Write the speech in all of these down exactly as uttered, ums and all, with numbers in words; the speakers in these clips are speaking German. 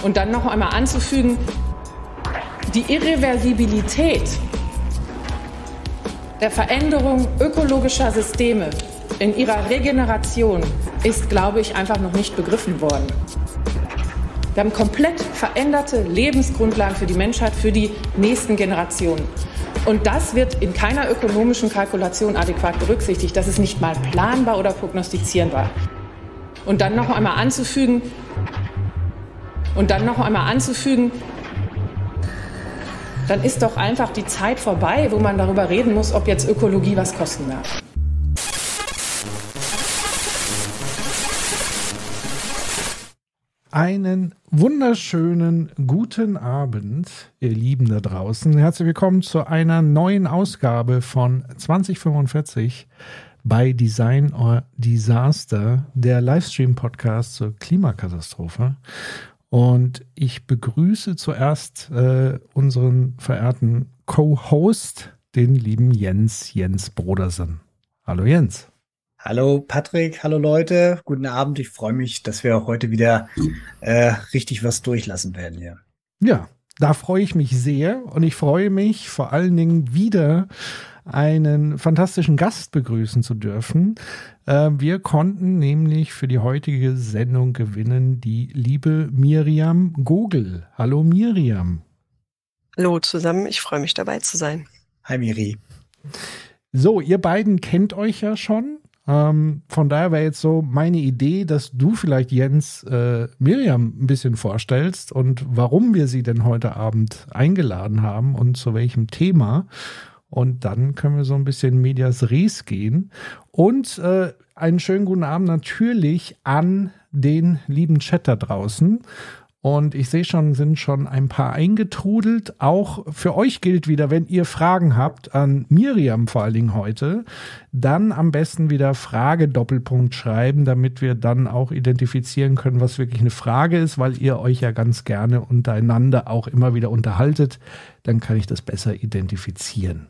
Und dann noch einmal anzufügen, die Irreversibilität der Veränderung ökologischer Systeme in ihrer Regeneration ist, glaube ich, einfach noch nicht begriffen worden. Wir haben komplett veränderte Lebensgrundlagen für die Menschheit, für die nächsten Generationen. Und das wird in keiner ökonomischen Kalkulation adäquat berücksichtigt. Das ist nicht mal planbar oder prognostizierbar. Und dann noch einmal anzufügen, und dann noch einmal anzufügen, dann ist doch einfach die Zeit vorbei, wo man darüber reden muss, ob jetzt Ökologie was kosten darf. Einen wunderschönen guten Abend, ihr Lieben da draußen. Herzlich willkommen zu einer neuen Ausgabe von zwanzig fünfundvierzig bei Design or Disaster, der Livestream-Podcast zur Klimakatastrophe. Und ich begrüße zuerst äh, unseren verehrten Co-Host, den lieben Jens, Jens Brodersen. Hallo Jens. Hallo Patrick, hallo Leute, guten Abend. Ich freue mich, dass wir auch heute wieder äh, richtig was durchlassen werden hier. Ja, da freue ich mich sehr und ich freue mich vor allen Dingen wieder einen fantastischen Gast begrüßen zu dürfen. Äh, wir konnten nämlich für die heutige Sendung gewinnen die liebe Miriam Gogel. Hallo Miriam. Hallo zusammen, ich freue mich dabei zu sein. Hi Miri. So, ihr beiden kennt euch ja schon. Ähm, von daher wäre jetzt so meine Idee, dass du vielleicht Jens äh, Miriam ein bisschen vorstellst und warum wir sie denn heute Abend eingeladen haben und zu welchem Thema. Und dann können wir so ein bisschen Medias Res gehen. Und äh, einen schönen guten Abend natürlich an den lieben Chat da draußen. Und ich sehe schon, sind schon ein paar eingetrudelt. Auch für euch gilt wieder, wenn ihr Fragen habt an Miriam vor allen Dingen heute, dann am besten wieder Frage Doppelpunkt schreiben, damit wir dann auch identifizieren können, was wirklich eine Frage ist, weil ihr euch ja ganz gerne untereinander auch immer wieder unterhaltet. Dann kann ich das besser identifizieren.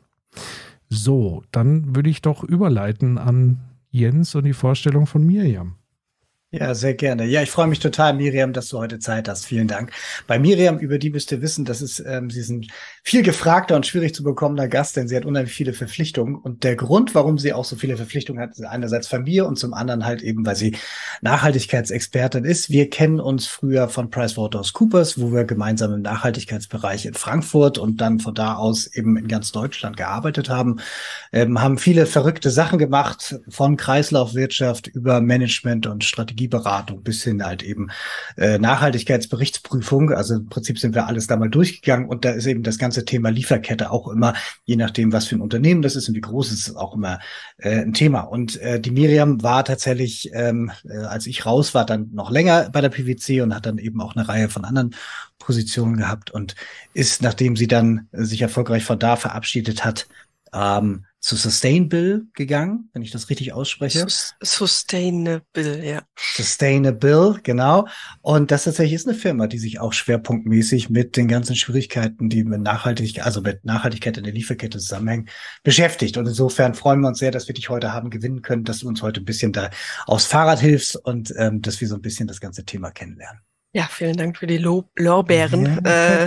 So, dann würde ich doch überleiten an Jens und die Vorstellung von Miriam. Ja, sehr gerne. Ja, ich freue mich total, Miriam, dass du heute Zeit hast. Vielen Dank. Bei Miriam, über die müsst ihr wissen, das ist, ähm, sie ist ein viel gefragter und schwierig zu bekommender Gast, denn sie hat unheimlich viele Verpflichtungen. Und der Grund, warum sie auch so viele Verpflichtungen hat, ist einerseits von mir und zum anderen halt eben, weil sie Nachhaltigkeitsexpertin ist. Wir kennen uns früher von PricewaterhouseCoopers, wo wir gemeinsam im Nachhaltigkeitsbereich in Frankfurt und dann von da aus eben in ganz Deutschland gearbeitet haben, ähm, haben viele verrückte Sachen gemacht, von Kreislaufwirtschaft über Management und Strategie Beratung bis hin halt eben äh, Nachhaltigkeitsberichtsprüfung. Also im Prinzip sind wir alles da mal durchgegangen und da ist eben das ganze Thema Lieferkette auch immer, je nachdem, was für ein Unternehmen das ist und wie groß es ist, auch immer äh, ein Thema. Und äh, die Miriam war tatsächlich, ähm, äh, als ich raus war, dann noch länger bei der P W C und hat dann eben auch eine Reihe von anderen Positionen gehabt und ist, nachdem sie dann äh, sich erfolgreich von da verabschiedet hat, ähm, zu Sustainable gegangen, wenn ich das richtig ausspreche. Sus- Sustainable, ja. Sustainable, genau. Und das tatsächlich ist eine Firma, die sich auch schwerpunktmäßig mit den ganzen Schwierigkeiten, die mit Nachhaltigkeit, also mit Nachhaltigkeit in der Lieferkette zusammenhängen, beschäftigt. Und insofern freuen wir uns sehr, dass wir dich heute haben gewinnen können, dass du uns heute ein bisschen da aufs Fahrrad hilfst und ähm, dass wir so ein bisschen das ganze Thema kennenlernen. Ja, vielen Dank für die Lob- Lorbeeren. Ja. Äh,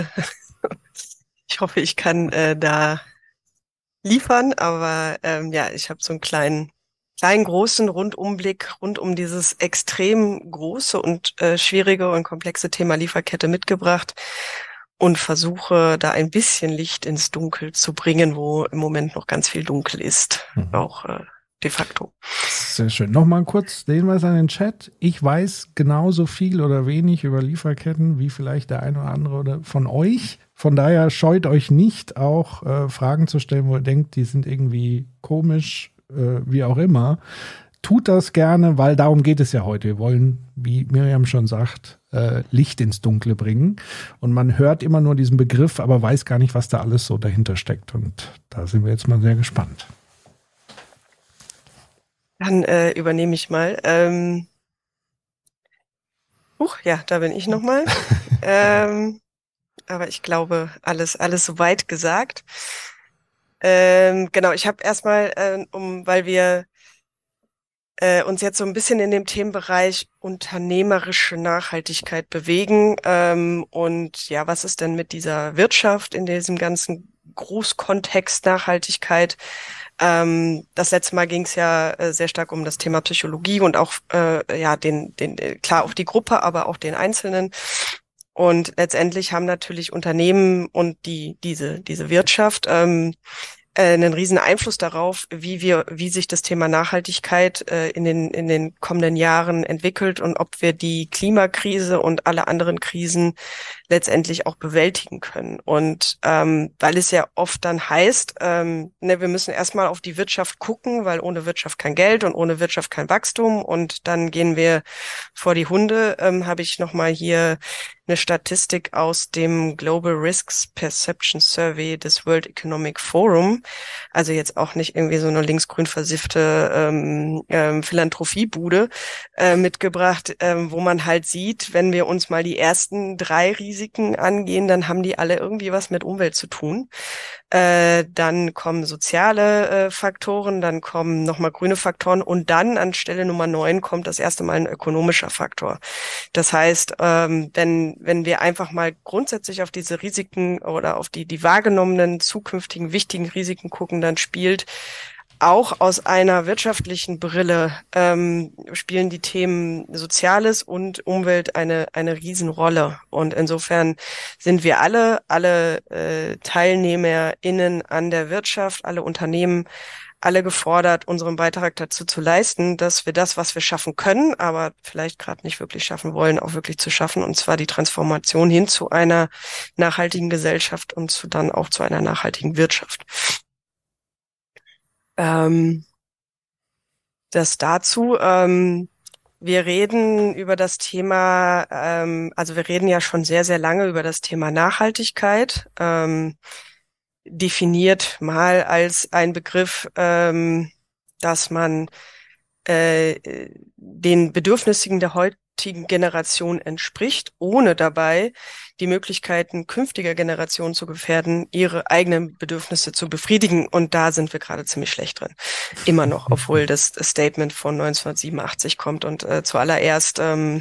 ich hoffe, ich kann äh, da liefern, aber ähm, ja, ich habe so einen kleinen, kleinen, großen Rundumblick rund um dieses extrem große und äh, schwierige und komplexe Thema Lieferkette mitgebracht und versuche da ein bisschen Licht ins Dunkel zu bringen, wo im Moment noch ganz viel dunkel ist, mhm. auch äh, de facto. Sehr schön. Nochmal kurz den Hinweis an den Chat. Ich weiß genauso viel oder wenig über Lieferketten wie vielleicht der eine oder andere oder von euch. Von daher scheut euch nicht, auch äh, Fragen zu stellen, wo ihr denkt, die sind irgendwie komisch, äh, wie auch immer. Tut das gerne, weil darum geht es ja heute. Wir wollen, wie Miriam schon sagt, äh, Licht ins Dunkle bringen. Und man hört immer nur diesen Begriff, aber weiß gar nicht, was da alles so dahinter steckt. Und da sind wir jetzt mal sehr gespannt. Dann äh, übernehme ich mal. Ähm, Huch, ja, da bin ich nochmal. ähm, aber ich glaube, alles, alles soweit gesagt. Ähm, genau, ich habe erstmal, äh, um, weil wir äh, uns jetzt so ein bisschen in dem Themenbereich unternehmerische Nachhaltigkeit bewegen. Ähm, und ja, was ist denn mit dieser Wirtschaft in diesem ganzen Großkontext Nachhaltigkeit? Ähm, das letzte Mal ging es ja äh, sehr stark um das Thema Psychologie und auch äh, ja den, den klar auch die Gruppe, aber auch den Einzelnen. Und letztendlich haben natürlich Unternehmen und die diese diese Wirtschaft ähm, äh, einen riesen Einfluss darauf, wie wir, wie sich das Thema Nachhaltigkeit äh, in den in den kommenden Jahren entwickelt und ob wir die Klimakrise und alle anderen Krisen letztendlich auch bewältigen können. Und ähm, weil es ja oft dann heißt, ähm, ne, wir müssen erstmal auf die Wirtschaft gucken, weil ohne Wirtschaft kein Geld und ohne Wirtschaft kein Wachstum und dann gehen wir vor die Hunde, ähm, habe ich nochmal hier eine Statistik aus dem Global Risks Perception Survey des World Economic Forum, also jetzt auch nicht irgendwie so eine linksgrün versiffte ähm, ähm, Philanthropiebude äh, mitgebracht, ähm, wo man halt sieht, wenn wir uns mal die ersten drei Risiken angehen, dann haben die alle irgendwie was mit Umwelt zu tun. Äh, dann kommen soziale äh, Faktoren, dann kommen nochmal grüne Faktoren und dann an Stelle Nummer neun kommt das erste Mal ein ökonomischer Faktor. Das heißt, ähm, wenn wenn wir einfach mal grundsätzlich auf diese Risiken oder auf die die wahrgenommenen zukünftigen wichtigen Risiken gucken, dann spielt auch aus einer wirtschaftlichen Brille ähm, spielen die Themen Soziales und Umwelt eine eine Riesenrolle. Und insofern sind wir alle, alle äh, TeilnehmerInnen an der Wirtschaft, alle Unternehmen, alle gefordert, unseren Beitrag dazu zu leisten, dass wir das, was wir schaffen können, aber vielleicht gerade nicht wirklich schaffen wollen, auch wirklich zu schaffen. Und zwar die Transformation hin zu einer nachhaltigen Gesellschaft und zu dann auch zu einer nachhaltigen Wirtschaft. Ähm, das dazu. Ähm, wir reden über das Thema, ähm, also wir reden ja schon sehr, sehr lange über das Thema Nachhaltigkeit, ähm, definiert mal als ein Begriff, ähm, dass man äh, den Bedürfnissen der heutigen Generation entspricht, ohne dabei die Möglichkeiten künftiger Generationen zu gefährden, ihre eigenen Bedürfnisse zu befriedigen. Und da sind wir gerade ziemlich schlecht drin. Immer noch, obwohl das Statement von neunzehnhundertsiebenundachtzig kommt. Und äh, zuallererst ähm,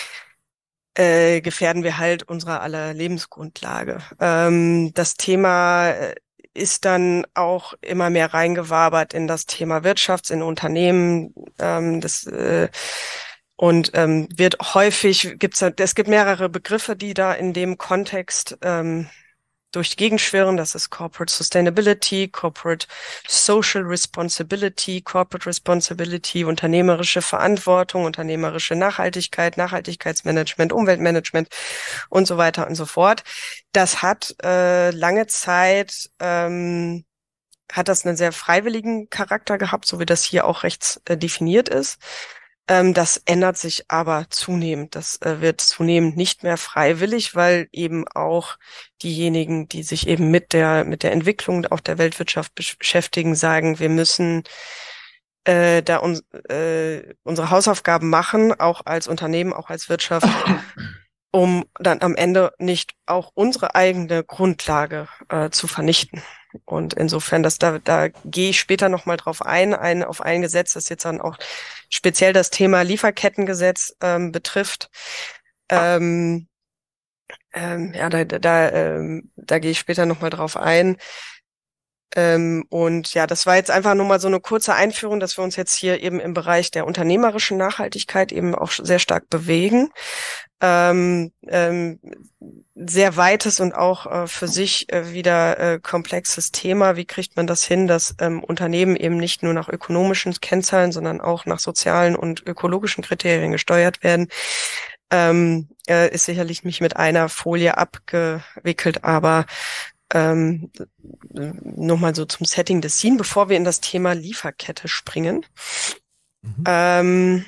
äh, gefährden wir halt unsere aller Lebensgrundlage. Ähm, das Thema ist dann auch immer mehr reingewabert in das Thema Wirtschaft, in Unternehmen. Ähm, das äh, und ähm, wird häufig gibt's es gibt mehrere Begriffe, die da in dem Kontext ähm, durch die Gegend schwirren. Das ist Corporate Sustainability, Corporate Social Responsibility, Corporate Responsibility, unternehmerische Verantwortung, unternehmerische Nachhaltigkeit, Nachhaltigkeitsmanagement, Umweltmanagement und so weiter und so fort. Das hat äh, lange Zeit ähm, hat das einen sehr freiwilligen Charakter gehabt, so wie das hier auch rechts äh, definiert ist. Ähm, das ändert sich aber zunehmend. Das äh, wird zunehmend nicht mehr freiwillig, weil eben auch diejenigen, die sich eben mit der mit der Entwicklung auch der Weltwirtschaft beschäftigen, sagen, wir müssen äh, da uns, äh, unsere Hausaufgaben machen, auch als Unternehmen, auch als Wirtschaft, um dann am Ende nicht auch unsere eigene Grundlage äh, zu vernichten. Und insofern, dass da, da gehe ich später nochmal drauf ein, ein, auf ein Gesetz, das jetzt dann auch speziell das Thema Lieferkettengesetz ähm, betrifft. Ähm, ähm, ja, da, da, ähm, da gehe ich später nochmal drauf ein. Ähm, und ja, das war jetzt einfach nur mal so eine kurze Einführung, dass wir uns jetzt hier eben im Bereich der unternehmerischen Nachhaltigkeit eben auch sehr stark bewegen. Ähm, ähm, sehr weites und auch äh, für sich äh, wieder äh, komplexes Thema. Wie kriegt man das hin, dass ähm, Unternehmen eben nicht nur nach ökonomischen Kennzahlen, sondern auch nach sozialen und ökologischen Kriterien gesteuert werden? Ähm, äh, ist sicherlich nicht mit einer Folie abgewickelt, aber ähm, nochmal so zum Setting des Scene, bevor wir in das Thema Lieferkette springen. Mhm. Ähm,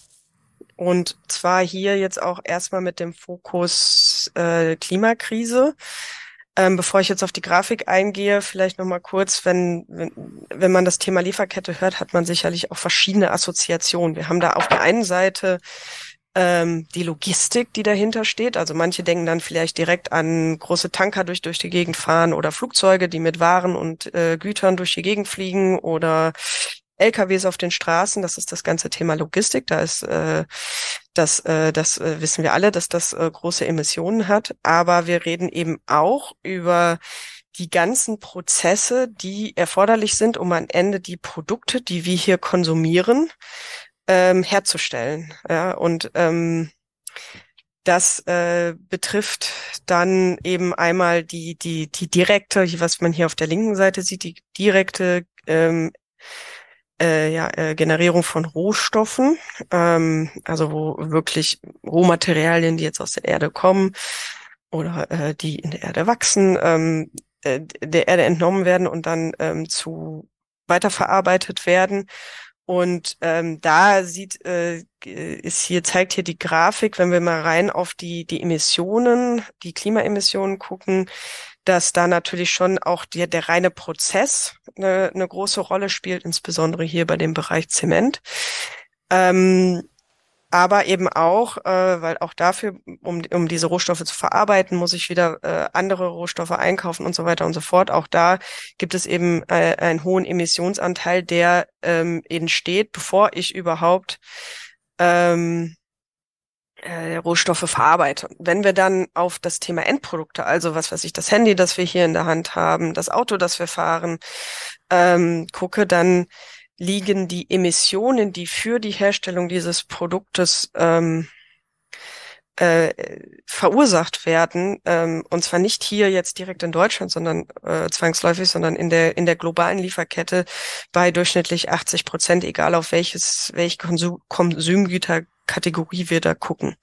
Und zwar hier jetzt auch erstmal mit dem Fokus äh, Klimakrise. Ähm, bevor ich jetzt auf die Grafik eingehe, vielleicht nochmal kurz, wenn, wenn wenn man das Thema Lieferkette hört, hat man sicherlich auch verschiedene Assoziationen. Wir haben da auf der einen Seite ähm, die Logistik, die dahinter steht. Also manche denken dann vielleicht direkt an große Tanker durch durch die Gegend fahren oder Flugzeuge, die mit Waren und äh, Gütern durch die Gegend fliegen oder L K Ws auf den Straßen, das ist das ganze Thema Logistik. Da ist äh, das, äh, das äh, wissen wir alle, dass das äh, große Emissionen hat. Aber wir reden eben auch über die ganzen Prozesse, die erforderlich sind, um am Ende die Produkte, die wir hier konsumieren, ähm, herzustellen. Ja, und ähm, das äh, betrifft dann eben einmal die die die direkte, was man hier auf der linken Seite sieht, die direkte ähm, äh, ja, äh, Generierung von Rohstoffen, ähm, also wo wirklich Rohmaterialien, die jetzt aus der Erde kommen oder äh, die in der Erde wachsen, ähm, äh, der Erde entnommen werden und dann ähm, zu weiterverarbeitet werden. Und ähm, da sieht äh, ist hier zeigt hier die Grafik, wenn wir mal rein auf die die Emissionen, die Klimaemissionen gucken, dass da natürlich schon auch der der reine Prozess eine, eine große Rolle spielt, insbesondere hier bei dem Bereich Zement. Ähm, aber eben auch, äh, weil auch dafür, um um diese Rohstoffe zu verarbeiten, muss ich wieder äh, andere Rohstoffe einkaufen und so weiter und so fort. Auch da gibt es eben äh, einen hohen Emissionsanteil, der ähm, entsteht, bevor ich überhaupt ähm, äh, Rohstoffe verarbeite. Wenn wir dann auf das Thema Endprodukte, also was weiß ich, das Handy, das wir hier in der Hand haben, das Auto, das wir fahren, ähm, gucke, dann liegen die Emissionen, die für die Herstellung dieses Produktes ähm, äh, verursacht werden, ähm, und zwar nicht hier jetzt direkt in Deutschland, sondern äh, zwangsläufig, sondern in der in der globalen Lieferkette bei durchschnittlich achtzig Prozent, egal auf welches welche Konsum Konsumgüterkategorie wir da gucken.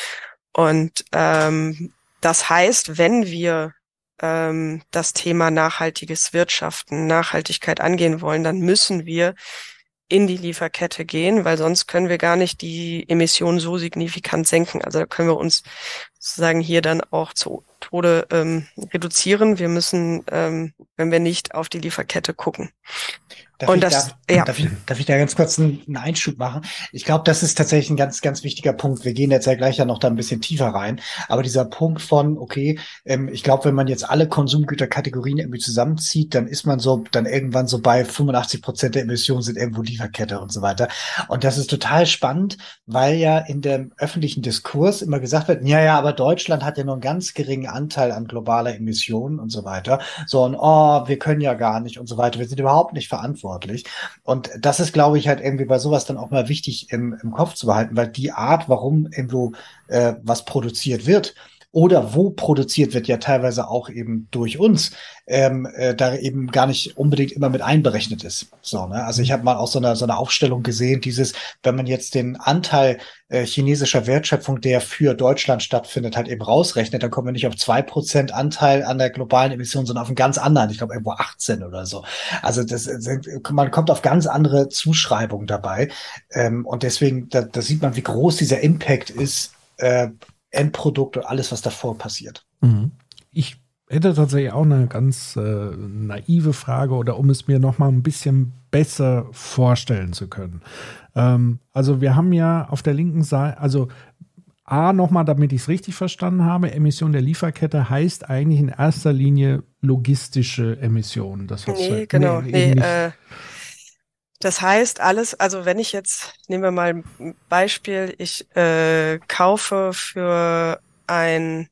Und ähm, das heißt, wenn wir ähm, das Thema nachhaltiges Wirtschaften, Nachhaltigkeit angehen wollen, dann müssen wir in die Lieferkette gehen, weil sonst können wir gar nicht die Emissionen so signifikant senken. Also da können wir uns sozusagen hier dann auch zu Tode ähm, reduzieren. Wir müssen, ähm, wenn wir nicht auf die Lieferkette gucken. Darf, Und ich, das, darf, ja. darf, ich, darf ich da ganz kurz einen, einen Einschub machen? Ich glaube, das ist tatsächlich ein ganz, ganz wichtiger Punkt. Wir gehen jetzt ja gleich ja noch da ein bisschen tiefer rein. Aber dieser Punkt von, okay, ähm, ich glaube, wenn man jetzt alle Konsumgüterkategorien irgendwie zusammenzieht, dann ist man so, dann irgendwann so bei fünfundachtzig Prozent der Emissionen sind irgendwo Lieferkette und so weiter. Und das ist total spannend, weil ja in dem öffentlichen Diskurs immer gesagt wird, ja, ja, aber Deutschland hat ja nur einen ganz geringen Anteil an globaler Emissionen und so weiter. So, und oh, wir können ja gar nicht und so weiter. Wir sind überhaupt nicht verantwortlich. Und das ist, glaube ich, halt irgendwie bei sowas dann auch mal wichtig im, im Kopf zu behalten, weil die Art, warum irgendwo äh, was produziert wird oder wo produziert wird, ja teilweise auch eben durch uns, ähm, äh, da eben gar nicht unbedingt immer mit einberechnet ist. So, ne? Also ich habe mal auch so eine, so eine Aufstellung gesehen, dieses, wenn man jetzt den Anteil äh, chinesischer Wertschöpfung, der für Deutschland stattfindet, halt eben rausrechnet, dann kommen wir nicht auf zwei Prozent Anteil an der globalen Emission, sondern auf einen ganz anderen, ich glaube irgendwo achtzehn oder so. Also das sind, man kommt auf ganz andere Zuschreibungen dabei. Ähm, und deswegen, da, da sieht man, wie groß dieser Impact ist, äh, Endprodukt und alles, was davor passiert. Mhm. Ich hätte tatsächlich auch eine ganz äh, naive Frage oder um es mir noch mal ein bisschen besser vorstellen zu können. Ähm, also wir haben ja auf der linken Seite, also A, nochmal, damit ich es richtig verstanden habe, Emission der Lieferkette heißt eigentlich in erster Linie logistische Emissionen. Das nee, du, genau. Nee, nee, äh, das heißt alles, also wenn ich jetzt, nehmen wir mal ein Beispiel, ich äh, kaufe für ein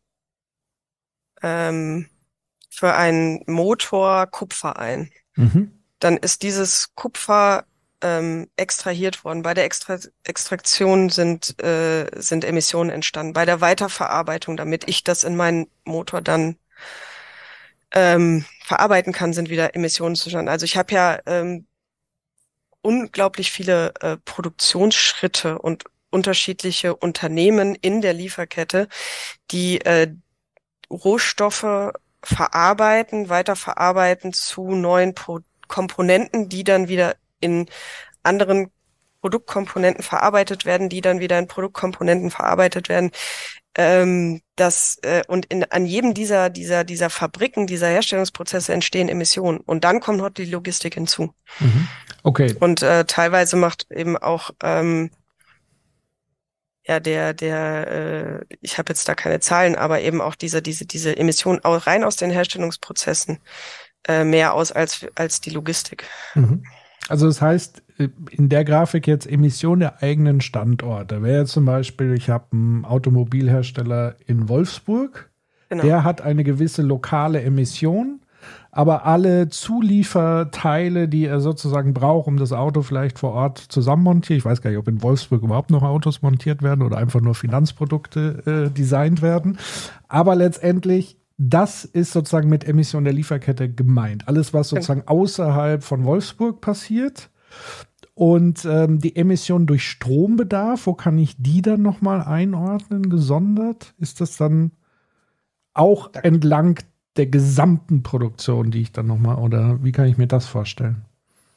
ähm, für einen Motor Kupfer ein, mhm. dann ist dieses Kupfer ähm, extrahiert worden. Bei der Extra Extraktion sind äh, sind Emissionen entstanden. Bei der Weiterverarbeitung, damit ich das in meinen Motor dann ähm, verarbeiten kann, sind wieder Emissionen zustande. Also ich habe ja ähm, unglaublich viele äh, Produktionsschritte und unterschiedliche Unternehmen in der Lieferkette, die äh, Rohstoffe verarbeiten, weiterverarbeiten zu neuen Pro Komponenten, die dann wieder in anderen Produktkomponenten verarbeitet werden, die dann wieder in Produktkomponenten verarbeitet werden. Ähm, das äh, und in, an jedem dieser dieser dieser Fabriken, dieser Herstellungsprozesse entstehen Emissionen und dann kommt noch die Logistik hinzu. Mhm. Okay. Und äh, teilweise macht eben auch ähm, ja der der äh, ich habe jetzt da keine Zahlen, aber eben auch diese diese diese Emissionen auch rein aus den Herstellungsprozessen äh, mehr aus als als die Logistik. Mhm. Also das heißt, in der Grafik jetzt Emission der eigenen Standorte. Wäre jetzt zum Beispiel, ich habe einen Automobilhersteller in Wolfsburg, genau. Der hat eine gewisse lokale Emission, aber alle Zulieferteile, die er sozusagen braucht, um das Auto vielleicht vor Ort zusammenmontieren, ich weiß gar nicht, ob in Wolfsburg überhaupt noch Autos montiert werden oder einfach nur Finanzprodukte äh, designt werden, aber letztendlich das ist sozusagen mit Emission der Lieferkette gemeint. Alles, was sozusagen außerhalb von Wolfsburg passiert. Und ähm, die Emission durch Strombedarf, wo kann ich die dann nochmal einordnen, gesondert? Ist das dann auch entlang der gesamten Produktion, die ich dann nochmal, oder wie kann ich mir das vorstellen?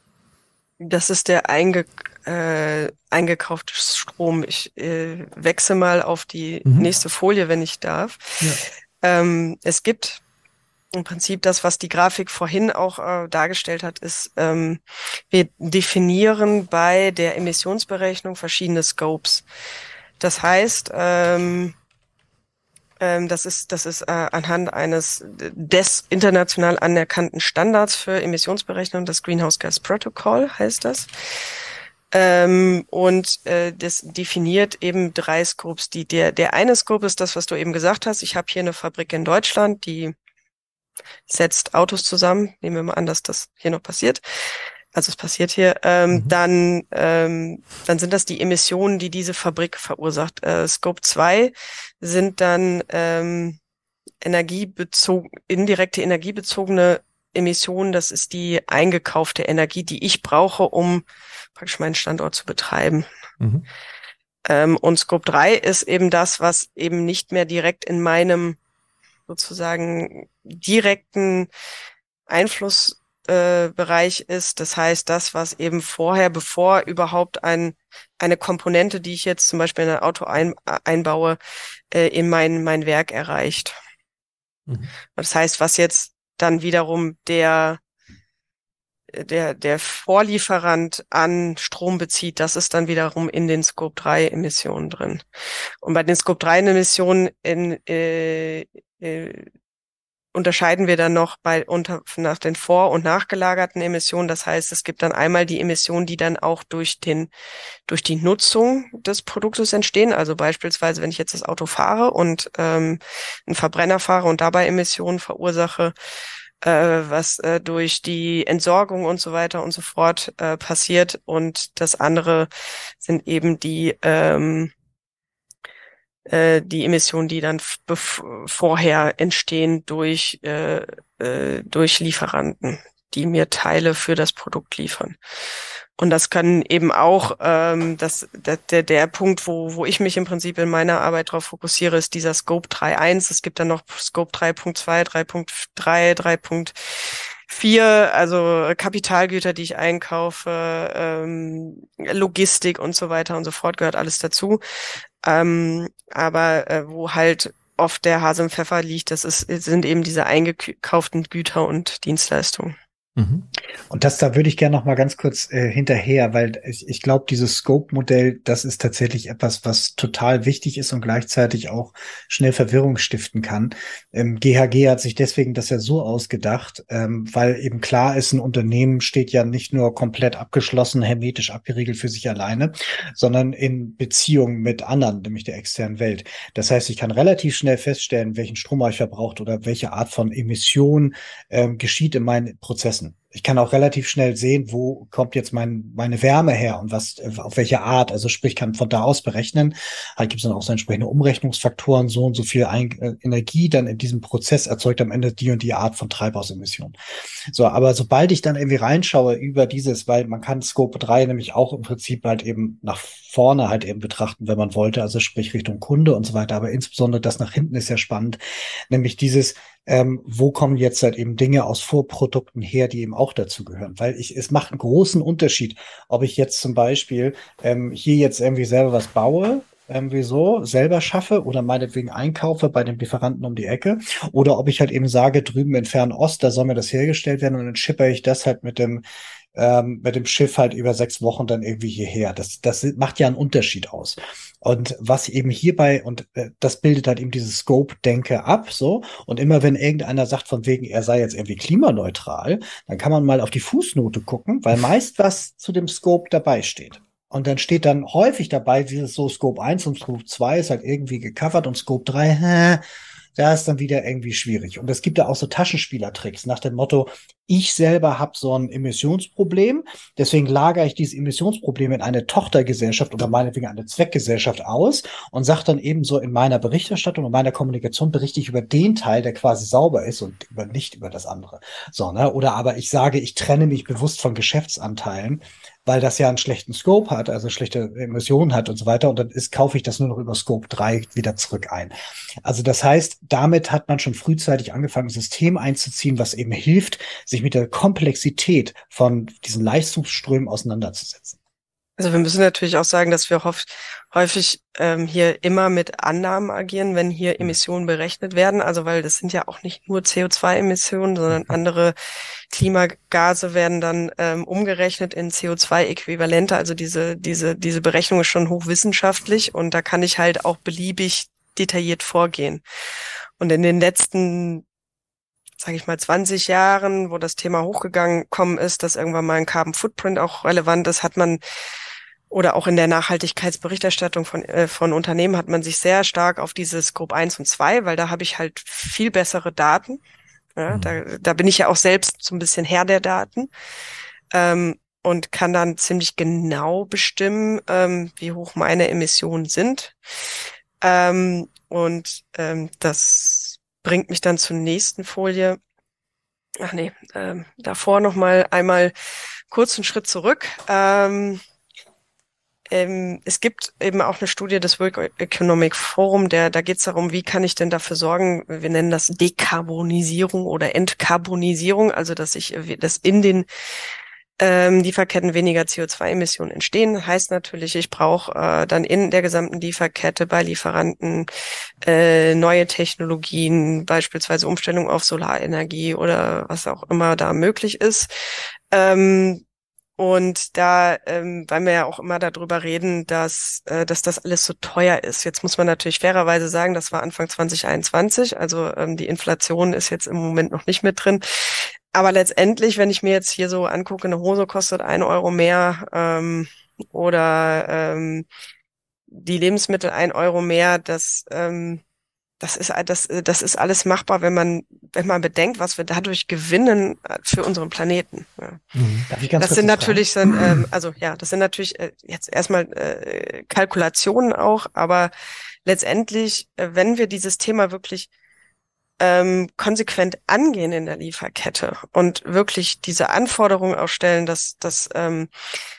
Das ist der einge, äh, eingekaufte Strom. Ich äh, wechsle mal auf die mhm. nächste Folie, wenn ich darf. Ja. Ähm, es gibt im Prinzip das, was die Grafik vorhin auch äh, dargestellt hat, ist, ähm, wir definieren bei der Emissionsberechnung verschiedene Scopes. Das heißt, ähm, ähm, das ist, das ist äh, anhand eines des international anerkannten Standards für Emissionsberechnung, das Greenhouse Gas Protocol heißt das. Ähm, und äh, das definiert eben drei Scopes. Die, der, der eine Scope ist das, was du eben gesagt hast. Ich habe hier eine Fabrik in Deutschland, die setzt Autos zusammen. Nehmen wir mal an, dass das hier noch passiert. Also es passiert hier. Ähm, mhm. Dann, ähm, dann sind das die Emissionen, die diese Fabrik verursacht. Äh, Scope zwei sind dann ähm, energiebezogen, indirekte energiebezogene Emissionen. Das ist die eingekaufte Energie, die ich brauche, um praktisch meinen Standort zu betreiben. Mhm. Ähm, und Scope drei ist eben das, was eben nicht mehr direkt in meinem sozusagen direkten Einflussbereich äh, ist. Das heißt, das, was eben vorher, bevor überhaupt ein, eine Komponente, die ich jetzt zum Beispiel in ein Auto ein, einbaue, äh, in mein, mein Werk erreicht. Mhm. Das heißt, was jetzt dann wiederum der der der Vorlieferant an Strom bezieht, das ist dann wiederum in den Scope drei Emissionen drin. Und bei den Scope drei Emissionen in, äh, äh, unterscheiden wir dann noch bei unter nach den vor- und nachgelagerten Emissionen. Das heißt, es gibt dann einmal die Emissionen, die dann auch durch den durch die Nutzung des Produktes entstehen. Also beispielsweise, wenn ich jetzt das Auto fahre und ähm, einen Verbrenner fahre und dabei Emissionen verursache, äh, was äh, durch die Entsorgung und so weiter und so fort äh, passiert. Und das andere sind eben die ähm, äh, die Emissionen, die dann vorher entstehen durch äh, äh, durch Lieferanten, die mir Teile für das Produkt liefern. Und das können eben auch, ähm, das, der, der, der Punkt, wo, wo ich mich im Prinzip in meiner Arbeit darauf fokussiere, ist dieser Scope drei Punkt eins. Es gibt dann noch Scope drei Punkt zwei, drei Punkt drei, drei Punkt vier, also Kapitalgüter, die ich einkaufe, ähm, Logistik und so weiter und so fort, gehört alles dazu. Ähm, aber äh, wo halt oft der Hase im Pfeffer liegt, das ist, sind eben diese eingekauften Güter und Dienstleistungen. Und das, da würde ich gerne noch mal ganz kurz äh, hinterher, weil ich, ich glaube, dieses Scope-Modell, das ist tatsächlich etwas, was total wichtig ist und gleichzeitig auch schnell Verwirrung stiften kann. Ähm, G H G hat sich deswegen das ja so ausgedacht, ähm, weil eben klar ist, ein Unternehmen steht ja nicht nur komplett abgeschlossen, hermetisch abgeriegelt für sich alleine, sondern in Beziehung mit anderen, nämlich der externen Welt. Das heißt, ich kann relativ schnell feststellen, welchen Strom habe ich verbraucht oder welche Art von Emission ähm, geschieht in meinen Prozessen. Ich kann auch relativ schnell sehen, wo kommt jetzt mein, meine Wärme her und was, auf welche Art. Also sprich, kann von da aus berechnen. Halt gibt es dann auch so entsprechende Umrechnungsfaktoren, so und so viel Ein- äh, Energie dann in diesem Prozess erzeugt am Ende die und die Art von Treibhausemissionen. So, aber sobald ich dann irgendwie reinschaue über dieses, weil man kann Scope drei nämlich auch im Prinzip halt eben nach vorne halt eben betrachten, wenn man wollte, also sprich Richtung Kunde und so weiter. Aber insbesondere das nach hinten ist ja spannend, nämlich dieses, ähm, wo kommen jetzt halt eben Dinge aus Vorprodukten her, die eben auch dazu gehören. Weil ich, es macht einen großen Unterschied, ob ich jetzt zum Beispiel ähm, hier jetzt irgendwie selber was baue, irgendwie so, selber schaffe oder meinetwegen einkaufe bei dem Lieferanten um die Ecke, oder ob ich halt eben sage, drüben in Fernost, da soll mir das hergestellt werden und dann schippe ich das halt mit dem ähm, mit dem Schiff halt über sechs Wochen dann irgendwie hierher. Das, das macht ja einen Unterschied aus. Und was eben hierbei, und äh, das bildet halt eben diese Scope-Denke ab, so. Und immer wenn irgendeiner sagt, von wegen, er sei jetzt irgendwie klimaneutral, dann kann man mal auf die Fußnote gucken, weil meist was zu dem Scope dabei steht. Und dann steht dann häufig dabei, dieses so Scope eins und Scope zwei ist halt irgendwie gecovert und Scope drei, hä, da ist dann wieder irgendwie schwierig. Und es gibt da auch so Taschenspielertricks nach dem Motto, ich selber habe so ein Emissionsproblem, deswegen lagere ich dieses Emissionsproblem in eine Tochtergesellschaft oder meinetwegen eine Zweckgesellschaft aus und sage dann eben so, in meiner Berichterstattung und meiner Kommunikation berichte ich über den Teil, der quasi sauber ist und über, nicht über das andere. So, ne? Oder aber ich sage, ich trenne mich bewusst von Geschäftsanteilen, weil das ja einen schlechten Scope hat, also schlechte Emissionen hat und so weiter. Und dann ist, kaufe ich das nur noch über Scope drei wieder zurück ein. Also das heißt, damit hat man schon frühzeitig angefangen, ein System einzuziehen, was eben hilft, sich mit der Komplexität von diesen Leistungsströmen auseinanderzusetzen. Also wir müssen natürlich auch sagen, dass wir häufig ähm, hier immer mit Annahmen agieren, wenn hier Emissionen berechnet werden. Also weil das sind ja auch nicht nur C O zwei Emissionen, sondern andere Klimagase werden dann ähm, umgerechnet in C O zwei Äquivalente. Also diese diese diese Berechnung ist schon hochwissenschaftlich und da kann ich halt auch beliebig detailliert vorgehen. Und in den letzten, sage ich mal, zwanzig Jahren, wo das Thema hochgegangen ist, dass irgendwann mal ein Carbon Footprint auch relevant ist, hat man oder auch in der Nachhaltigkeitsberichterstattung von äh, von Unternehmen hat man sich sehr stark auf diese Scope eins und zwei, weil da habe ich halt viel bessere Daten. Ja, mhm. da, da bin ich ja auch selbst so ein bisschen Herr der Daten ähm, und kann dann ziemlich genau bestimmen, ähm, wie hoch meine Emissionen sind. Ähm, und ähm, das bringt mich dann zur nächsten Folie. Ach nee, ähm, davor noch mal einmal kurz einen Schritt zurück. Ähm, Ähm, es gibt eben auch eine Studie des World Economic Forum, der, da geht es darum, wie kann ich denn dafür sorgen, wir nennen das Dekarbonisierung oder Entkarbonisierung, also dass ich, dass in den ähm, Lieferketten weniger C O zwei Emissionen entstehen. Heißt natürlich, ich brauche äh, dann in der gesamten Lieferkette bei Lieferanten äh, neue Technologien, beispielsweise Umstellung auf Solarenergie oder was auch immer da möglich ist. Ähm, Und da, ähm, weil wir ja auch immer darüber reden, dass, äh, dass das alles so teuer ist. Jetzt muss man natürlich fairerweise sagen, das war Anfang zwanzig einundzwanzig, also ähm, die Inflation ist jetzt im Moment noch nicht mit drin. Aber letztendlich, wenn ich mir jetzt hier so angucke, eine Hose kostet ein Euro mehr ähm, oder ähm, die Lebensmittel ein Euro mehr, das ähm, Das ist, das, das ist alles machbar, wenn man, wenn man bedenkt, was wir dadurch gewinnen für unseren Planeten. Ja. Mhm. Darf ich ganz das kurz sind das natürlich, dann, ähm, also ja, das sind natürlich äh, jetzt erstmal äh, Kalkulationen auch, aber letztendlich, äh, wenn wir dieses Thema wirklich ähm, konsequent angehen in der Lieferkette und wirklich diese Anforderungen aufstellen, dass, dass ähm,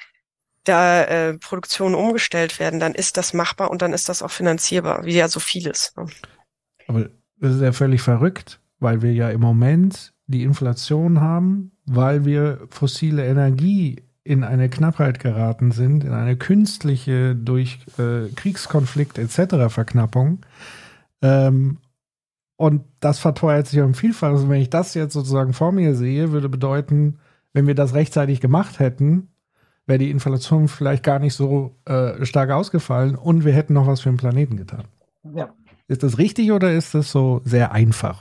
da äh, Produktionen umgestellt werden, dann ist das machbar und dann ist das auch finanzierbar, wie ja so vieles. Ne? Aber das ist ja völlig verrückt, weil wir ja im Moment die Inflation haben, weil wir fossile Energie in eine Knappheit geraten sind, in eine künstliche durch äh, Kriegskonflikt et cetera Verknappung. Ähm, und das verteuert sich um Vielfaches. Und wenn ich das jetzt sozusagen vor mir sehe, würde bedeuten, wenn wir das rechtzeitig gemacht hätten, wäre die Inflation vielleicht gar nicht so äh, stark ausgefallen und wir hätten noch was für den Planeten getan. Ja. Ist das richtig oder ist das so sehr einfach?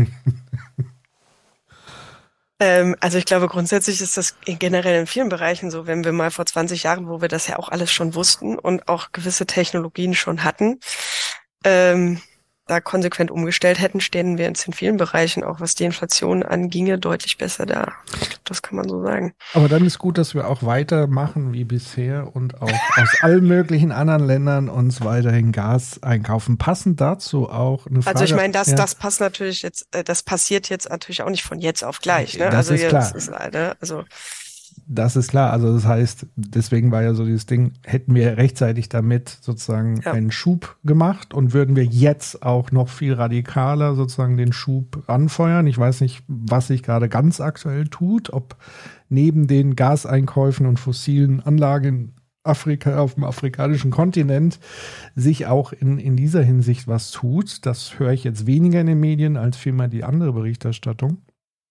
ähm, also ich glaube, grundsätzlich ist das generell in vielen Bereichen so, wenn wir mal vor zwanzig Jahren, wo wir das ja auch alles schon wussten und auch gewisse Technologien schon hatten, ähm, da konsequent umgestellt hätten, stehen wir jetzt in vielen Bereichen, auch was die Inflation anginge, deutlich besser da. Ich glaube, das kann man so sagen. Aber dann ist gut, dass wir auch weitermachen wie bisher und auch aus allen möglichen anderen Ländern uns weiterhin Gas einkaufen. Passend dazu auch eine Frage. Also ich meine, das, ja. das passt natürlich jetzt, das passiert jetzt natürlich auch nicht von jetzt auf gleich. Ne? Das also ist jetzt klar. ist leider, also Das ist klar, also das heißt, deswegen war ja so dieses Ding, hätten wir rechtzeitig damit sozusagen ja. einen Schub gemacht und würden wir jetzt auch noch viel radikaler sozusagen den Schub anfeuern. Ich weiß nicht, was sich gerade ganz aktuell tut, ob neben den Gaseinkäufen und fossilen Anlagen in Afrika, auf dem afrikanischen Kontinent sich auch in, in dieser Hinsicht was tut. Das höre ich jetzt weniger in den Medien als vielmehr die andere Berichterstattung.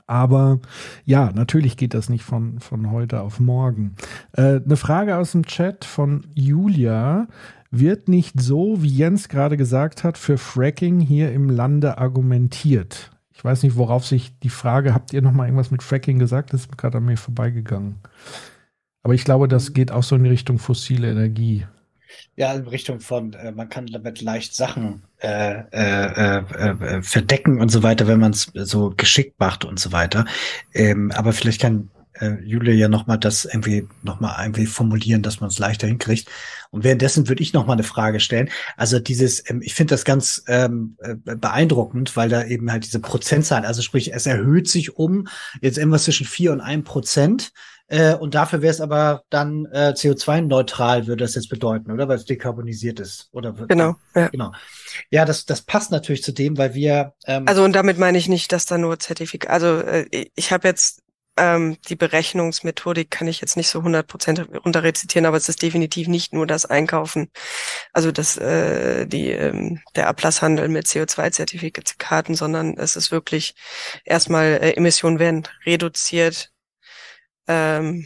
Aber ja, natürlich geht das nicht von, von heute auf morgen. Äh, eine Frage aus dem Chat von Julia. Wird nicht so, wie Jens gerade gesagt hat, für Fracking hier im Lande argumentiert? Ich weiß nicht, worauf sich die Frage, habt ihr noch mal irgendwas mit Fracking gesagt? Das ist gerade an mir vorbeigegangen. Aber ich glaube, das geht auch so in die Richtung fossile Energie. Ja, in Richtung von, äh, man kann damit leicht Sachen äh, äh, äh, verdecken und so weiter, wenn man es so geschickt macht und so weiter. Ähm, aber vielleicht kann äh, Julia ja nochmal das irgendwie nochmal irgendwie formulieren, dass man es leichter hinkriegt. Und währenddessen würde ich nochmal eine Frage stellen. Also dieses, ähm, ich finde das ganz ähm, äh, beeindruckend, weil da eben halt diese Prozentzahl, also sprich, es erhöht sich um jetzt irgendwas zwischen vier und ein Prozent. Äh, und dafür wäre es aber dann äh, C O zwei neutral, würde das jetzt bedeuten, oder? Weil es dekarbonisiert ist. Oder Genau, ja. Genau. Ja, das, das passt natürlich zu dem, weil wir ähm, Also und damit meine ich nicht, dass da nur Zertifikat, also äh, ich habe jetzt ähm, die Berechnungsmethodik kann ich jetzt nicht so hundert Prozent runterrezitieren, aber es ist definitiv nicht nur das Einkaufen, also das äh, die ähm, der Ablasshandel mit C O zwei Zertifikaten, sondern es ist wirklich erstmal äh, Emissionen werden reduziert, ähm,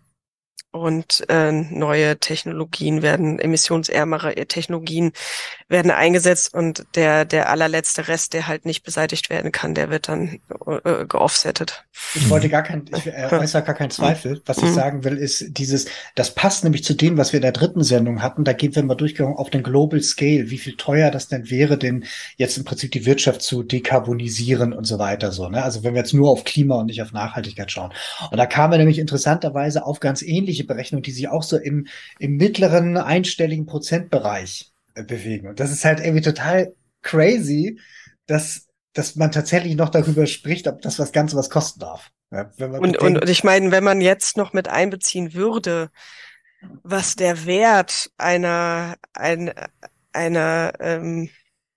und äh, neue Technologien werden, emissionsärmere Technologien werden eingesetzt und der der allerletzte Rest, der halt nicht beseitigt werden kann, der wird dann äh, geoffsettet. Ich wollte gar kein, ich äh, äußere gar keinen Zweifel. Was ich sagen will, ist dieses, das passt nämlich zu dem, was wir in der dritten Sendung hatten. Da gehen wir mal durchgegangen auf den Global Scale, wie viel teuer das denn wäre, denn jetzt im Prinzip die Wirtschaft zu dekarbonisieren und so weiter, so, ne? Also wenn wir jetzt nur auf Klima und nicht auf Nachhaltigkeit schauen. Und da kamen wir nämlich interessanterweise auf ganz ähnliche Berechnungen, die sich auch so im, im mittleren einstelligen Prozentbereich äh, bewegen. Und das ist halt irgendwie total crazy, dass dass man tatsächlich noch darüber spricht, ob das was Ganze was kosten darf. Ja, wenn man und, bedenkt, und, und ich meine, wenn man jetzt noch mit einbeziehen würde, was der Wert einer, ein, einer, ähm,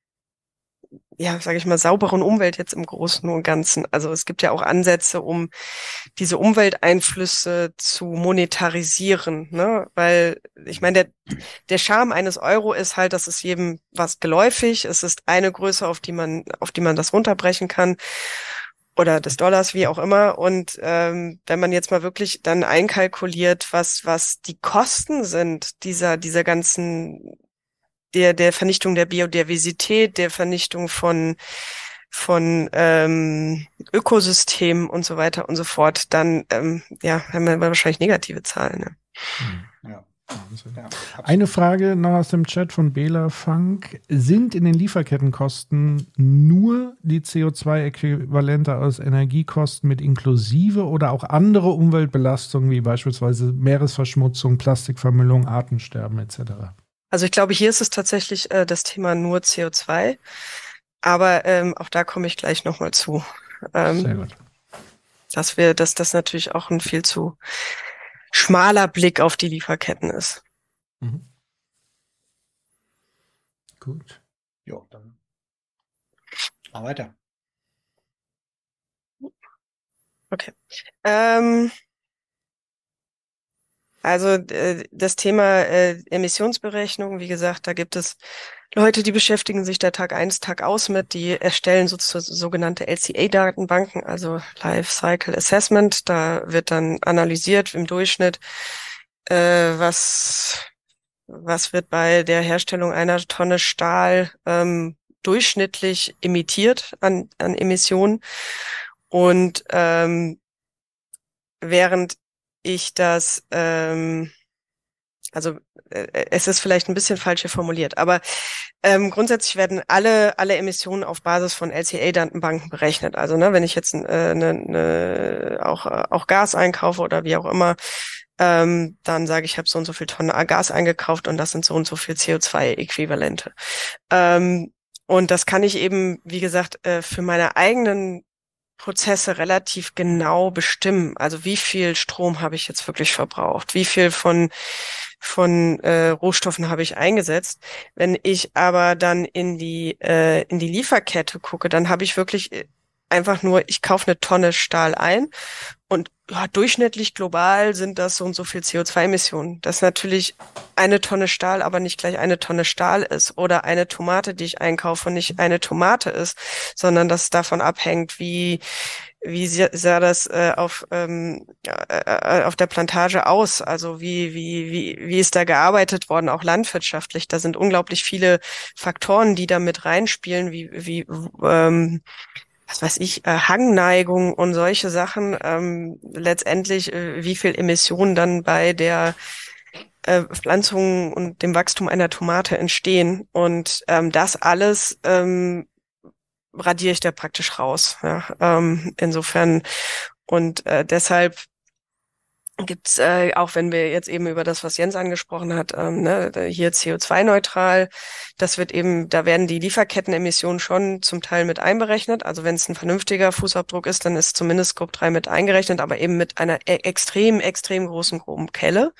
ja, sage ich mal, sauberen Umwelt jetzt im Großen und Ganzen. Also es gibt ja auch Ansätze, um diese Umwelteinflüsse zu monetarisieren, ne? Weil ich meine, der der Charme eines Euro ist halt, dass es jedem was geläufig. Es ist eine Größe, auf die man auf die man das runterbrechen kann. Oder des Dollars, wie auch immer. Und ähm, wenn man jetzt mal wirklich dann einkalkuliert, was was die Kosten sind dieser dieser ganzen der der Vernichtung der Biodiversität, der Vernichtung von von ähm, Ökosystemen und so weiter und so fort, dann ähm, ja haben wir wahrscheinlich negative Zahlen. Ne? ja. Ja, Eine Frage noch aus dem Chat von Bela Funk. Sind in den Lieferkettenkosten nur die C O zwei Äquivalente aus Energiekosten mit inklusive oder auch andere Umweltbelastungen wie beispielsweise Meeresverschmutzung, Plastikvermüllung, Artensterben et cetera? Also ich glaube, hier ist es tatsächlich äh, das Thema nur C O zwei, aber ähm, auch da komme ich gleich nochmal zu. Ähm, Sehr gut. Dass wir, dass das natürlich auch ein viel zu schmaler Blick auf die Lieferketten ist. Mhm. Gut. Jo, dann mal weiter. Okay. Ähm, also äh, das Thema äh, Emissionsberechnung, wie gesagt, da gibt es Leute, die beschäftigen sich da Tag eins, Tag aus mit, die erstellen so, so, sogenannte L C A-Datenbanken, also Life Cycle Assessment. Da wird dann analysiert im Durchschnitt, äh, was was wird bei der Herstellung einer Tonne Stahl ähm, durchschnittlich emittiert an, an Emissionen. Und ähm, während ich das, ähm, also äh, es ist vielleicht ein bisschen falsch hier formuliert, aber ähm, grundsätzlich werden alle alle Emissionen auf Basis von L C A-Datenbanken berechnet. Also ne, wenn ich jetzt äh, ne, ne, auch auch Gas einkaufe oder wie auch immer, ähm, dann sage ich, ich habe so und so viel Tonnen Gas eingekauft und das sind so und so viel C O zwei Äquivalente. Ähm, und das kann ich eben, wie gesagt, äh, für meine eigenen Prozesse relativ genau bestimmen. Also wie viel Strom habe ich jetzt wirklich verbraucht? Wie viel von von äh, Rohstoffen habe ich eingesetzt? Wenn ich aber dann in die äh, in die Lieferkette gucke, dann habe ich wirklich einfach nur, ich kaufe eine Tonne Stahl ein und ja, durchschnittlich global sind das so und so viel C O zwei Emissionen. Dass natürlich eine Tonne Stahl aber nicht gleich eine Tonne Stahl ist oder eine Tomate, die ich einkaufe, nicht eine Tomate ist, sondern dass es davon abhängt, wie wie sah das äh, auf ähm, äh, auf der Plantage aus? Also wie wie wie wie ist da gearbeitet worden, auch landwirtschaftlich? Da sind unglaublich viele Faktoren, die da mit reinspielen, wie wie ähm, was weiß ich, äh, Hangneigung und solche Sachen. Ähm, letztendlich, äh, wie viel Emissionen dann bei der äh, Pflanzung und dem Wachstum einer Tomate entstehen. Und ähm, das alles ähm, radiere ich da praktisch raus. Ja? Ähm, insofern und äh, deshalb gibt's äh, auch wenn wir jetzt eben über das, was Jens angesprochen hat, ähm, ne, hier C O zwei neutral, das wird eben, da werden die Lieferkettenemissionen schon zum Teil mit einberechnet. Also wenn es ein vernünftiger Fußabdruck ist, dann ist zumindest Scope drei mit eingerechnet, aber eben mit einer e extrem, extrem großen groben Kelle.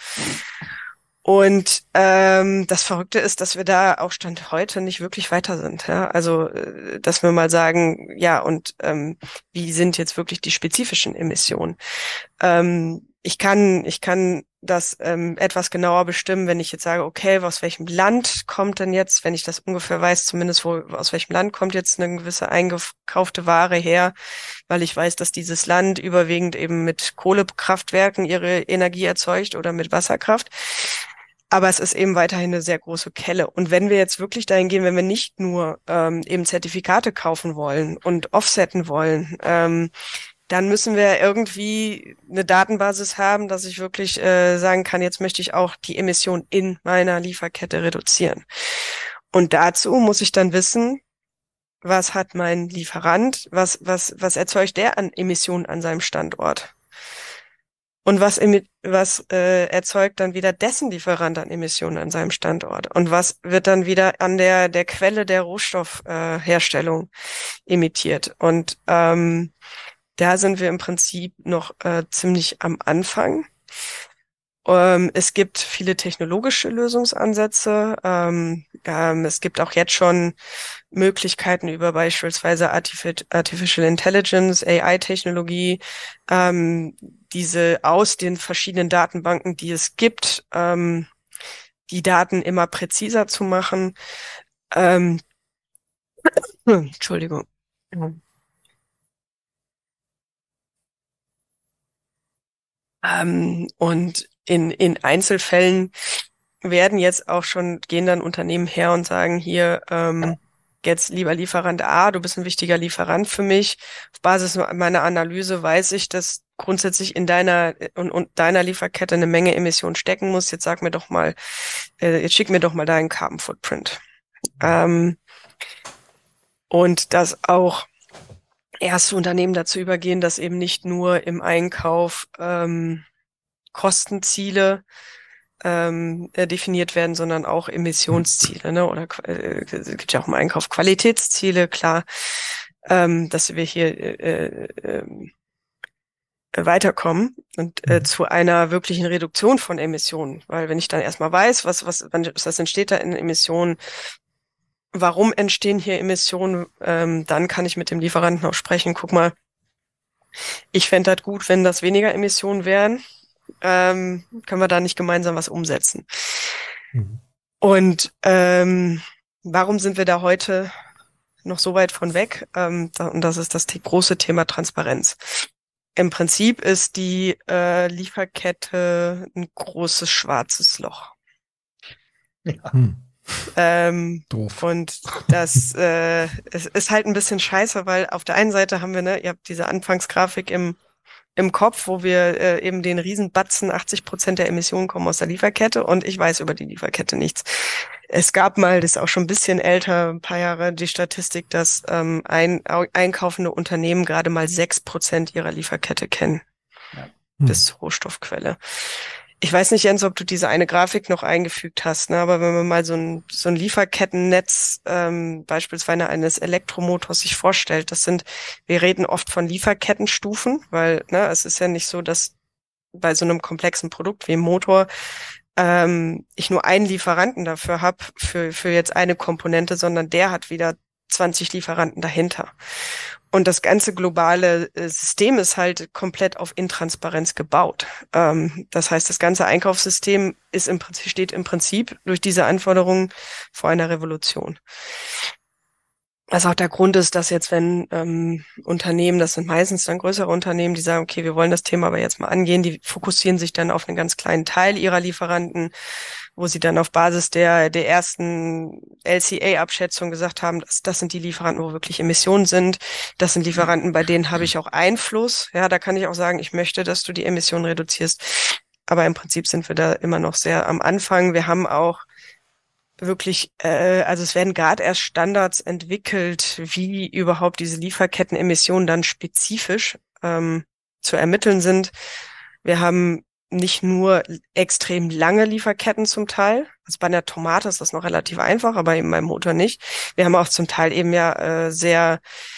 Und ähm, das Verrückte ist, dass wir da auch Stand heute nicht wirklich weiter sind. Ja? Also, äh, dass wir mal sagen, ja, und ähm, wie sind jetzt wirklich die spezifischen Emissionen? Ähm, ich kann, ich kann das ähm, etwas genauer bestimmen, wenn ich jetzt sage, okay, aus welchem Land kommt denn jetzt, wenn ich das ungefähr weiß, zumindest wo, aus welchem Land kommt jetzt eine gewisse eingekaufte Ware her, weil ich weiß, dass dieses Land überwiegend eben mit Kohlekraftwerken ihre Energie erzeugt oder mit Wasserkraft. Aber es ist eben weiterhin eine sehr große Kelle. Und wenn wir jetzt wirklich dahin gehen, wenn wir nicht nur ähm, eben Zertifikate kaufen wollen und offsetten wollen, ähm, dann müssen wir irgendwie eine Datenbasis haben, dass ich wirklich äh, sagen kann, jetzt möchte ich auch die Emission in meiner Lieferkette reduzieren. Und dazu muss ich dann wissen, was hat mein Lieferant, was was was erzeugt der an Emissionen an seinem Standort? Und was, was äh, erzeugt dann wieder dessen Lieferant an Emissionen an seinem Standort? Und was wird dann wieder an der der Quelle der Rohstoffherstellung äh, emittiert? Und ähm, da sind wir im Prinzip noch äh, ziemlich am Anfang. Ähm, es gibt viele technologische Lösungsansätze. Ähm, ähm, es gibt auch jetzt schon Möglichkeiten über beispielsweise Artific- Artificial Intelligence, A I-Technologie, ähm, diese aus den verschiedenen Datenbanken, die es gibt, ähm, die Daten immer präziser zu machen. Ähm, Entschuldigung. Ähm, und in, in Einzelfällen werden jetzt auch schon, gehen dann Unternehmen her und sagen hier, ähm, jetzt lieber Lieferant A, du bist ein wichtiger Lieferant für mich. Auf Basis meiner Analyse weiß ich, dass grundsätzlich in deiner und, und deiner Lieferkette eine Menge Emissionen stecken muss. Jetzt sag mir doch mal, äh, jetzt schick mir doch mal deinen Carbon Footprint. Ähm, und dass auch erste Unternehmen dazu übergehen, dass eben nicht nur im Einkauf ähm, Kostenziele ähm, äh, definiert werden, sondern auch Emissionsziele, ne? Oder äh, es gibt ja auch im Einkauf Qualitätsziele, klar, ähm, dass wir hier äh, äh, weiterkommen und äh, zu einer wirklichen Reduktion von Emissionen. Weil wenn ich dann erstmal weiß, was was was entsteht da in Emissionen, warum entstehen hier Emissionen, ähm, dann kann ich mit dem Lieferanten auch sprechen. Guck mal, ich fände das gut, wenn das weniger Emissionen wären. Ähm, können wir da nicht gemeinsam was umsetzen? Mhm. Und ähm, warum sind wir da heute noch so weit von weg? Ähm, da, und das ist das große Thema Transparenz. Im Prinzip ist die äh, Lieferkette ein großes schwarzes Loch. Ja. Hm. Ähm, Doof. Und das äh, es ist halt ein bisschen scheiße, weil auf der einen Seite haben wir, ne, ihr habt diese Anfangsgrafik im im Kopf, wo wir äh, eben den Riesenbatzen, achtzig Prozent der Emissionen kommen aus der Lieferkette und ich weiß über die Lieferkette nichts. Es gab mal, das ist auch schon ein bisschen älter, ein paar Jahre, die Statistik, dass ähm, ein, einkaufende Unternehmen gerade mal sechs Prozent ihrer Lieferkette kennen. Ja. Bis zur Rohstoffquelle. Ich weiß nicht, Jens, ob du diese eine Grafik noch eingefügt hast, ne? Aber wenn man mal so ein, so ein Lieferkettennetz, ähm, beispielsweise eines Elektromotors sich vorstellt, das sind, wir reden oft von Lieferkettenstufen, weil ne, es ist ja nicht so, dass bei so einem komplexen Produkt wie einem Motor ähm, ich nur einen Lieferanten dafür habe, für, für jetzt eine Komponente, sondern der hat wieder zwanzig Lieferanten dahinter. Und das ganze globale System ist halt komplett auf Intransparenz gebaut. Ähm, das heißt, das ganze Einkaufssystem ist im Prinzip, steht im Prinzip durch diese Anforderungen vor einer Revolution. Was auch der Grund ist, dass jetzt, wenn ähm, Unternehmen, das sind meistens dann größere Unternehmen, die sagen, okay, wir wollen das Thema aber jetzt mal angehen, die fokussieren sich dann auf einen ganz kleinen Teil ihrer Lieferanten, wo sie dann auf Basis der der ersten L C A-Abschätzung gesagt haben, dass das sind die Lieferanten, wo wirklich Emissionen sind. Das sind Lieferanten, bei denen habe ich auch Einfluss. Ja, da kann ich auch sagen, ich möchte, dass du die Emissionen reduzierst. Aber im Prinzip sind wir da immer noch sehr am Anfang. Wir haben auch wirklich, äh, also es werden gerade erst Standards entwickelt, wie überhaupt diese Lieferkettenemissionen dann spezifisch ähm, zu ermitteln sind. Wir haben nicht nur extrem lange Lieferketten zum Teil. Also bei einer Tomate ist das noch relativ einfach, aber eben beim Motor nicht. Wir haben auch zum Teil eben ja äh, sehr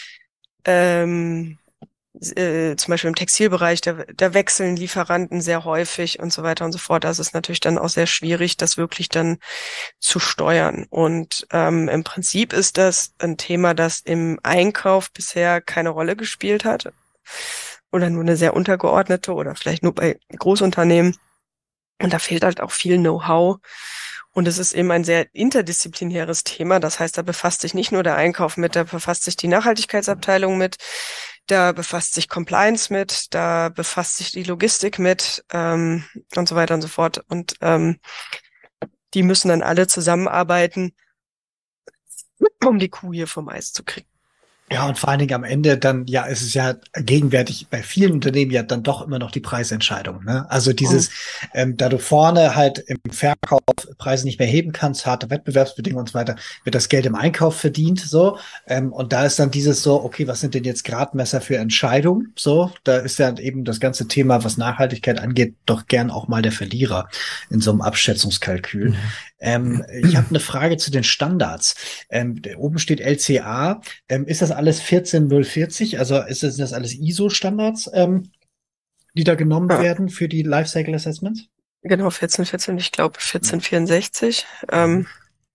ähm, äh, zum Beispiel im Textilbereich, da, da wechseln Lieferanten sehr häufig und so weiter und so fort. Das ist natürlich dann auch sehr schwierig, das wirklich dann zu steuern. Und ähm, im Prinzip ist das ein Thema, das im Einkauf bisher keine Rolle gespielt hat oder nur eine sehr untergeordnete oder vielleicht nur bei Großunternehmen. Und da fehlt halt auch viel Know-how. Und es ist eben ein sehr interdisziplinäres Thema. Das heißt, da befasst sich nicht nur der Einkauf mit, da befasst sich die Nachhaltigkeitsabteilung mit, da befasst sich Compliance mit, da befasst sich die Logistik mit ähm, und so weiter und so fort. Und ähm, die müssen dann alle zusammenarbeiten, um die Kuh hier vom Eis zu kriegen. Ja, und vor allen Dingen am Ende dann, ja, ist es ja gegenwärtig bei vielen Unternehmen ja dann doch immer noch die Preisentscheidung, ne? Also dieses, mhm. ähm, da du vorne halt im Verkauf Preise nicht mehr heben kannst, harte Wettbewerbsbedingungen und so weiter, wird das Geld im Einkauf verdient, so. Ähm, und da ist dann dieses so, okay, was sind denn jetzt Gradmesser für Entscheidungen? So, da ist ja eben das ganze Thema, was Nachhaltigkeit angeht, doch gern auch mal der Verlierer in so einem Abschätzungskalkül. Mhm. Ähm, ich habe eine Frage zu den Standards. Ähm, oben steht L C A. Ähm, ist das alles vierzehn null vierzig? Also ist das, sind das alles I S O-Standards, ähm, die da genommen ja. werden für die Lifecycle Assessments? Genau, vierzehn vierzehn, ich glaube vierzehn vierundsechzig. Ähm,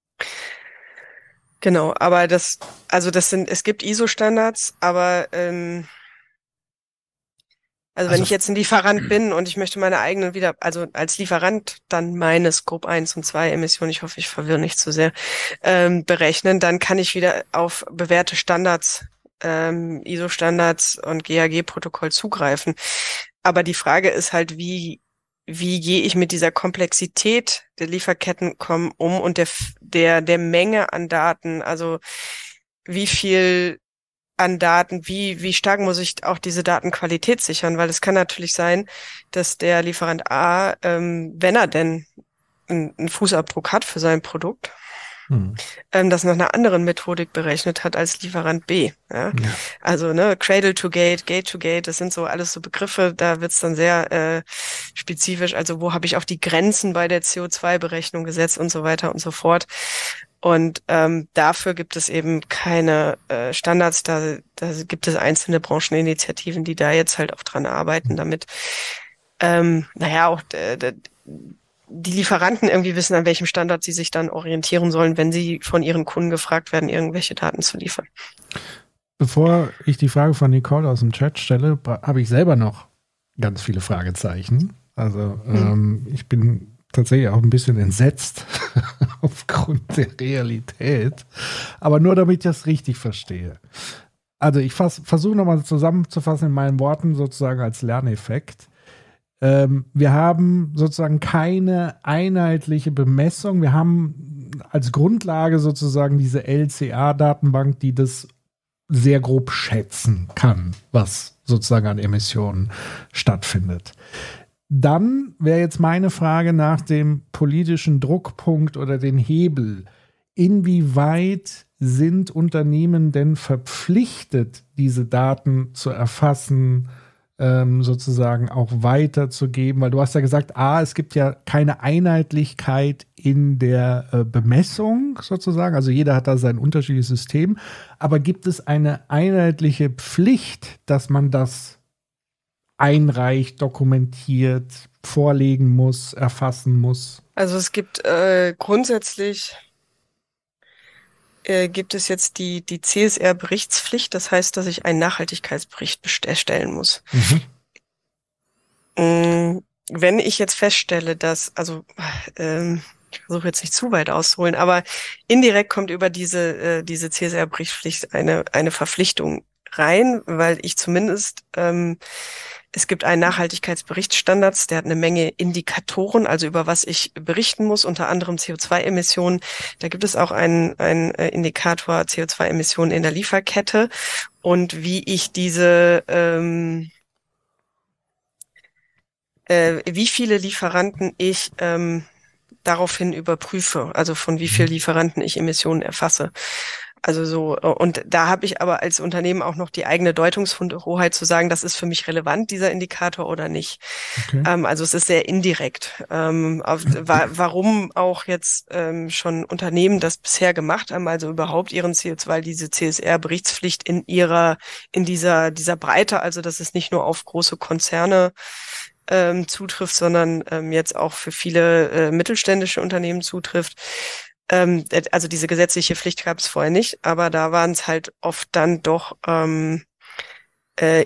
genau, aber das, also das sind, es gibt I S O-Standards, aber ähm, Also, also wenn ich jetzt ein Lieferant bin und ich möchte meine eigenen wieder, also als Lieferant dann meine Scope eins und zwei Emissionen, ich hoffe, ich verwirre nicht zu sehr, ähm, berechnen, dann kann ich wieder auf bewährte Standards, ähm, I S O-Standards und G H G-Protokoll zugreifen. Aber die Frage ist halt, wie wie gehe ich mit dieser Komplexität der Lieferketten kommen um und der der der Menge an Daten, also wie viel an Daten, wie wie stark muss ich auch diese Datenqualität sichern, weil es kann natürlich sein, dass der Lieferant A, ähm, wenn er denn einen, einen Fußabdruck hat für sein Produkt, hm. ähm, das nach einer anderen Methodik berechnet hat als Lieferant B. Ja? Ja. Also ne, Cradle to Gate, Gate to Gate, das sind so alles so Begriffe, da wird's dann sehr äh, spezifisch, also wo habe ich auch die Grenzen bei der C O zwei Berechnung gesetzt und so weiter und so fort. Und ähm, dafür gibt es eben keine äh, Standards, da, da gibt es einzelne Brancheninitiativen, die da jetzt halt auch dran arbeiten, damit, ähm, naja, auch äh, die Lieferanten irgendwie wissen, an welchem Standard sie sich dann orientieren sollen, wenn sie von ihren Kunden gefragt werden, irgendwelche Daten zu liefern. Bevor ich die Frage von Nicole aus dem Chat stelle, habe ich selber noch ganz viele Fragezeichen. Also hm. ähm, ich bin tatsächlich auch ein bisschen entsetzt aufgrund der Realität. Aber nur damit ich das richtig verstehe. Also ich versuche nochmal zusammenzufassen in meinen Worten sozusagen als Lerneffekt. Ähm, wir haben sozusagen keine einheitliche Bemessung. Wir haben als Grundlage sozusagen diese L C A-Datenbank, die das sehr grob schätzen kann, was sozusagen an Emissionen stattfindet. Dann wäre jetzt meine Frage nach dem politischen Druckpunkt oder den Hebel. Inwieweit sind Unternehmen denn verpflichtet, diese Daten zu erfassen, ähm, sozusagen auch weiterzugeben? Weil du hast ja gesagt, A, es gibt ja keine Einheitlichkeit in der äh, Bemessung sozusagen. Also jeder hat da sein unterschiedliches System. Aber gibt es eine einheitliche Pflicht, dass man das einreicht, dokumentiert, vorlegen muss, erfassen muss? Also es gibt äh, grundsätzlich äh, gibt es jetzt die die C S R-Berichtspflicht. Das heißt, dass ich einen Nachhaltigkeitsbericht erstellen muss. Mhm. Ähm, wenn ich jetzt feststelle, dass also ähm, ich versuche jetzt nicht zu weit auszuholen, aber indirekt kommt über diese, äh, diese C S R-Berichtspflicht eine, eine Verpflichtung rein, weil ich zumindest, ähm, es gibt einen Nachhaltigkeitsberichtsstandards, der hat eine Menge Indikatoren, also über was ich berichten muss, unter anderem C O zwei Emissionen. Da gibt es auch einen, einen Indikator C O zwei Emissionen in der Lieferkette und wie ich diese, ähm, äh, wie viele Lieferanten ich ähm, daraufhin überprüfe, also von wie vielen Lieferanten ich Emissionen erfasse. Also so, und da habe ich aber als Unternehmen auch noch die eigene Deutungshoheit zu sagen, das ist für mich relevant, dieser Indikator oder nicht. Okay. Ähm, also es ist sehr indirekt. Ähm, auf, wa warum auch jetzt ähm, schon Unternehmen das bisher gemacht haben, also überhaupt ihren C O zwei, diese C S R-Berichtspflicht in ihrer, in dieser, dieser Breite, also dass es nicht nur auf große Konzerne ähm, zutrifft, sondern ähm, jetzt auch für viele äh, mittelständische Unternehmen zutrifft. Ähm, also diese gesetzliche Pflicht gab es vorher nicht, aber da waren es halt oft dann doch ähm, äh,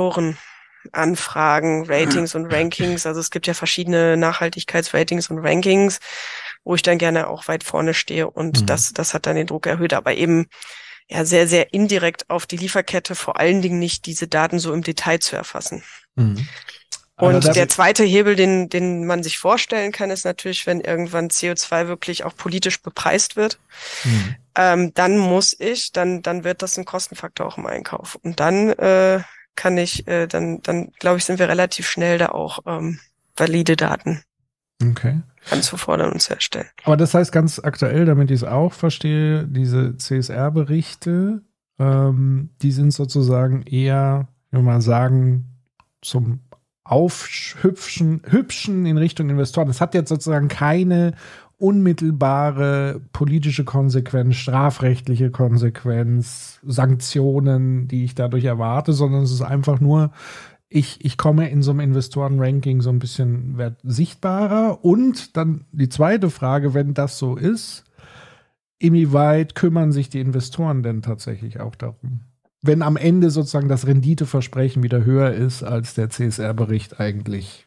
Investorenanfragen, Ratings und Rankings. Also es gibt ja verschiedene Nachhaltigkeitsratings und Rankings, wo ich dann gerne auch weit vorne stehe und mhm. das, das hat dann den Druck erhöht, aber eben ja sehr, sehr indirekt auf die Lieferkette, vor allen Dingen nicht diese Daten so im Detail zu erfassen. Mhm. Und also der zweite Hebel, den, den man sich vorstellen kann, ist natürlich, wenn irgendwann C O zwei wirklich auch politisch bepreist wird, mhm. ähm, dann muss ich, dann, dann wird das ein Kostenfaktor auch im Einkauf. Und dann äh, kann ich, äh, dann, dann glaube ich, sind wir relativ schnell da auch ähm, valide Daten okay. anzufordern und zu erstellen. Aber das heißt ganz aktuell, damit ich es auch verstehe, diese C S R-Berichte, ähm, die sind sozusagen eher, wenn wir mal sagen, zum Aufhübschen, hübschen in Richtung Investoren. Das hat jetzt sozusagen keine unmittelbare politische Konsequenz, strafrechtliche Konsequenz, Sanktionen, die ich dadurch erwarte, sondern es ist einfach nur, ich, ich komme in so einem Investoren-Ranking so ein bisschen sichtbarer. Und dann die zweite Frage, wenn das so ist, inwieweit kümmern sich die Investoren denn tatsächlich auch darum? Wenn am Ende sozusagen das Renditeversprechen wieder höher ist, als der C S R-Bericht eigentlich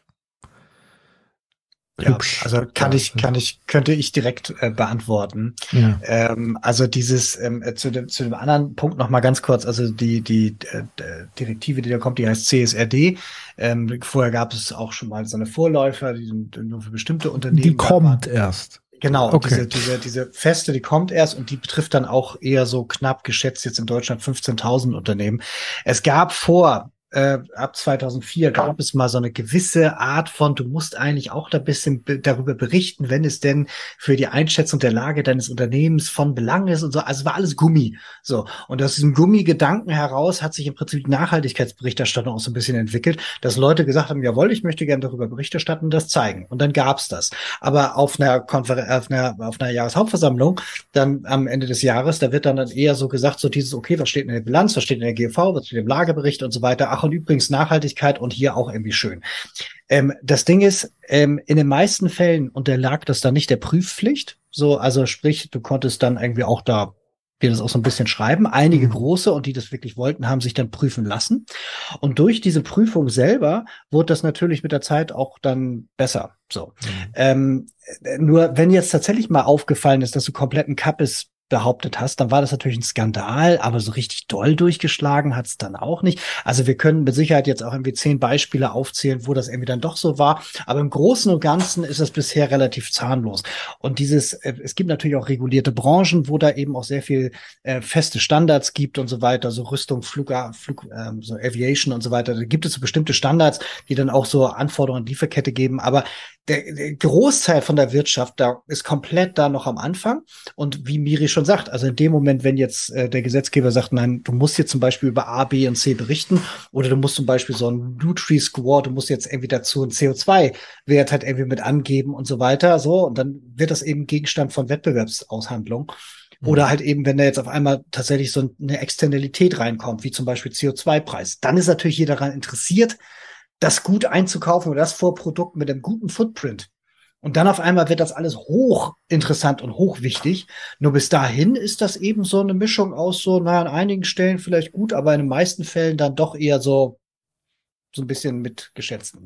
ja, hübsch. Also kann ich, kann ich, könnte ich direkt äh, beantworten. Ja. Ähm, also dieses ähm, zu dem zu dem anderen Punkt noch mal ganz kurz. Also die die äh, Direktive, die da kommt, die heißt C S R D. Ähm, vorher gab es auch schon mal so eine Vorläufer, die sind nur für bestimmte Unternehmen. Die kommt waren. erst. Genau, okay. diese, diese, diese Feste, die kommt erst und die betrifft dann auch eher so knapp geschätzt jetzt in Deutschland fünfzehntausend Unternehmen. Es gab vor, äh, ab zweitausendvier gab es mal so eine gewisse Art von, du musst eigentlich auch da ein bisschen be- darüber berichten, wenn es denn für die Einschätzung der Lage deines Unternehmens von Belang ist und so. Also es war alles Gummi. So. Und aus diesem Gummigedanken heraus hat sich im Prinzip die Nachhaltigkeitsberichterstattung auch so ein bisschen entwickelt, dass Leute gesagt haben, jawohl, ich möchte gerne darüber Bericht erstatten und das zeigen. Und dann gab's das. Aber auf einer Konfer- auf einer, auf einer Jahreshauptversammlung, dann am Ende des Jahres, da wird dann, dann eher so gesagt, so dieses, okay, was steht in der Bilanz, was steht in der G V, was steht im Lagerbericht und so weiter. Ach, und übrigens Nachhaltigkeit und hier auch irgendwie schön. Ähm, das Ding ist, ähm, in den meisten Fällen unterlag das dann nicht der Prüfpflicht. So, also sprich, du konntest dann irgendwie auch da dir das auch so ein bisschen schreiben. Einige mhm. große und die das wirklich wollten, haben sich dann prüfen lassen. Und durch diese Prüfung selber wurde das natürlich mit der Zeit auch dann besser. So. Mhm. Ähm, nur wenn jetzt tatsächlich mal aufgefallen ist, dass du kompletten Kappes behauptet hast, dann war das natürlich ein Skandal, aber so richtig doll durchgeschlagen hat es dann auch nicht. Also wir können mit Sicherheit jetzt auch irgendwie zehn Beispiele aufzählen, wo das irgendwie dann doch so war, aber im Großen und Ganzen ist es bisher relativ zahnlos. Und dieses, äh, es gibt natürlich auch regulierte Branchen, wo da eben auch sehr viel äh, feste Standards gibt und so weiter, so Rüstung, Flug, Flug äh, so Aviation und so weiter. Da gibt es so bestimmte Standards, die dann auch so Anforderungen an die Lieferkette geben, aber der, der Großteil von der Wirtschaft, da ist komplett da noch am Anfang. Und wie Miri schon sagt, also in dem Moment, wenn jetzt äh, der Gesetzgeber sagt, nein, du musst jetzt zum Beispiel über A, B und C berichten oder du musst zum Beispiel so ein Blue Tree Score, du musst jetzt irgendwie dazu einen C O zwei Wert halt irgendwie mit angeben und so weiter, so. Und dann wird das eben Gegenstand von Wettbewerbsaushandlung. Mhm. Oder halt eben, wenn da jetzt auf einmal tatsächlich so eine Externalität reinkommt, wie zum Beispiel C O zwei Preis, dann ist natürlich jeder daran interessiert, das gut einzukaufen oder das Vorprodukt mit einem guten Footprint. Und dann auf einmal wird das alles hochinteressant und hochwichtig. Nur bis dahin ist das eben so eine Mischung aus so, naja, an einigen Stellen vielleicht gut, aber in den meisten Fällen dann doch eher so, so ein bisschen mit geschätzten so.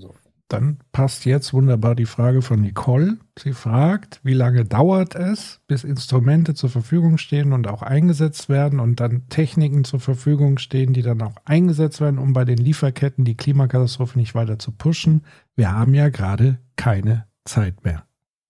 Dann passt jetzt wunderbar die Frage von Nicole. Sie fragt, wie lange dauert es, bis Instrumente zur Verfügung stehen und auch eingesetzt werden und dann Techniken zur Verfügung stehen, die dann auch eingesetzt werden, um bei den Lieferketten die Klimakatastrophe nicht weiter zu pushen. Wir haben ja gerade keine Zeit mehr.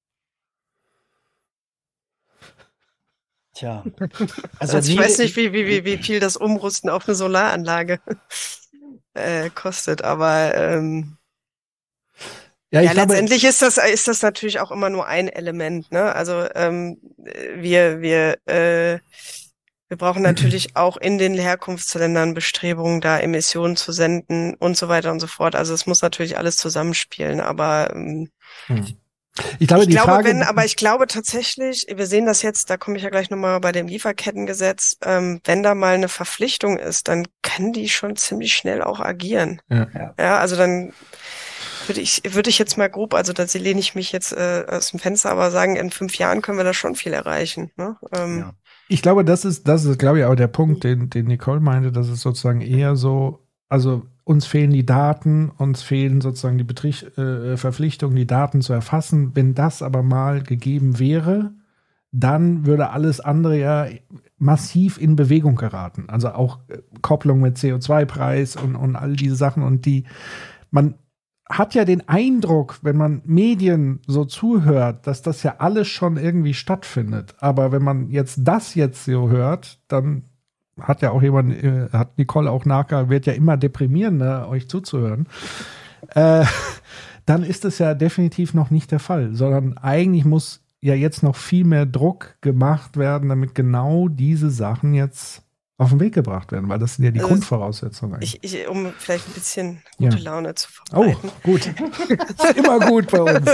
Tja. Also, also ich weiß nicht, wie, wie, wie viel das Umrüsten auf eine Solaranlage äh, kostet, aber ähm, Ja, ich ja glaube, letztendlich ist das ist das natürlich auch immer nur ein Element, ne? Also ähm, wir wir äh, wir brauchen natürlich auch in den Herkunftsländern Bestrebungen, da Emissionen zu senden und so weiter und so fort. Also es muss natürlich alles zusammenspielen, aber ähm, hm. ich glaube, ich die glaube, Frage, wenn, aber ich glaube tatsächlich, wir sehen das jetzt, da komme ich ja gleich nochmal bei dem Lieferkettengesetz, ähm, wenn da mal eine Verpflichtung ist, dann können die schon ziemlich schnell auch agieren. Ja, ja. ja also dann Würde ich, würde ich jetzt mal grob, also da lehne ich mich jetzt äh, aus dem Fenster, aber sagen, in fünf Jahren können wir da schon viel erreichen. Ne? Ähm, ja. Ich glaube, das ist, das ist, glaube ich, auch der Punkt, den, den Nicole meinte, dass es sozusagen eher so, also uns fehlen die Daten, uns fehlen sozusagen die Betrieb, äh, Verpflichtungen, die Daten zu erfassen. Wenn das aber mal gegeben wäre, dann würde alles andere ja massiv in Bewegung geraten. Also auch äh, Kopplung mit C O zwei Preis und, und all diese Sachen und die, man hat ja den Eindruck, wenn man Medien so zuhört, dass das ja alles schon irgendwie stattfindet. Aber wenn man jetzt das jetzt so hört, dann hat ja auch jemand, äh, hat Nicole auch nachgehalten, wird ja immer deprimierender, euch zuzuhören. Äh, dann ist es ja definitiv noch nicht der Fall, sondern eigentlich muss ja jetzt noch viel mehr Druck gemacht werden, damit genau diese Sachen jetzt auf den Weg gebracht werden, weil das sind ja die also Grundvoraussetzungen. Ich, ich, um vielleicht ein bisschen gute ja. Laune zu verbreiten. Oh, gut. Ist immer gut bei uns.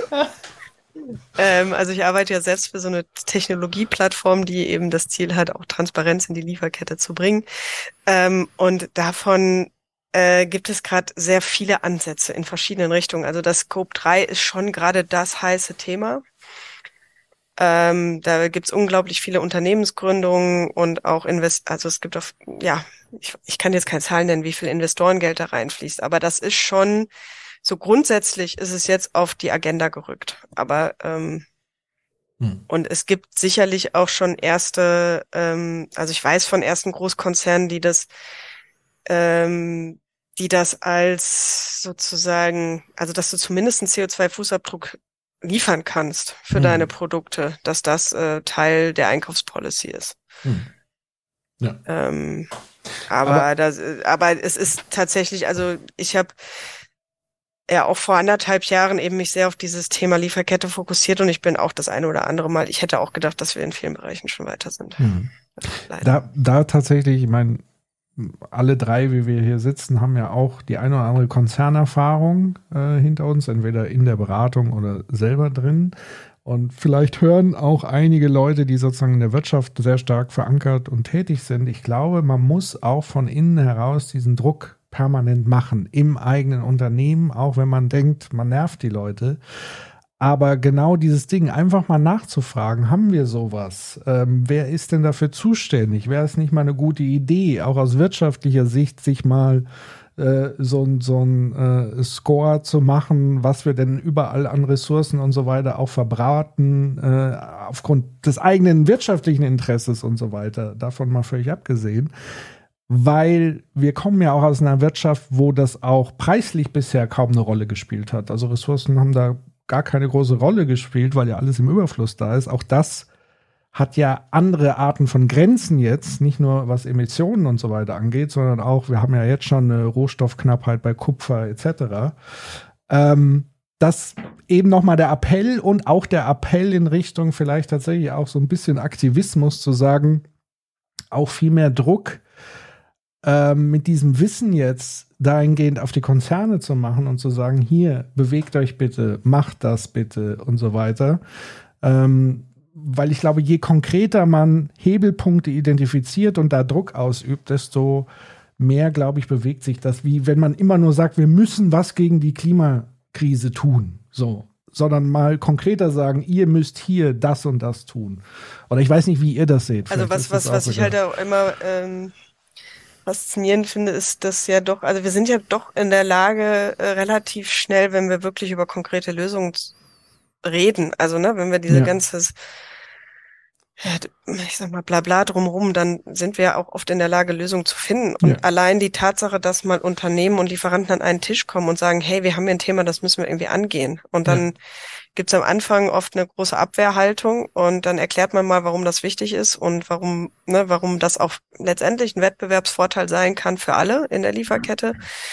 ähm, also ich arbeite ja selbst für so eine Technologieplattform, die eben das Ziel hat, auch Transparenz in die Lieferkette zu bringen. Ähm, und davon äh, gibt es gerade sehr viele Ansätze in verschiedenen Richtungen. Also das Scope drei ist schon gerade das heiße Thema. Ähm, da gibt's unglaublich viele Unternehmensgründungen und auch Invest, also es gibt auch, ja, ich, ich kann jetzt keine Zahlen nennen, wie viel Investorengeld da reinfließt, aber das ist schon, so grundsätzlich ist es jetzt auf die Agenda gerückt. Aber ähm, hm. und es gibt sicherlich auch schon erste, ähm, also ich weiß von ersten Großkonzernen, die das, ähm, die das als sozusagen, also dass du zumindest einen C O zwei Fußabdruck liefern kannst für hm. deine Produkte, dass das äh, Teil der Einkaufspolicy ist. Hm. Ja. Ähm, aber, aber, das, aber es ist tatsächlich, also ich habe ja auch vor anderthalb Jahren eben mich sehr auf dieses Thema Lieferkette fokussiert und ich bin auch das eine oder andere Mal, ich hätte auch gedacht, dass wir in vielen Bereichen schon weiter sind. Hm. Da, da tatsächlich, ich meine, alle drei, wie wir hier sitzen, haben ja auch die eine oder andere Konzernerfahrung äh, hinter uns, entweder in der Beratung oder selber drin. Und vielleicht hören auch einige Leute, die sozusagen in der Wirtschaft sehr stark verankert und tätig sind. Ich glaube, man muss auch von innen heraus diesen Druck permanent machen, im eigenen Unternehmen, auch wenn man denkt, man nervt die Leute. Aber genau dieses Ding, einfach mal nachzufragen, haben wir sowas? Ähm, wer ist denn dafür zuständig? Wäre es nicht mal eine gute Idee, auch aus wirtschaftlicher Sicht, sich mal äh, so, so ein äh, Score zu machen, was wir denn überall an Ressourcen und so weiter auch verbraten, äh, aufgrund des eigenen wirtschaftlichen Interesses und so weiter, davon mal völlig abgesehen. Weil wir kommen ja auch aus einer Wirtschaft, wo das auch preislich bisher kaum eine Rolle gespielt hat. Also Ressourcen haben da gar keine große Rolle gespielt, weil ja alles im Überfluss da ist. Auch das hat ja andere Arten von Grenzen jetzt, nicht nur was Emissionen und so weiter angeht, sondern auch, wir haben ja jetzt schon eine Rohstoffknappheit bei Kupfer et cetera. Ähm, das eben nochmal der Appell und auch der Appell in Richtung vielleicht tatsächlich auch so ein bisschen Aktivismus zu sagen, auch viel mehr Druck ähm, mit diesem Wissen jetzt dahingehend auf die Konzerne zu machen und zu sagen, hier, bewegt euch bitte, macht das bitte und so weiter. Ähm, weil ich glaube, je konkreter man Hebelpunkte identifiziert und da Druck ausübt, desto mehr, glaube ich, bewegt sich das, wie wenn man immer nur sagt, wir müssen was gegen die Klimakrise tun, so, sondern mal konkreter sagen, ihr müsst hier das und das tun. Oder ich weiß nicht, wie ihr das seht. Also was, was, was ich halt auch immer ähm faszinierend finde, ist, dass ja doch, also wir sind ja doch in der Lage, äh, relativ schnell, wenn wir wirklich über konkrete Lösungen reden, also ne, wenn wir diese Ja. ganze, ich sag mal, Blabla drumherum, dann sind wir ja auch oft in der Lage, Lösungen zu finden. Und Ja. allein die Tatsache, dass mal Unternehmen und Lieferanten an einen Tisch kommen und sagen, hey, wir haben hier ein Thema, das müssen wir irgendwie angehen. Und dann Ja. gibt's am Anfang oft eine große Abwehrhaltung und dann erklärt man mal, warum das wichtig ist und warum, ne, warum das auch letztendlich ein Wettbewerbsvorteil sein kann für alle in der Lieferkette.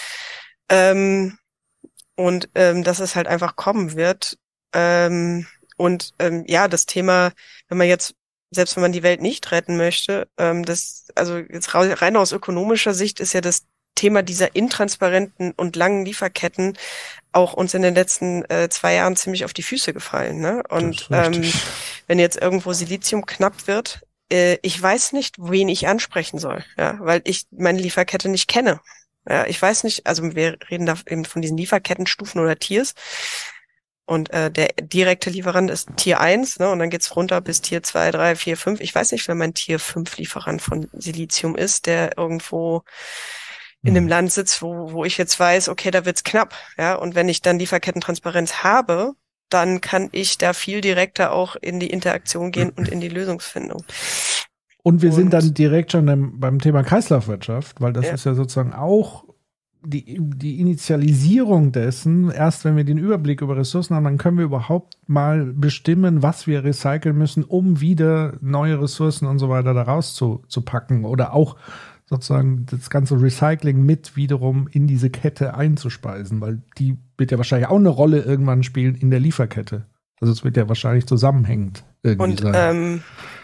Ähm, und ähm, dass es halt einfach kommen wird. Ähm, und ähm, ja, das Thema, wenn man jetzt, selbst wenn man die Welt nicht retten möchte, ähm, das, also jetzt rein aus ökonomischer Sicht ist ja das Thema dieser intransparenten und langen Lieferketten auch uns in den letzten äh, zwei Jahren ziemlich auf die Füße gefallen. Ne? Und ähm, wenn jetzt irgendwo Silizium knapp wird, äh, ich weiß nicht, wen ich ansprechen soll, ja, weil ich meine Lieferkette nicht kenne. Ja, ich weiß nicht, also wir reden da eben von diesen Lieferkettenstufen oder Tiers. Und äh, der direkte Lieferant ist Tier eins, ne, und dann geht's runter bis Tier zwei, drei, vier, fünf. Ich weiß nicht, wer mein Tier fünf Lieferant von Silizium ist, der irgendwo in einem Land sitzt, wo, wo ich jetzt weiß, okay, da wird's knapp. Ja, und wenn ich dann Lieferkettentransparenz habe, dann kann ich da viel direkter auch in die Interaktion gehen und in die Lösungsfindung. Und wir Und- sind dann direkt schon beim, beim Thema Kreislaufwirtschaft, weil das Ja. ist ja sozusagen auch die, die Initialisierung dessen. Erst wenn wir den Überblick über Ressourcen haben, dann können wir überhaupt mal bestimmen, was wir recyceln müssen, um wieder neue Ressourcen und so weiter da raus zu, zu packen oder auch sozusagen das ganze Recycling mit wiederum in diese Kette einzuspeisen, weil die wird ja wahrscheinlich auch eine Rolle irgendwann spielen in der Lieferkette. Also es wird ja wahrscheinlich zusammenhängend irgendwie Und sein. ähm,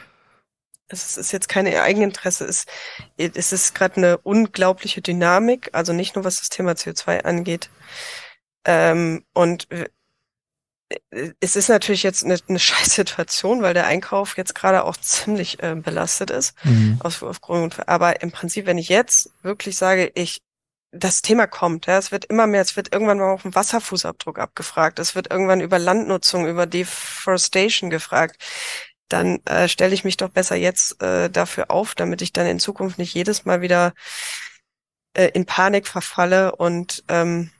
es ist jetzt keine Eigeninteresse, es, es ist gerade eine unglaubliche Dynamik, also nicht nur was das Thema C O zwei angeht. Ähm, und äh, es ist natürlich jetzt eine, eine Scheißsituation, weil der Einkauf jetzt gerade auch ziemlich äh, belastet ist. Mhm. Aus, aufgrund, aber im Prinzip, wenn ich jetzt wirklich sage, ich das Thema kommt, ja, es wird immer mehr, es wird irgendwann mal auf den Wasserfußabdruck abgefragt, es wird irgendwann über Landnutzung, über Deforestation gefragt, dann äh, stelle ich mich doch besser jetzt äh, dafür auf, damit ich dann in Zukunft nicht jedes Mal wieder äh, in Panik verfalle und ähm,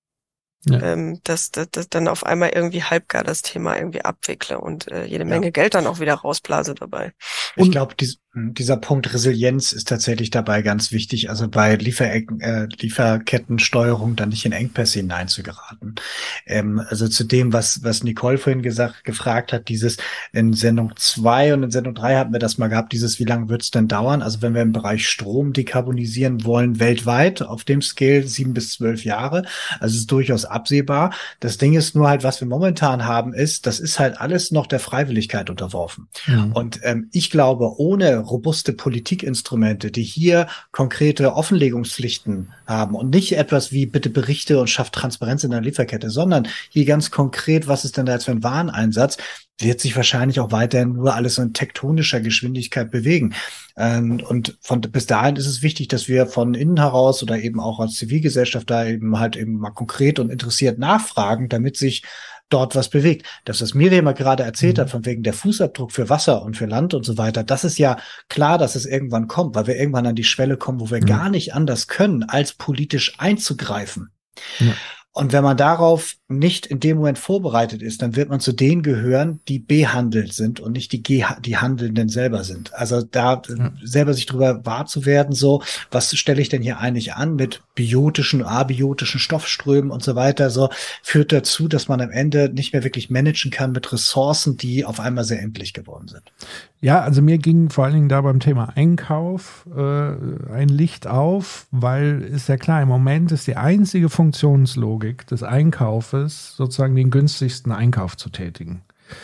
Ja. ähm, dass, dass, dass dann auf einmal irgendwie halbgar das Thema irgendwie abwickle und äh, jede Ja. Menge Geld dann auch wieder rausblase dabei. Ich Und- glaube, dies, dieser Punkt Resilienz ist tatsächlich dabei ganz wichtig, also bei Liefer äh, Lieferkettensteuerung dann nicht in Engpässe hineinzugeraten. Ähm, also zu dem, was was Nicole vorhin gesagt gefragt hat, dieses in Sendung zwei und in Sendung drei hatten wir das mal gehabt, dieses wie lange wird's denn dauern? Also wenn wir im Bereich Strom dekarbonisieren wollen, weltweit auf dem Scale sieben bis zwölf Jahre, also es ist durchaus absehbar. Das Ding ist nur halt, was wir momentan haben, ist, das ist halt alles noch der Freiwilligkeit unterworfen. Mhm. Und ähm, ich glaube, ohne robuste Politikinstrumente, die hier konkrete Offenlegungspflichten haben und nicht etwas wie bitte Berichte und schafft Transparenz in der Lieferkette, sondern hier ganz konkret, was ist denn da jetzt für ein Wareneinsatz, wird sich wahrscheinlich auch weiterhin nur alles so in tektonischer Geschwindigkeit bewegen. Ähm, und von bis dahin ist es wichtig, dass wir von innen heraus oder eben auch als Zivilgesellschaft da eben halt eben mal konkret und interessiert nachfragen, damit sich dort was bewegt. Das, was Miriam mal gerade erzählt Mhm. hat, von wegen der Fußabdruck für Wasser und für Land und so weiter, das ist ja klar, dass es irgendwann kommt, weil wir irgendwann an die Schwelle kommen, wo wir Mhm. gar nicht anders können, als politisch einzugreifen. Ja. Und wenn man darauf nicht in dem Moment vorbereitet ist, dann wird man zu denen gehören, die behandelt sind und nicht die, Ge die Handelnden selber sind. Also da Ja. äh, selber sich drüber wahr zu werden, so, was stelle ich denn hier eigentlich an mit biotischen, abiotischen Stoffströmen und so weiter, so, führt dazu, dass man am Ende nicht mehr wirklich managen kann mit Ressourcen, die auf einmal sehr endlich geworden sind. Ja, also mir ging vor allen Dingen da beim Thema Einkauf äh, ein Licht auf, weil ist ja klar, im Moment ist die einzige Funktionslogik des Einkaufes sozusagen den günstigsten Einkauf zu tätigen.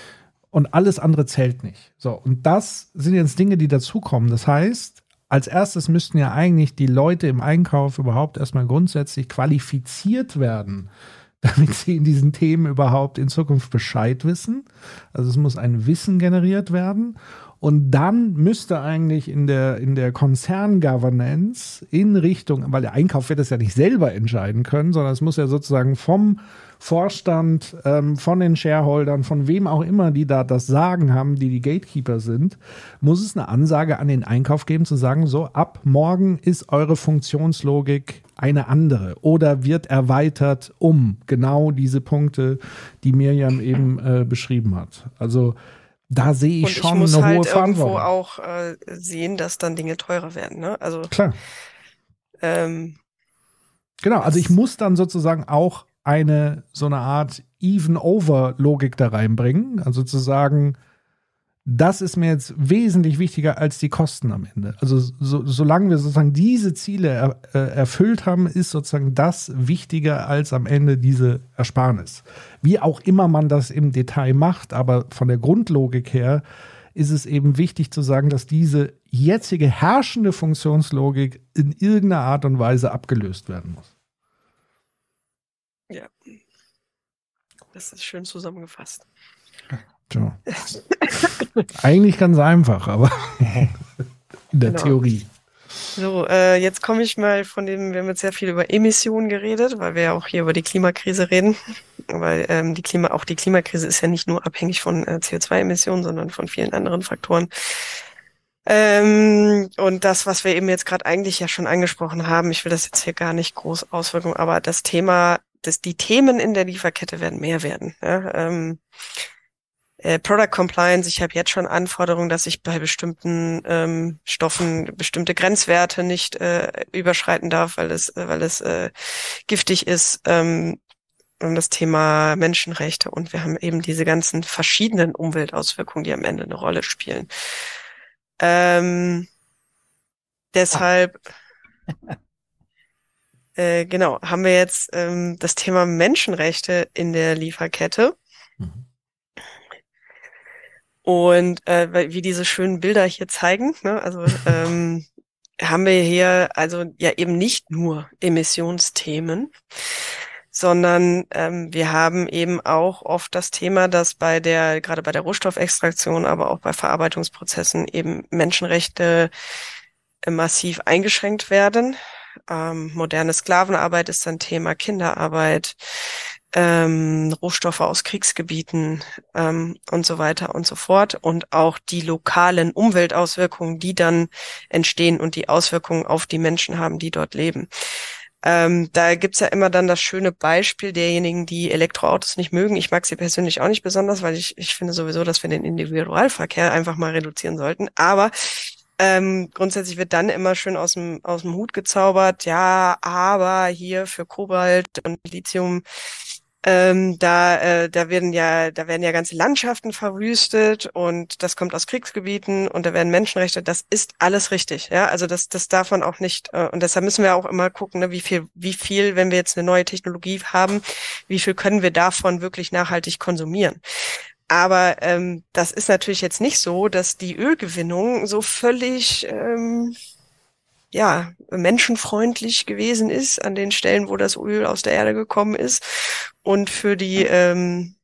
Und alles andere zählt nicht. So, und das sind jetzt Dinge, die dazukommen. Das heißt, als erstes müssten ja eigentlich die Leute im Einkauf überhaupt erstmal grundsätzlich qualifiziert werden, damit sie in diesen Themen überhaupt in Zukunft Bescheid wissen. Also es muss ein Wissen generiert werden. Und dann müsste eigentlich in der, in der Konzern-Governance in Richtung, weil der Einkauf wird das ja nicht selber entscheiden können, sondern es muss ja sozusagen vom Vorstand, ähm, von den Shareholdern, von wem auch immer, die da das Sagen haben, die die Gatekeeper sind, muss es eine Ansage an den Einkauf geben, zu sagen, so, ab morgen ist eure Funktionslogik eine andere oder wird erweitert um genau diese Punkte, die Miriam eben äh, beschrieben hat. Also da sehe ich Und schon ich muss eine halt hohe irgendwo Verantwortung. auch äh, sehen, dass dann Dinge teurer werden. Ne? Also Klar. Ähm, Genau, also ich muss dann sozusagen auch eine so eine Art Even-Over-Logik da reinbringen. Also zu sagen, das ist mir jetzt wesentlich wichtiger als die Kosten am Ende. Also so, solange wir sozusagen diese Ziele er, äh, erfüllt haben, ist sozusagen das wichtiger als am Ende diese Ersparnis. Wie auch immer man das im Detail macht, aber von der Grundlogik her ist es eben wichtig zu sagen, dass diese jetzige herrschende Funktionslogik in irgendeiner Art und Weise abgelöst werden muss. ja, das ist schön zusammengefasst. Tja. Eigentlich ganz einfach, aber in der Genau. Theorie. So, äh, jetzt komme ich mal von dem, wir haben jetzt sehr viel über Emissionen geredet, weil wir ja auch hier über die Klimakrise reden. Weil ähm, die Klima, auch die Klimakrise ist ja nicht nur abhängig von äh, C O zwei Emissionen, sondern von vielen anderen Faktoren. Ähm, und das, was wir eben jetzt gerade eigentlich ja schon angesprochen haben, ich will das jetzt hier gar nicht groß auswirken, aber das Thema, das, die Themen in der Lieferkette werden mehr werden. Ja? Ähm, äh, Product Compliance, ich habe jetzt schon Anforderungen, dass ich bei bestimmten ähm, Stoffen bestimmte Grenzwerte nicht äh, überschreiten darf, weil es, weil es äh, giftig ist. Ähm, um das Thema Menschenrechte und wir haben eben diese ganzen verschiedenen Umweltauswirkungen, die am Ende eine Rolle spielen. Ähm, deshalb, äh, genau, haben wir jetzt ähm, das Thema Menschenrechte in der Lieferkette. Mhm. Und äh, wie diese schönen Bilder hier zeigen, ne, also ähm, haben wir hier also ja eben nicht nur Emissionsthemen, sondern ähm, wir haben eben auch oft das Thema, dass bei der, gerade bei der Rohstoffextraktion, aber auch bei Verarbeitungsprozessen eben Menschenrechte äh, massiv eingeschränkt werden. Ähm, moderne Sklavenarbeit ist ein Thema, Kinderarbeit, ähm, Rohstoffe aus Kriegsgebieten ähm, und so weiter und so fort. Und auch die lokalen Umweltauswirkungen, die dann entstehen und die Auswirkungen auf die Menschen haben, die dort leben. Ähm, da gibt's ja immer dann das schöne Beispiel derjenigen, die Elektroautos nicht mögen. Ich mag sie persönlich auch nicht besonders, weil ich, ich finde sowieso, dass wir den Individualverkehr einfach mal reduzieren sollten. Aber ähm, grundsätzlich wird dann immer schön aus dem, aus dem Hut gezaubert, ja, aber hier für Kobalt und Lithium, ähm, da, äh, da werden ja, da werden ja ganze Landschaften verwüstet und das kommt aus Kriegsgebieten und da werden Menschenrechte, das ist alles richtig, ja, also das, das darf man auch nicht, äh, und deshalb müssen wir auch immer gucken, ne, wie viel, wie viel, wenn wir jetzt eine neue Technologie haben, wie viel können wir davon wirklich nachhaltig konsumieren. Aber ähm, das ist natürlich jetzt nicht so, dass die Ölgewinnung so völlig ähm, ja menschenfreundlich gewesen ist an den Stellen, wo das Öl aus der Erde gekommen ist und für die ähm,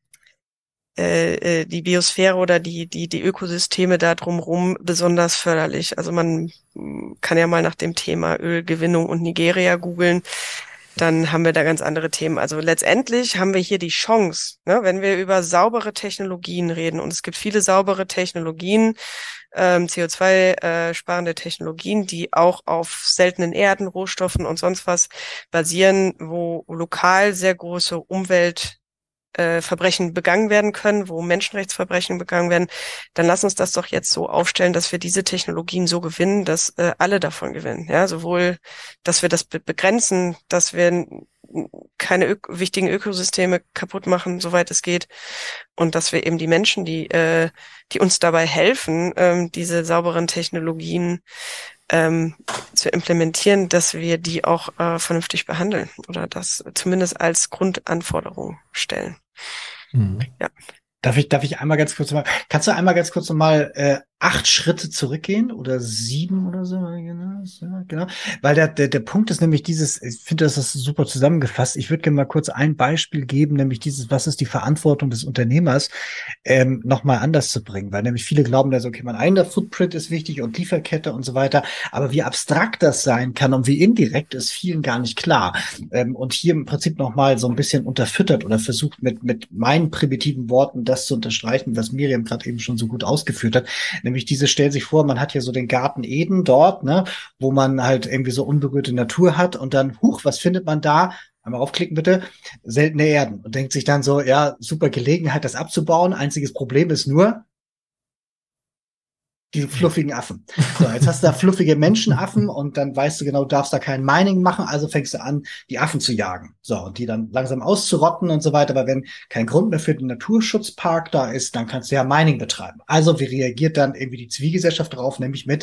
äh, die Biosphäre oder die die die Ökosysteme da drumherum besonders förderlich. Also man kann ja mal nach dem Thema Ölgewinnung und Nigeria googeln. Dann haben wir da ganz andere Themen. Also letztendlich haben wir hier die Chance, ne, wenn wir über saubere Technologien reden. Und es gibt viele saubere Technologien, ähm, C O zwei sparende Technologien, die auch auf seltenen Erden, Rohstoffen und sonst was basieren, wo lokal sehr große Umwelt äh, Verbrechen begangen werden können, wo Menschenrechtsverbrechen begangen werden, dann lass uns das doch jetzt so aufstellen, dass wir diese Technologien so gewinnen, dass äh, alle davon gewinnen. Ja, sowohl, dass wir das be- begrenzen, dass wir keine ök- wichtigen Ökosysteme kaputt machen, soweit es geht, und dass wir eben die Menschen, die äh, die uns dabei helfen, ähm, diese sauberen Technologien ähm, zu implementieren, dass wir die auch äh, vernünftig behandeln oder das zumindest als Grundanforderung stellen. Mhm. Ja. Darf ich, darf ich einmal ganz kurz mal, kannst du einmal ganz kurz nochmal äh, acht Schritte zurückgehen oder sieben oder so, genau, genau. Weil der, der, der Punkt ist nämlich dieses, ich finde, das ist super zusammengefasst. Ich würde gerne mal kurz ein Beispiel geben, nämlich dieses, was ist die Verantwortung des Unternehmers, ähm, nochmal anders zu bringen. Weil nämlich viele glauben, dass, okay, mein eigener Footprint ist wichtig und Lieferkette und so weiter. Aber wie abstrakt das sein kann und wie indirekt ist vielen gar nicht klar. Ähm, und hier im Prinzip nochmal so ein bisschen unterfüttert oder versucht mit, mit meinen primitiven Worten das zu unterstreichen, was Miriam gerade eben schon so gut ausgeführt hat. Nämlich diese, stellt sich vor, man hat hier so den Garten Eden dort, ne, wo man halt irgendwie so unberührte Natur hat und dann, huch, was findet man da? Einmal aufklicken bitte, seltene Erden und denkt sich dann so, ja, super Gelegenheit, das abzubauen. Einziges Problem ist nur, die fluffigen Affen. So, jetzt hast du da fluffige Menschenaffen und dann weißt du genau, du darfst da kein Mining machen, also fängst du an, die Affen zu jagen. So, und die dann langsam auszurotten und so weiter. Aber wenn kein Grund mehr für den Naturschutzpark da ist, dann kannst du ja Mining betreiben. Also, wie reagiert dann irgendwie die Zivilgesellschaft drauf? Nämlich mit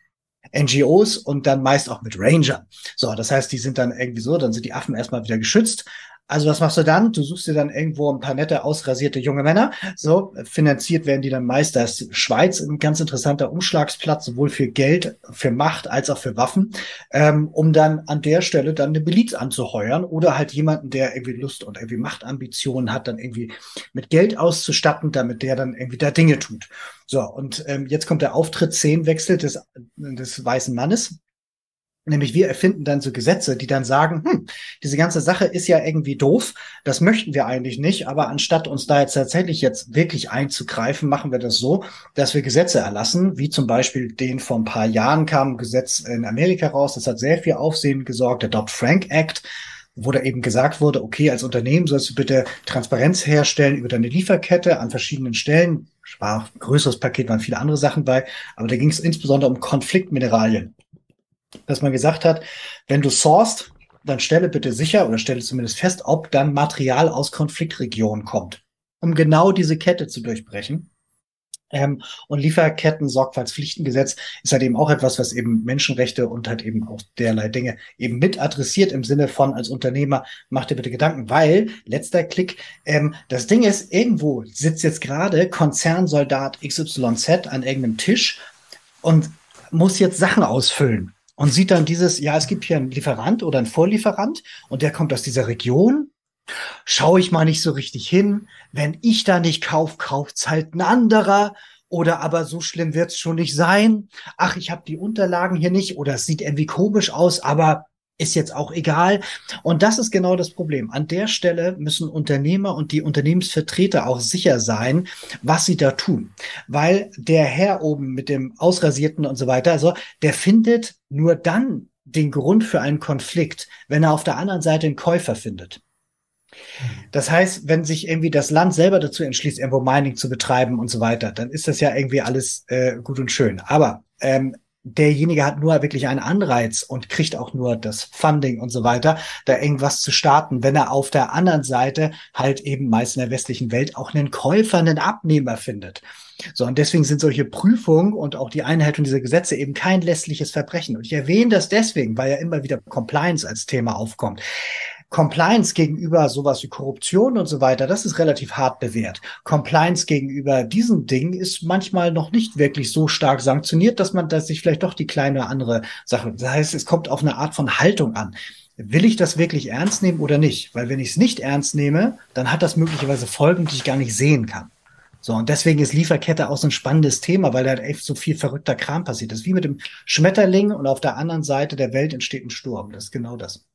N G Os und dann meist auch mit Rangern. So, das heißt, die sind dann irgendwie so, dann sind die Affen erstmal wieder geschützt. Also was machst du dann? Du suchst dir dann irgendwo ein paar nette, ausrasierte junge Männer. So, finanziert werden die dann meist. Da ist Schweiz ein ganz interessanter Umschlagsplatz, sowohl für Geld, für Macht als auch für Waffen, ähm, um dann an der Stelle dann eine Miliz anzuheuern oder halt jemanden, der irgendwie Lust und irgendwie Machtambitionen hat, dann irgendwie mit Geld auszustatten, damit der dann irgendwie da Dinge tut. So, und ähm, jetzt kommt der Auftritt, Szenenwechsel des, des weißen Mannes. Nämlich wir erfinden dann so Gesetze, die dann sagen, hm, diese ganze Sache ist ja irgendwie doof, das möchten wir eigentlich nicht, aber anstatt uns da jetzt tatsächlich jetzt wirklich einzugreifen, machen wir das so, dass wir Gesetze erlassen, wie zum Beispiel den vor ein paar Jahren kam ein Gesetz in Amerika raus, das hat sehr viel Aufsehen gesorgt, der Dodd-Frank Act, wo da eben gesagt wurde, okay, als Unternehmen sollst du bitte Transparenz herstellen über deine Lieferkette an verschiedenen Stellen. War auch ein größeres Paket, waren viele andere Sachen bei, aber da ging es insbesondere um Konfliktmineralien. Dass man gesagt hat, wenn du sourcest, dann stelle bitte sicher oder stelle zumindest fest, ob dann Material aus Konfliktregionen kommt, um genau diese Kette zu durchbrechen. Ähm, und Lieferketten-Sorgfaltspflichtengesetz ist halt eben auch etwas, was eben Menschenrechte und halt eben auch derlei Dinge eben mit adressiert im Sinne von als Unternehmer, mach dir bitte Gedanken, weil, letzter Klick, ähm, das Ding ist, irgendwo sitzt jetzt gerade Konzernsoldat X Y Z an irgendeinem Tisch und muss jetzt Sachen ausfüllen. Und sieht dann dieses, ja, es gibt hier einen Lieferant oder einen Vorlieferant und der kommt aus dieser Region. Schaue ich mal nicht so richtig hin. Wenn ich da nicht kaufe, kauft's halt ein anderer. Oder aber so schlimm wird's schon nicht sein. Ach, ich habe die Unterlagen hier nicht oder es sieht irgendwie komisch aus, aber ist jetzt auch egal. Und das ist genau das Problem. An der Stelle müssen Unternehmer und die Unternehmensvertreter auch sicher sein, was sie da tun. Weil der Herr oben mit dem Ausrasierten und so weiter, also der findet nur dann den Grund für einen Konflikt, wenn er auf der anderen Seite einen Käufer findet. Das heißt, wenn sich irgendwie das Land selber dazu entschließt, irgendwo Mining zu betreiben und so weiter, dann ist das ja irgendwie alles äh, gut und schön. Aber ähm, derjenige hat nur wirklich einen Anreiz und kriegt auch nur das Funding und so weiter, da irgendwas zu starten, wenn er auf der anderen Seite halt eben meist in der westlichen Welt auch einen Käufer, einen Abnehmer findet. So, und deswegen sind solche Prüfungen und auch die Einhaltung dieser Gesetze eben kein lästliches Verbrechen. Und ich erwähne das deswegen, weil ja immer wieder Compliance als Thema aufkommt. Compliance gegenüber sowas wie Korruption und so weiter, das ist relativ hart bewährt. Compliance gegenüber diesen Dingen ist manchmal noch nicht wirklich so stark sanktioniert, dass man dass sich vielleicht doch die kleine oder andere Sache. Das heißt, es kommt auf eine Art von Haltung an. Will ich das wirklich ernst nehmen oder nicht? Weil wenn ich es nicht ernst nehme, dann hat das möglicherweise Folgen, die ich gar nicht sehen kann. So, und deswegen ist Lieferkette auch so ein spannendes Thema, weil da halt echt so viel verrückter Kram passiert. Das ist wie mit dem Schmetterling und auf der anderen Seite der Welt entsteht ein Sturm. Das ist genau das.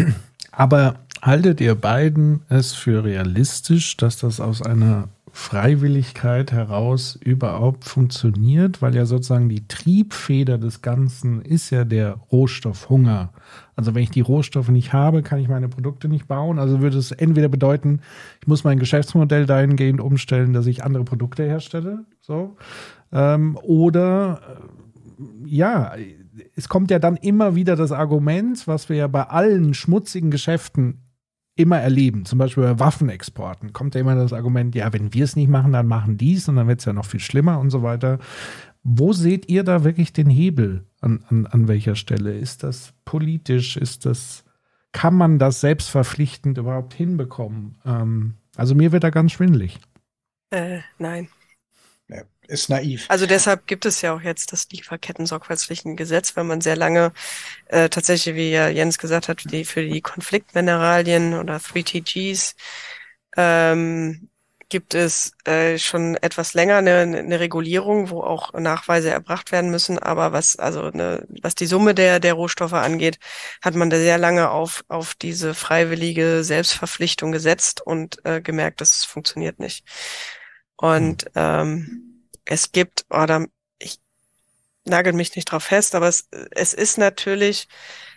Aber haltet ihr beiden es für realistisch, dass das aus einer Freiwilligkeit heraus überhaupt funktioniert? Weil ja sozusagen die Triebfeder des Ganzen ist ja der Rohstoffhunger. Also wenn ich die Rohstoffe nicht habe, kann ich meine Produkte nicht bauen. Also würde es entweder bedeuten, ich muss mein Geschäftsmodell dahingehend umstellen, dass ich andere Produkte herstelle. So. Ähm, oder äh, ja, es kommt ja dann immer wieder das Argument, was wir ja bei allen schmutzigen Geschäften immer erleben, zum Beispiel bei Waffenexporten, kommt ja immer das Argument, ja, wenn wir es nicht machen, dann machen die es und dann wird es ja noch viel schlimmer und so weiter. Wo seht ihr da wirklich den Hebel? An, an, an welcher Stelle? Ist das politisch? Ist das, kann man das selbstverpflichtend überhaupt hinbekommen? Ähm, also mir wird da ganz schwindelig. Äh, nein. Ja, ist naiv. Also deshalb gibt es ja auch jetzt das Lieferketten-Sorgfaltspflichtengesetz, wenn man sehr lange äh, tatsächlich, wie ja Jens gesagt hat, die für die Konfliktmineralien oder drei T Gs ähm, gibt es äh, schon etwas länger eine, eine Regulierung, wo auch Nachweise erbracht werden müssen. Aber was also eine, was die Summe der der Rohstoffe angeht, hat man da sehr lange auf auf diese freiwillige Selbstverpflichtung gesetzt und äh, gemerkt, dass es funktioniert nicht. Und ähm, es gibt, oder ich nagel mich nicht drauf fest, aber es es ist natürlich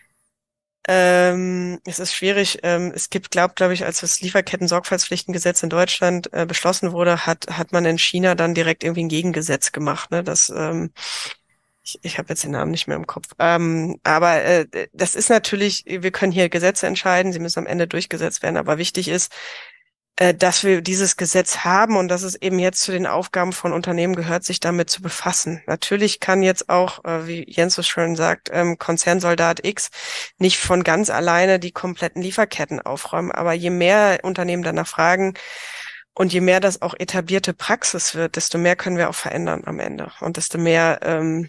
ähm, es ist schwierig. Ähm, es gibt, glaub, glaube ich, als das Lieferketten-Sorgfaltspflichtengesetz in Deutschland äh, beschlossen wurde, hat hat man in China dann direkt irgendwie ein Gegengesetz gemacht. Ne? Das ähm, ich, ich habe jetzt den Namen nicht mehr im Kopf. Ähm, aber äh, das ist natürlich, wir können hier Gesetze entscheiden, sie müssen am Ende durchgesetzt werden. Aber wichtig ist, äh, dass wir dieses Gesetz haben und dass es eben jetzt zu den Aufgaben von Unternehmen gehört, sich damit zu befassen. Natürlich kann jetzt auch, äh, wie Jens so schön sagt, ähm, Konzernsoldat X nicht von ganz alleine die kompletten Lieferketten aufräumen. Aber je mehr Unternehmen danach fragen und je mehr das auch etablierte Praxis wird, desto mehr können wir auch verändern am Ende. Und desto mehr, ähm,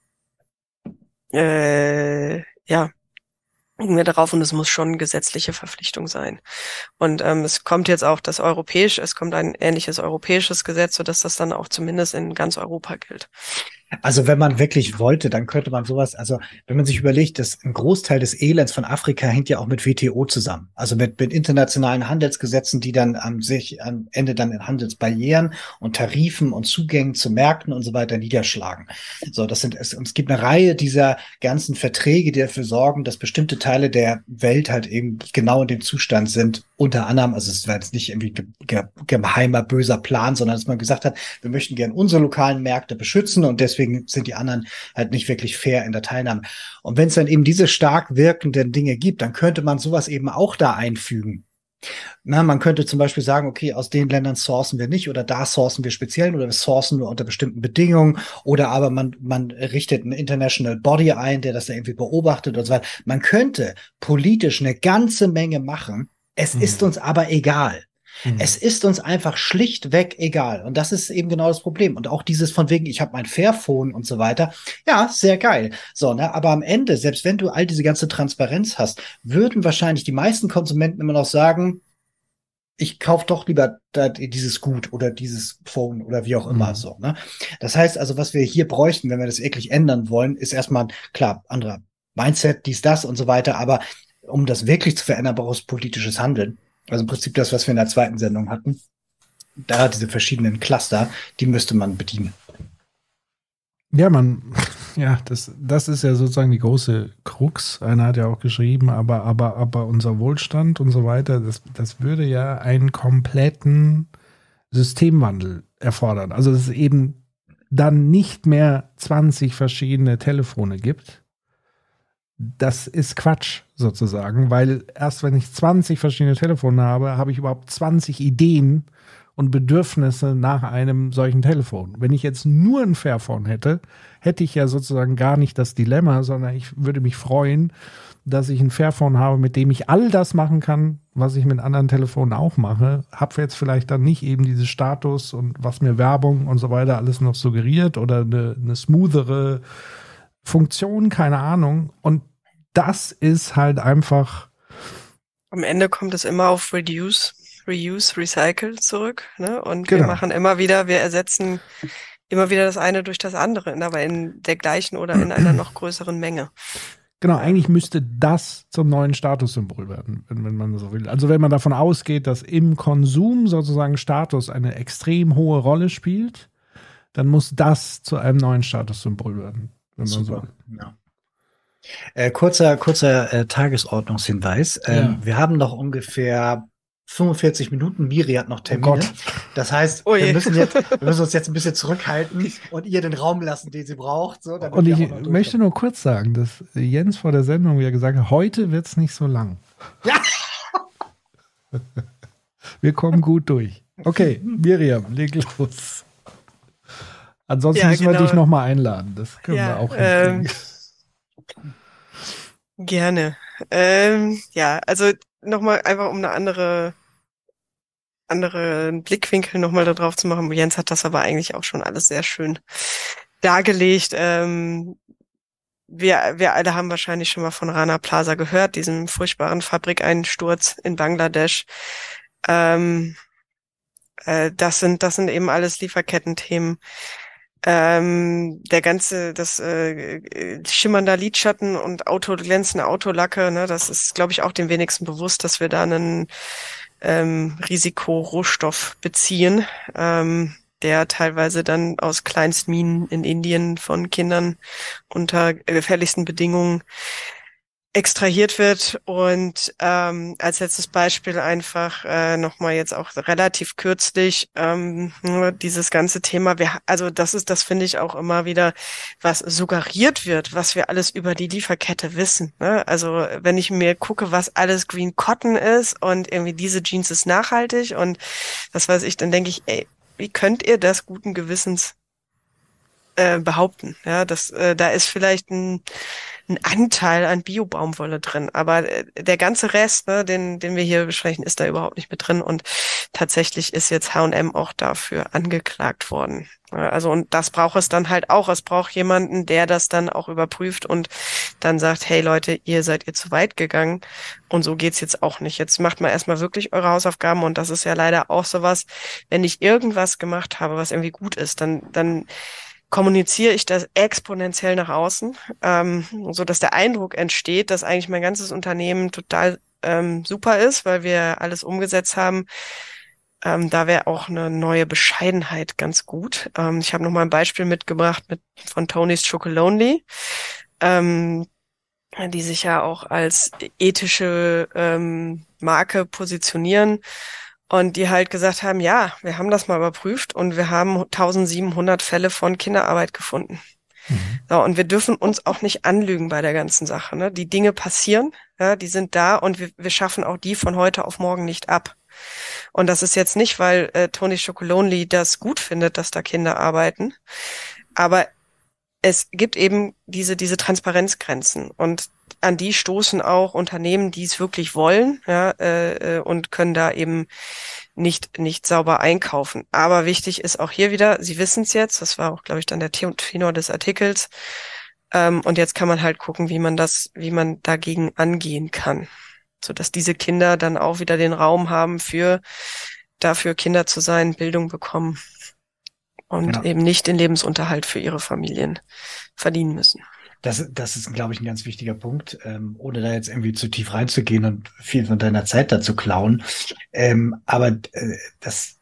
äh, ja, gucken wir darauf, und es muss schon gesetzliche Verpflichtung sein. Und ähm, es kommt jetzt auch das europäische, es kommt ein ähnliches europäisches Gesetz, sodass das dann auch zumindest in ganz Europa gilt. Also wenn man wirklich wollte, dann könnte man sowas, also wenn man sich überlegt, dass ein Großteil des Elends von Afrika hängt ja auch mit W T O zusammen. Also mit, mit internationalen Handelsgesetzen, die dann am sich am Ende dann in Handelsbarrieren und Tarifen und Zugängen zu Märkten und so weiter niederschlagen. So, das sind es, und es gibt eine Reihe dieser ganzen Verträge, die dafür sorgen, dass bestimmte Teile der Welt halt eben genau in dem Zustand sind. Unter anderem, also es war jetzt nicht irgendwie ge ge geheimer, böser Plan, sondern dass man gesagt hat, wir möchten gerne unsere lokalen Märkte beschützen und deswegen Deswegen sind die anderen halt nicht wirklich fair in der Teilnahme. Und wenn es dann eben diese stark wirkenden Dinge gibt, dann könnte man sowas eben auch da einfügen. Na, man könnte zum Beispiel sagen, okay, aus den Ländern sourcen wir nicht oder da sourcen wir speziell oder wir sourcen nur unter bestimmten Bedingungen oder aber man, man richtet ein International Body ein, der das da irgendwie beobachtet und so weiter. Man könnte politisch eine ganze Menge machen. Es mhm. ist uns aber egal. Es ist uns einfach schlichtweg egal. Und das ist eben genau das Problem. Und auch dieses von wegen, ich habe mein Fairphone und so weiter. Ja, sehr geil. So, ne? Aber am Ende, selbst wenn du all diese ganze Transparenz hast, würden wahrscheinlich die meisten Konsumenten immer noch sagen, ich kaufe doch lieber da dieses Gut oder dieses Phone oder wie auch immer mhm. so. Ne? Das heißt also, was wir hier bräuchten, wenn wir das wirklich ändern wollen, ist erstmal, klar, anderer Mindset, dies, das und so weiter. Aber um das wirklich zu verändern, braucht es politisches Handeln. Also im Prinzip das, was wir in der zweiten Sendung hatten. Da diese verschiedenen Cluster, die müsste man bedienen. Ja, man, ja, das, das ist ja sozusagen die große Krux. Einer hat ja auch geschrieben, aber, aber, aber unser Wohlstand und so weiter, das, das würde ja einen kompletten Systemwandel erfordern. Also, dass es eben dann nicht mehr zwanzig verschiedene Telefone gibt. Das ist Quatsch sozusagen, weil erst wenn ich zwanzig verschiedene Telefone habe, habe ich überhaupt zwanzig Ideen und Bedürfnisse nach einem solchen Telefon. Wenn ich jetzt nur ein Fairphone hätte, hätte ich ja sozusagen gar nicht das Dilemma, sondern ich würde mich freuen, dass ich ein Fairphone habe, mit dem ich all das machen kann, was ich mit anderen Telefonen auch mache. Habe jetzt vielleicht dann nicht eben diese Status und was mir Werbung und so weiter alles noch suggeriert oder eine, eine smoothere Funktion, keine Ahnung. Und das ist halt einfach. Am Ende kommt es immer auf Reduce, Reuse, Recycle zurück, ne? Und genau. wir machen immer wieder, wir ersetzen immer wieder das eine durch das andere, aber in der gleichen oder in einer noch größeren Menge. Genau, eigentlich müsste das zum neuen Statussymbol werden, wenn, wenn man so will. Also wenn man davon ausgeht, dass im Konsum sozusagen Status eine extrem hohe Rolle spielt, dann muss das zu einem neuen Statussymbol werden. Wenn man Super, so. ja. Äh, kurzer kurzer äh, Tagesordnungshinweis. Ähm, Ja. Wir haben noch ungefähr fünfundvierzig Minuten. Miri hat noch Termine. Oh Gott. Das heißt, Oh je. wir müssen jetzt, wir müssen uns jetzt ein bisschen zurückhalten und ihr den Raum lassen, den sie braucht. So, damit Und wir ich auch noch durchkommen. möchte nur kurz sagen, dass Jens vor der Sendung wieder gesagt hat, heute wird es nicht so lang. Ja. Wir kommen gut durch. Okay, Miriam, leg los. Ansonsten Ja, müssen wir genau. dich nochmal einladen. Das können Ja, wir auch ähm, hinkriegen. Gerne. Ähm, ja, also nochmal einfach um eine andere anderen Blickwinkel nochmal da drauf zu machen. Jens hat das aber eigentlich auch schon alles sehr schön dargelegt. Ähm, wir, wir alle haben wahrscheinlich schon mal von Rana Plaza gehört, diesem furchtbaren Fabrikeinsturz in Bangladesch. Ähm, äh, das sind, das sind eben alles Lieferkettenthemen. Ähm, der ganze, das äh, schimmernder Lidschatten und Auto, glänzende Autolacke, ne, das ist, glaube ich, auch dem wenigsten bewusst, dass wir da einen ähm, Risikorohstoff beziehen, ähm, der teilweise dann aus Kleinstminen in Indien von Kindern unter gefährlichsten Bedingungen extrahiert wird. Und ähm, als letztes Beispiel einfach äh, nochmal jetzt auch relativ kürzlich ähm, nur dieses ganze Thema, wir, also das ist, das finde ich auch immer wieder, was suggeriert wird, was wir alles über die Lieferkette wissen. Ne? Also wenn ich mir gucke, was alles Green Cotton ist und irgendwie diese Jeans ist nachhaltig und was weiß ich, dann denke ich, ey, wie könnt ihr das guten Gewissens äh, behaupten? Ja, das, äh, da ist vielleicht ein ein Anteil an Bio-Baumwolle drin. Aber der ganze Rest, ne, den, den wir hier besprechen, ist da überhaupt nicht mit drin. Und tatsächlich ist jetzt H und M auch dafür angeklagt worden. Also, und das braucht es dann halt auch. Es braucht jemanden, der das dann auch überprüft und dann sagt, hey Leute, ihr seid ihr zu weit gegangen. Und so geht's jetzt auch nicht. Jetzt macht mal erstmal wirklich eure Hausaufgaben. Und das ist ja leider auch sowas, wenn ich irgendwas gemacht habe, was irgendwie gut ist, dann, dann kommuniziere ich das exponentiell nach außen, ähm, so dass der Eindruck entsteht, dass eigentlich mein ganzes Unternehmen total ähm, super ist, weil wir alles umgesetzt haben. Ähm, da wäre auch eine neue Bescheidenheit ganz gut. Ähm, ich habe noch mal ein Beispiel mitgebracht mit von Tony's Chocolonely, ähm, die sich ja auch als ethische ähm, Marke positionieren. Und die halt gesagt haben, ja, wir haben das mal überprüft und wir haben eintausendsiebenhundert Fälle von Kinderarbeit gefunden. Mhm. So, und wir dürfen uns auch nicht anlügen bei der ganzen Sache. Ne? Die Dinge passieren, ja, die sind da und wir, wir schaffen auch die von heute auf morgen nicht ab. Und das ist jetzt nicht, weil äh, Tony Chocolonely das gut findet, dass da Kinder arbeiten, aber es gibt eben diese diese Transparenzgrenzen und an die stoßen auch Unternehmen, die es wirklich wollen, ja, äh, und können da eben nicht nicht sauber einkaufen. Aber wichtig ist auch hier wieder, Sie wissen es jetzt, das war auch, glaube ich, dann der Tenor des Artikels, ähm, und jetzt kann man halt gucken, wie man das, wie man dagegen angehen kann, so dass diese Kinder dann auch wieder den Raum haben für dafür Kinder zu sein, Bildung bekommen und ja. eben nicht den Lebensunterhalt für ihre Familien verdienen müssen. Das, das ist, glaube ich, ein ganz wichtiger Punkt, ähm, ohne da jetzt irgendwie zu tief reinzugehen und viel von deiner Zeit dazu klauen. Ähm, aber äh, das,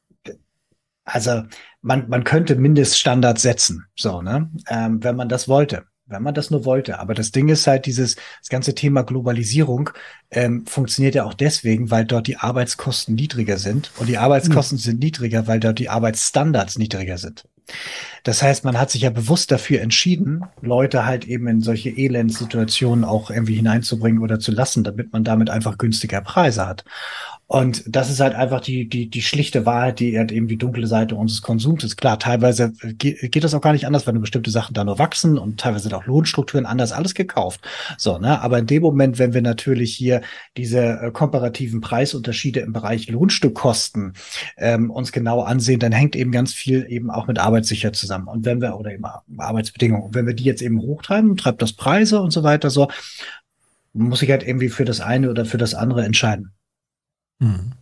also man, man könnte Mindeststandards setzen, so, ne, ähm, wenn man das wollte. Wenn man das nur wollte. Aber das Ding ist halt, dieses, das ganze Thema Globalisierung ähm, funktioniert ja auch deswegen, weil dort die Arbeitskosten niedriger sind. Und die Arbeitskosten mhm. sind niedriger, weil dort die Arbeitsstandards niedriger sind. Das heißt, man hat sich ja bewusst dafür entschieden, Leute halt eben in solche Elendssituationen auch irgendwie hineinzubringen oder zu lassen, damit man damit einfach günstiger Preise hat. Und das ist halt einfach die, die, die schlichte Wahrheit, die halt eben die dunkle Seite unseres Konsums ist. Klar, teilweise geht, geht das auch gar nicht anders, weil bestimmte Sachen da nur wachsen und teilweise sind auch Lohnstrukturen anders, alles gekauft. So, ne? Aber in dem Moment, wenn wir natürlich hier diese äh, komparativen Preisunterschiede im Bereich Lohnstückkosten ähm, uns genau ansehen, dann hängt eben ganz viel eben auch mit Arbeitssicherheit zusammen. Und wenn wir, oder eben Arbeitsbedingungen, und wenn wir die jetzt eben hochtreiben, treibt das Preise und so weiter, so, muss ich halt irgendwie für das eine oder für das andere entscheiden. Mhm.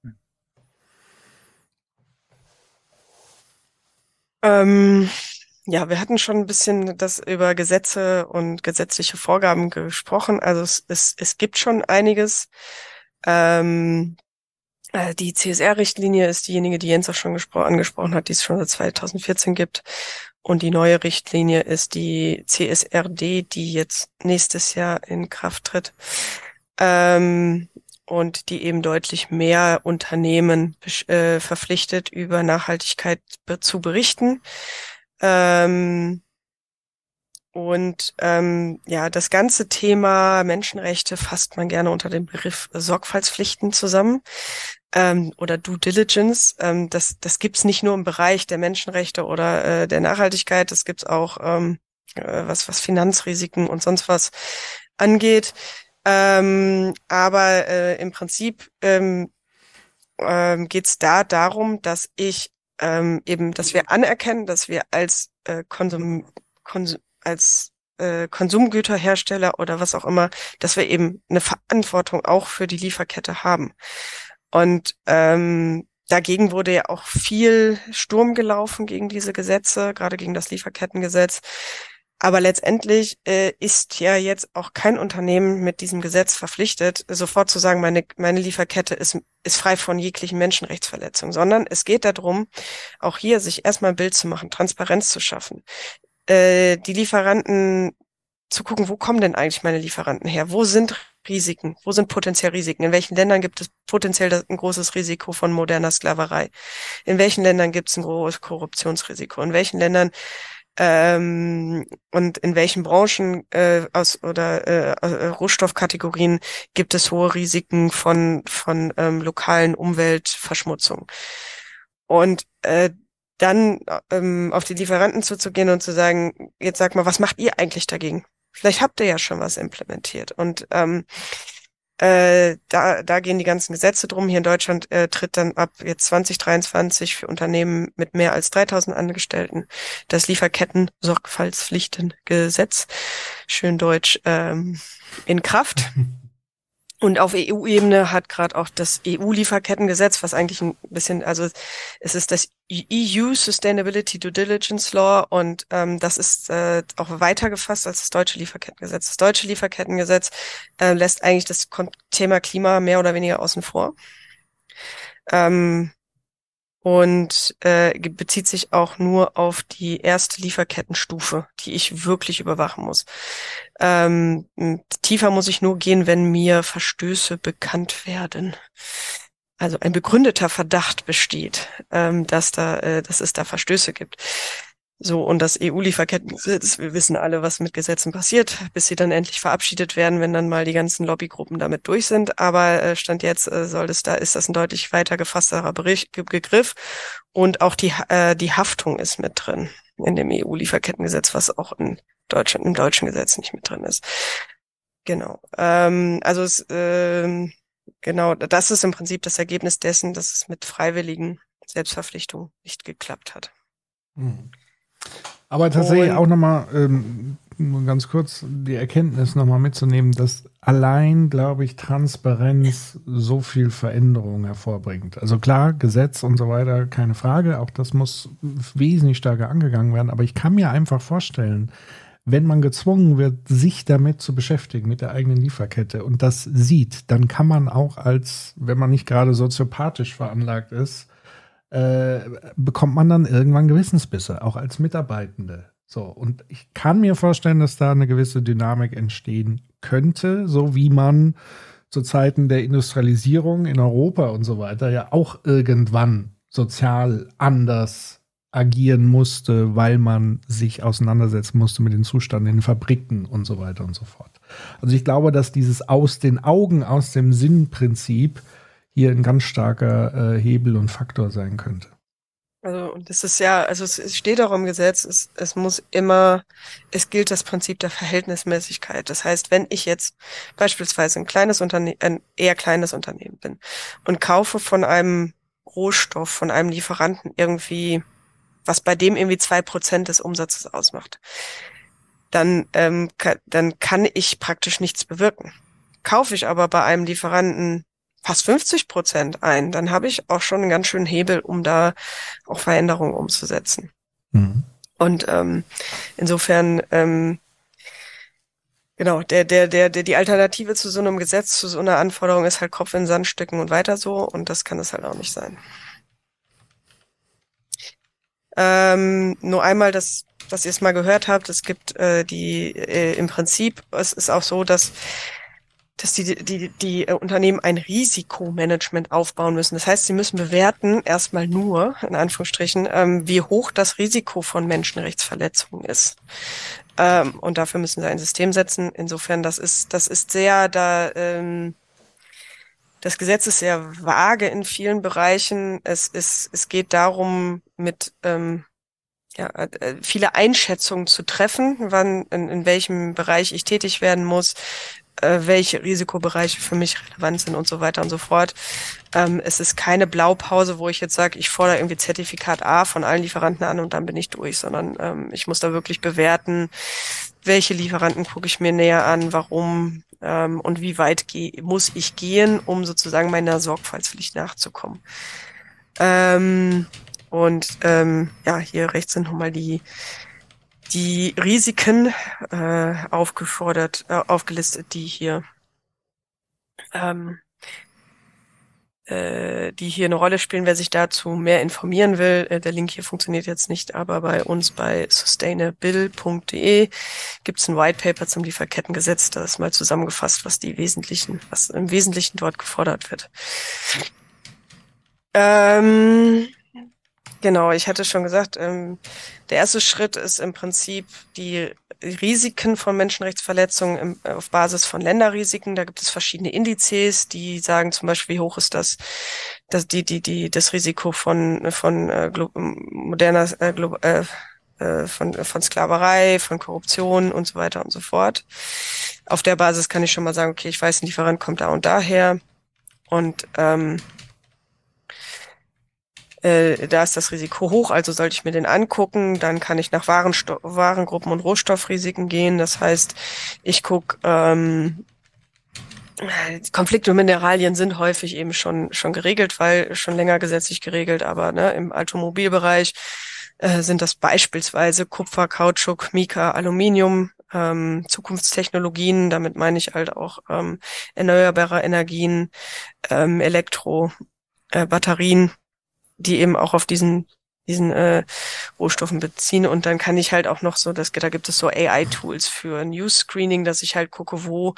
Ähm, ja, wir hatten schon ein bisschen das über Gesetze und gesetzliche Vorgaben gesprochen. Also es, es, es gibt schon einiges. Ähm, äh, die C S R-Richtlinie ist diejenige, die Jens auch schon gespro- angesprochen hat, die es schon seit zweitausendvierzehn gibt. Und die neue Richtlinie ist die C S R D, die jetzt nächstes Jahr in Kraft tritt. Ähm, und die eben deutlich mehr Unternehmen äh, verpflichtet, über Nachhaltigkeit be- zu berichten. Ähm, und ähm, ja, das ganze Thema Menschenrechte fasst man gerne unter dem Begriff Sorgfaltspflichten zusammen ähm, oder Due Diligence. Ähm, das das gibt's nicht nur im Bereich der Menschenrechte oder äh, der Nachhaltigkeit, das gibt's auch ähm, äh, was was Finanzrisiken und sonst was angeht. Ähm, aber äh, im Prinzip ähm, ähm, geht es da darum, dass ich ähm, eben, dass wir anerkennen, dass wir als äh, Konsum, Konsum als äh, Konsumgüterhersteller oder was auch immer, dass wir eben eine Verantwortung auch für die Lieferkette haben. Und ähm, dagegen wurde ja auch viel Sturm gelaufen gegen diese Gesetze, gerade gegen das Lieferkettengesetz. Aber letztendlich äh, ist ja jetzt auch kein Unternehmen mit diesem Gesetz verpflichtet, sofort zu sagen, meine, meine Lieferkette ist, ist frei von jeglichen Menschenrechtsverletzungen, sondern es geht darum, auch hier sich erstmal ein Bild zu machen, Transparenz zu schaffen, äh, die Lieferanten zu gucken, wo kommen denn eigentlich meine Lieferanten her? Wo sind Risiken? Wo sind potenziell Risiken? In welchen Ländern gibt es potenziell ein großes Risiko von moderner Sklaverei? In welchen Ländern gibt es ein großes Korruptionsrisiko? In welchen Ländern ähm, und in welchen Branchen äh, aus oder äh, äh, Rohstoffkategorien gibt es hohe Risiken von von ähm, lokalen Umweltverschmutzung? Und äh, dann ähm, auf die Lieferanten zuzugehen und zu sagen, jetzt sag mal, was macht ihr eigentlich dagegen? Vielleicht habt ihr ja schon was implementiert. Und ähm, äh, da, da gehen die ganzen Gesetze drum. Hier in Deutschland äh, tritt dann ab jetzt zwanzig dreiundzwanzig für Unternehmen mit mehr als dreitausend Angestellten das Lieferketten-Sorgfaltspflichtengesetz, schön deutsch, ähm, in Kraft. Und auf E U-Ebene hat gerade auch das E U-Lieferkettengesetz, was eigentlich ein bisschen, also es ist das E U Sustainability Due Diligence Law und ähm, das ist äh, auch weiter gefasst als das deutsche Lieferkettengesetz. Das deutsche Lieferkettengesetz äh, lässt eigentlich das Kon- Thema Klima mehr oder weniger außen vor. Ähm, und äh, bezieht sich auch nur auf die erste Lieferkettenstufe, die ich wirklich überwachen muss. Ähm, tiefer muss ich nur gehen, wenn mir Verstöße bekannt werden. Also ein begründeter Verdacht besteht, ähm, dass da, äh, dass es da Verstöße gibt. So, und das E U-Lieferkettengesetz, wir wissen alle, was mit Gesetzen passiert, bis sie dann endlich verabschiedet werden, wenn dann mal die ganzen Lobbygruppen damit durch sind. Aber äh, Stand jetzt äh, soll es da, ist das ein deutlich weiter gefassterer Bericht, Begriff. Und auch die, äh, die Haftung ist mit drin in dem E U-Lieferkettengesetz, was auch in Deutschland, im deutschen Gesetz nicht mit drin ist. Genau. Ähm, also es, ähm, genau, das ist im Prinzip das Ergebnis dessen, dass es mit freiwilligen Selbstverpflichtungen nicht geklappt hat. Mhm. Aber tatsächlich Und auch nochmal, ähm, nur ganz kurz, die Erkenntnis nochmal mitzunehmen, dass allein, glaube ich, Transparenz so viel Veränderung hervorbringt. Also klar, Gesetz und so weiter, keine Frage, auch das muss wesentlich stärker angegangen werden. Aber ich kann mir einfach vorstellen, wenn man gezwungen wird, sich damit zu beschäftigen, mit der eigenen Lieferkette und das sieht, dann kann man auch als, wenn man nicht gerade soziopathisch veranlagt ist, Äh, bekommt man dann irgendwann Gewissensbisse, auch als Mitarbeitende. So, und ich kann mir vorstellen, dass da eine gewisse Dynamik entstehen könnte, so wie man zu Zeiten der Industrialisierung in Europa und so weiter ja auch irgendwann sozial anders agieren musste, weil man sich auseinandersetzen musste mit dem Zustand in den Fabriken und so weiter und so fort. Also ich glaube, dass dieses aus den Augen, aus dem Sinn-Prinzip hier ein ganz starker äh, Hebel und Faktor sein könnte. Also, und es ist ja, also es, es steht auch im Gesetz, es, es muss immer, es gilt das Prinzip der Verhältnismäßigkeit. Das heißt, wenn ich jetzt beispielsweise ein kleines Unternehmen, ein eher kleines Unternehmen bin und kaufe von einem Rohstoff, von einem Lieferanten irgendwie, was bei dem irgendwie zwei Prozent des Umsatzes ausmacht, dann, ähm, kann, dann kann ich praktisch nichts bewirken. Kaufe ich aber bei einem Lieferanten fast fünfzig Prozent ein, dann habe ich auch schon einen ganz schönen Hebel, um da auch Veränderungen umzusetzen. Mhm. Und ähm, insofern, ähm, genau, der, der, der, der, die Alternative zu so einem Gesetz, zu so einer Anforderung ist halt Kopf in den Sand stecken und weiter so, und das kann es halt auch nicht sein. Ähm, nur einmal, das, dass ihr es mal gehört habt, es gibt äh, die, äh, im Prinzip, es ist auch so, dass dass die, die, die Unternehmen ein Risikomanagement aufbauen müssen. Das heißt, sie müssen bewerten, erstmal nur, in Anführungsstrichen, ähm, wie hoch das Risiko von Menschenrechtsverletzungen ist. Ähm, und dafür müssen sie ein System setzen. Insofern, das ist, das ist sehr, da, ähm, das Gesetz ist sehr vage in vielen Bereichen. Es ist, es geht darum, mit, ähm, ja, viele Einschätzungen zu treffen, wann, in, in welchem Bereich ich tätig werden muss, äh, welche Risikobereiche für mich relevant sind und so weiter und so fort. Ähm, es ist keine Blaupause, wo ich jetzt sage, ich fordere irgendwie Zertifikat A von allen Lieferanten an und dann bin ich durch, sondern ähm, ich muss da wirklich bewerten, welche Lieferanten gucke ich mir näher an, warum ähm, und wie weit geh, muss ich gehen, um sozusagen meiner Sorgfaltspflicht nachzukommen. Ähm, und ähm, ja, hier rechts sind nochmal die die Risiken äh, aufgefordert, äh, aufgelistet, die hier ähm, äh, die hier eine Rolle spielen. Wer sich dazu mehr informieren will, äh, der Link hier funktioniert jetzt nicht, aber bei uns bei sustainable punkt de gibt es ein White Paper zum Lieferkettengesetz, da ist mal zusammengefasst, was die wesentlichen, was im Wesentlichen dort gefordert wird. Ähm, genau, ich hatte schon gesagt, ähm, der erste Schritt ist im Prinzip die Risiken von Menschenrechtsverletzungen im, auf Basis von Länderrisiken. Da gibt es verschiedene Indizes, die sagen zum Beispiel, wie hoch ist das, das die die die das Risiko von von äh, moderner äh, Glo äh, von von Sklaverei, von Korruption und so weiter und so fort. Auf der Basis kann ich schon mal sagen, okay, ich weiß, ein Lieferant kommt da und daher und ähm, Äh, da ist das Risiko hoch, also sollte ich mir den angucken. Dann kann ich nach Warensto- Warengruppen und Rohstoffrisiken gehen. Das heißt, ich gucke, ähm, Konflikte und Mineralien sind häufig eben schon schon geregelt, weil schon länger gesetzlich geregelt, aber ne, im Automobilbereich äh, sind das beispielsweise Kupfer, Kautschuk, Mika, Aluminium, ähm, Zukunftstechnologien, damit meine ich halt auch ähm, erneuerbare Energien, ähm, Elektro, äh, Batterien, die eben auch auf diesen diesen äh, Rohstoffen beziehen. Und dann kann ich halt auch noch so, das, da gibt es so A I-Tools für News Screening, dass ich halt gucke, wo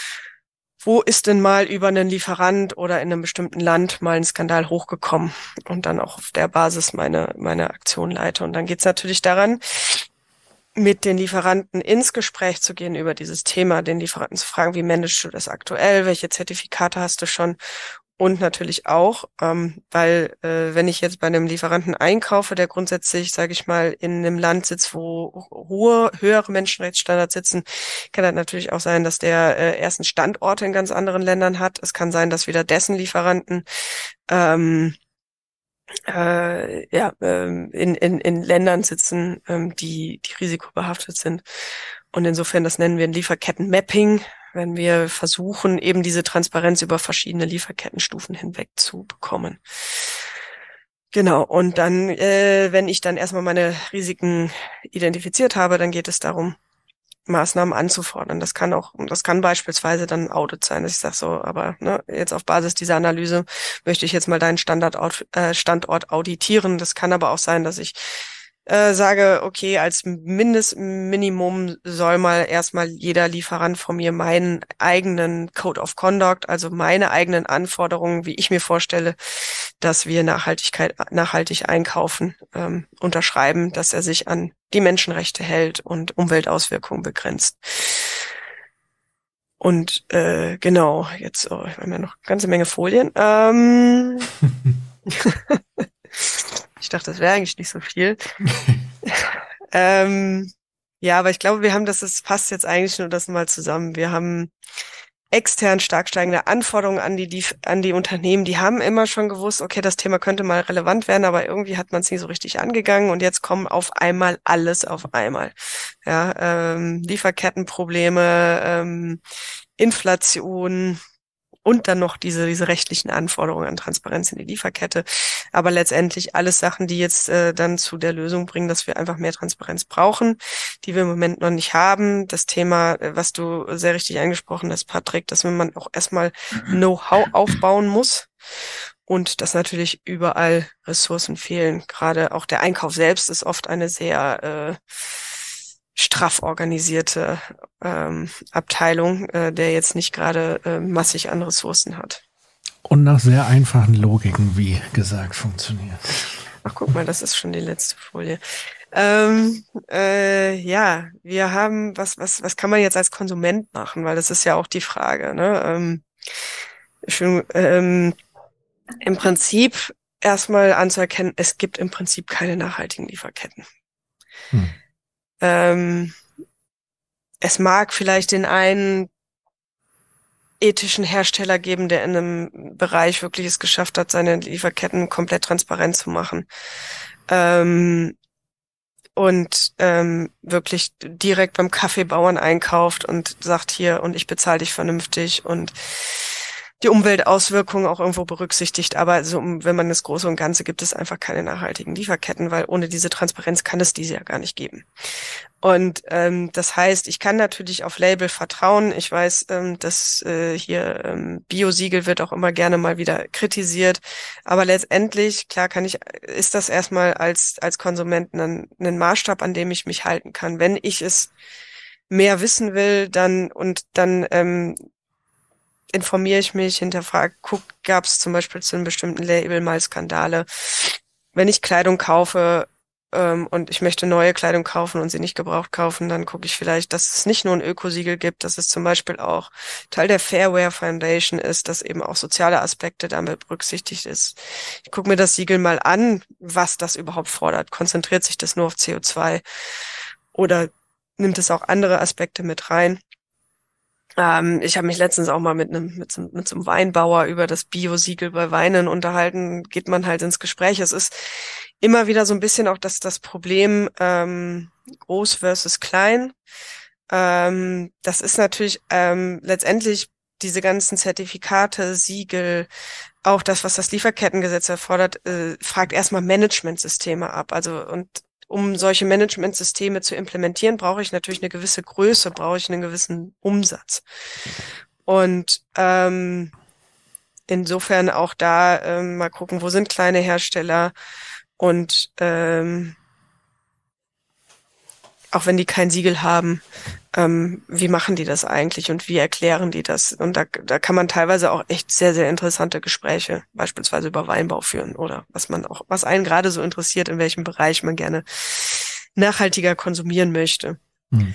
wo ist denn mal über einen Lieferant oder in einem bestimmten Land mal ein Skandal hochgekommen und dann auch auf der Basis meine meine Aktion leite. Und dann geht's natürlich daran, mit den Lieferanten ins Gespräch zu gehen über dieses Thema, den Lieferanten zu fragen, wie managst du das aktuell, welche Zertifikate hast du schon? Und natürlich auch, ähm, weil äh, wenn ich jetzt bei einem Lieferanten einkaufe, der grundsätzlich, sage ich mal, in einem Land sitzt, wo hohe, höhere Menschenrechtsstandards sitzen, kann das natürlich auch sein, dass der äh, ersten Standorte in ganz anderen Ländern hat. Es kann sein, dass wieder dessen Lieferanten ähm, äh, ja, ähm, in, in, in Ländern sitzen, ähm, die, die risikobehaftet sind. Und insofern, das nennen wir ein Lieferketten-Mapping, wenn wir versuchen, eben diese Transparenz über verschiedene Lieferkettenstufen hinweg zu bekommen. Genau, und dann, äh, wenn ich dann erstmal meine Risiken identifiziert habe, dann geht es darum, Maßnahmen anzufordern. Das kann auch, das kann beispielsweise dann ein Audit sein, dass ich sage so, aber ne, jetzt auf Basis dieser Analyse möchte ich jetzt mal deinen Standort, äh, Standort auditieren. Das kann aber auch sein, dass ich äh, sage, okay, als Mindestminimum soll mal erstmal jeder Lieferant von mir meinen eigenen Code of Conduct, also meine eigenen Anforderungen, wie ich mir vorstelle, dass wir Nachhaltigkeit, nachhaltig einkaufen, ähm, unterschreiben, dass er sich an die Menschenrechte hält und Umweltauswirkungen begrenzt. Und äh, genau, jetzt oh, wir haben ja noch eine ganze Menge Folien. Ähm, ich dachte, das wäre eigentlich nicht so viel. ähm, ja, aber ich glaube, wir haben das, das passt jetzt eigentlich nur das mal zusammen. Wir haben extern stark steigende Anforderungen an die, die an die Unternehmen. Die haben immer schon gewusst, okay, das Thema könnte mal relevant werden, aber irgendwie hat man es nie so richtig angegangen und jetzt kommen auf einmal alles auf einmal. Ja, ähm, Lieferkettenprobleme, ähm, Inflation und dann noch diese diese rechtlichen Anforderungen an Transparenz in die Lieferkette. Aber letztendlich alles Sachen, die jetzt äh, dann zu der Lösung bringen, dass wir einfach mehr Transparenz brauchen, die wir im Moment noch nicht haben. Das Thema, was du sehr richtig angesprochen hast, Patrick, dass man auch erstmal Know-how aufbauen muss und dass natürlich überall Ressourcen fehlen. Gerade auch der Einkauf selbst ist oft eine sehr äh, straff organisierte ähm, Abteilung, äh, der jetzt nicht gerade äh, massig an Ressourcen hat. Und nach sehr einfachen Logiken, wie gesagt, funktioniert. Ach, guck mal, das ist schon die letzte Folie. Ähm, äh, ja, wir haben, was, was, was kann man jetzt als Konsument machen? Weil das ist ja auch die Frage, ne? Ähm, schön, ähm, im Prinzip erstmal anzuerkennen, es gibt im Prinzip keine nachhaltigen Lieferketten. Hm. Ähm, es mag vielleicht den einen ethischen Hersteller geben, der in einem Bereich wirklich es geschafft hat, seine Lieferketten komplett transparent zu machen. Ähm, und ähm, wirklich direkt beim Kaffeebauern einkauft und sagt hier, und ich bezahle dich vernünftig und die Umweltauswirkungen auch irgendwo berücksichtigt. Aber so, wenn man das Große und Ganze, gibt es einfach keine nachhaltigen Lieferketten, weil ohne diese Transparenz kann es diese ja gar nicht geben. Und ähm, das heißt, ich kann natürlich auf Label vertrauen. Ich weiß, ähm, dass äh, hier ähm, Bio-Siegel wird auch immer gerne mal wieder kritisiert. Aber letztendlich, klar, kann ich, ist das erstmal als als Konsumenten ein, ein Maßstab, an dem ich mich halten kann. Wenn ich es mehr wissen will, dann und dann ähm, informiere ich mich, hinterfrage, guck, gab es zum Beispiel zu einem bestimmten Label mal Skandale. Wenn ich Kleidung kaufe ähm, und ich möchte neue Kleidung kaufen und sie nicht gebraucht kaufen, dann gucke ich vielleicht, dass es nicht nur ein Ökosiegel gibt, dass es zum Beispiel auch Teil der Fairwear Foundation ist, dass eben auch soziale Aspekte damit berücksichtigt ist. Ich gucke mir das Siegel mal an, was das überhaupt fordert. Konzentriert sich das nur auf C O zwei oder nimmt es auch andere Aspekte mit rein? Ähm, ich habe mich letztens auch mal mit einem mit so, mit so einem Weinbauer über das Bio-Siegel bei Weinen unterhalten. Geht man halt ins Gespräch. Es ist immer wieder so ein bisschen auch das das Problem ähm, groß versus klein. Ähm, das ist natürlich ähm, letztendlich diese ganzen Zertifikate, Siegel, auch das, was das Lieferkettengesetz erfordert, äh, fragt erstmal Managementsysteme ab. Also und um solche Managementsysteme zu implementieren, brauche ich natürlich eine gewisse Größe, brauche ich einen gewissen Umsatz. Und ähm, insofern auch da ähm, mal gucken, wo sind kleine Hersteller und ähm, auch wenn die kein Siegel haben, ähm, wie machen die das eigentlich und wie erklären die das? Und da, da kann man teilweise auch echt sehr, sehr interessante Gespräche, beispielsweise über Weinbau führen oder was man auch, was einen gerade so interessiert, in welchem Bereich man gerne nachhaltiger konsumieren möchte. Hm.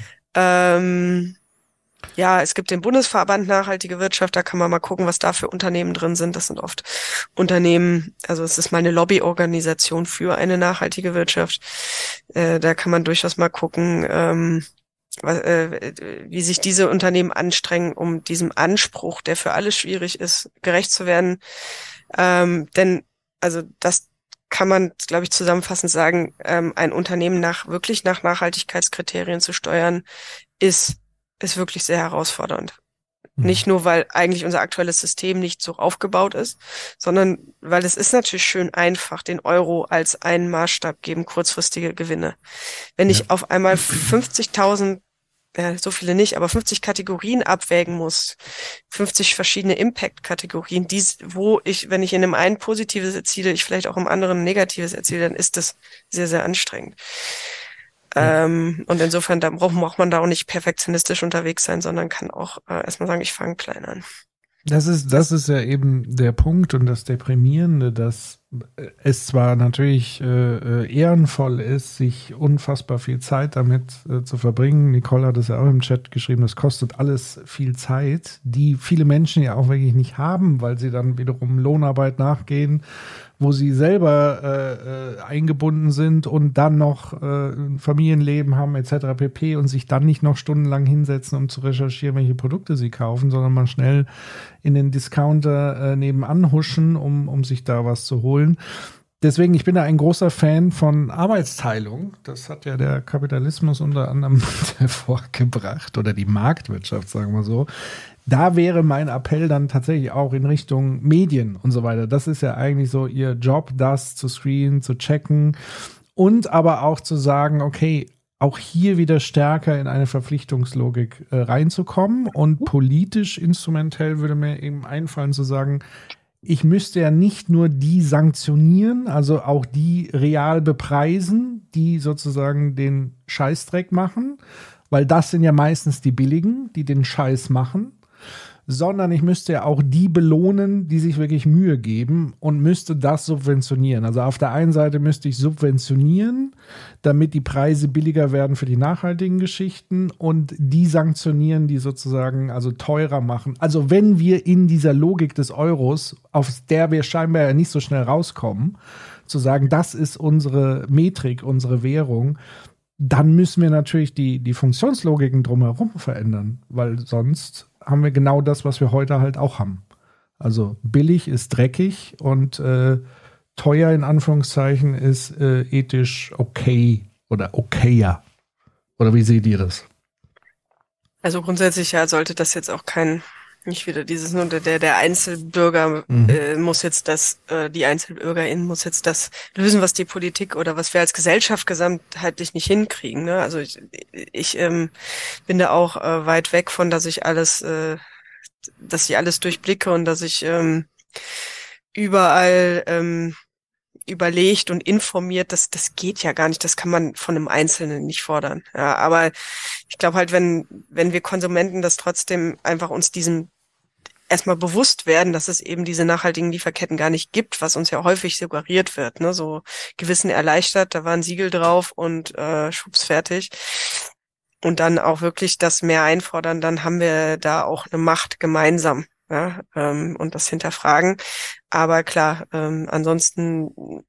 Ähm, ja, es gibt den Bundesverband Nachhaltige Wirtschaft, da kann man mal gucken, was da für Unternehmen drin sind. Das sind oft Unternehmen, also es ist mal eine Lobbyorganisation für eine nachhaltige Wirtschaft. Äh, da kann man durchaus mal gucken, ähm, was, äh, wie sich diese Unternehmen anstrengen, um diesem Anspruch, der für alle schwierig ist, gerecht zu werden. Ähm, denn, also das kann man, glaube ich, zusammenfassend sagen, ähm, ein Unternehmen nach wirklich nach Nachhaltigkeitskriterien zu steuern, ist ist wirklich sehr herausfordernd. Mhm. Nicht nur, weil eigentlich unser aktuelles System nicht so aufgebaut ist, sondern weil es ist natürlich schön einfach, den Euro als einen Maßstab geben, kurzfristige Gewinne. Wenn ja. ich auf einmal fünfzigtausend, ja, so viele nicht, aber fünfzig Kategorien abwägen muss, fünfzig verschiedene Impact-Kategorien, die, wo ich, wenn ich in dem einen Positives erziele, ich vielleicht auch im anderen ein Negatives erziele, dann ist das sehr, sehr anstrengend. Ja. Ähm, und insofern, da braucht, braucht man da auch nicht perfektionistisch unterwegs sein, sondern kann auch äh, erstmal sagen, ich fange klein an. Das ist, das ist ja eben der Punkt und das Deprimierende, dass es zwar natürlich äh, ehrenvoll ist, sich unfassbar viel Zeit damit äh, zu verbringen. Nicole hat es ja auch im Chat geschrieben, das kostet alles viel Zeit, die viele Menschen ja auch wirklich nicht haben, weil sie dann wiederum Lohnarbeit nachgehen, wo sie selber äh, äh, eingebunden sind und dann noch äh, ein Familienleben haben et cetera pp. Und sich dann nicht noch stundenlang hinsetzen, um zu recherchieren, welche Produkte sie kaufen, sondern mal schnell in den Discounter äh, nebenan huschen, um, um sich da was zu holen. Deswegen, ich bin da ein großer Fan von Arbeitsteilung. Das hat ja der Kapitalismus unter anderem hervorgebracht oder die Marktwirtschaft, sagen wir so. Da wäre mein Appell dann tatsächlich auch in Richtung Medien und so weiter. Das ist ja eigentlich so ihr Job, das zu screenen, zu checken und aber auch zu sagen, okay, auch hier wieder stärker in eine Verpflichtungslogik äh, reinzukommen und politisch, instrumentell würde mir eben einfallen zu sagen, ich müsste ja nicht nur die sanktionieren, also auch die real bepreisen, die sozusagen den Scheißdreck machen, weil das sind ja meistens die Billigen, die den Scheiß machen, sondern ich müsste ja auch die belohnen, die sich wirklich Mühe geben und müsste das subventionieren. Also auf der einen Seite müsste ich subventionieren, damit die Preise billiger werden für die nachhaltigen Geschichten und die sanktionieren, die sozusagen also teurer machen. Also wenn wir in dieser Logik des Euros, auf der wir scheinbar ja nicht so schnell rauskommen, zu sagen, das ist unsere Metrik, unsere Währung, dann müssen wir natürlich die, die Funktionslogiken drumherum verändern, weil sonst haben wir genau das, was wir heute halt auch haben. Also billig ist dreckig und äh, teuer in Anführungszeichen ist äh, ethisch okay oder okayer. Oder wie seht ihr das? Also grundsätzlich ja sollte das jetzt auch kein, nicht wieder dieses, nur der, der Einzelbürger mhm. äh, muss jetzt das, äh, die Einzelbürgerin muss jetzt das lösen, was die Politik oder was wir als Gesellschaft gesamtheitlich nicht hinkriegen. Ne? Also ich, ich ähm, bin da auch äh, weit weg von, dass ich alles, äh, dass ich alles durchblicke und dass ich ähm, überall ähm, überlegt und informiert, das, das geht ja gar nicht, das kann man von einem Einzelnen nicht fordern. Ja, aber ich glaube halt, wenn, wenn wir Konsumenten das trotzdem einfach uns diesem erstmal bewusst werden, dass es eben diese nachhaltigen Lieferketten gar nicht gibt, was uns ja häufig suggeriert wird, ne, so Gewissen erleichtert, da war ein Siegel drauf und äh, schubs fertig. Und dann auch wirklich das mehr einfordern, dann haben wir da auch eine Macht gemeinsam. Ja, ähm, und das hinterfragen. Aber klar, ähm, ansonsten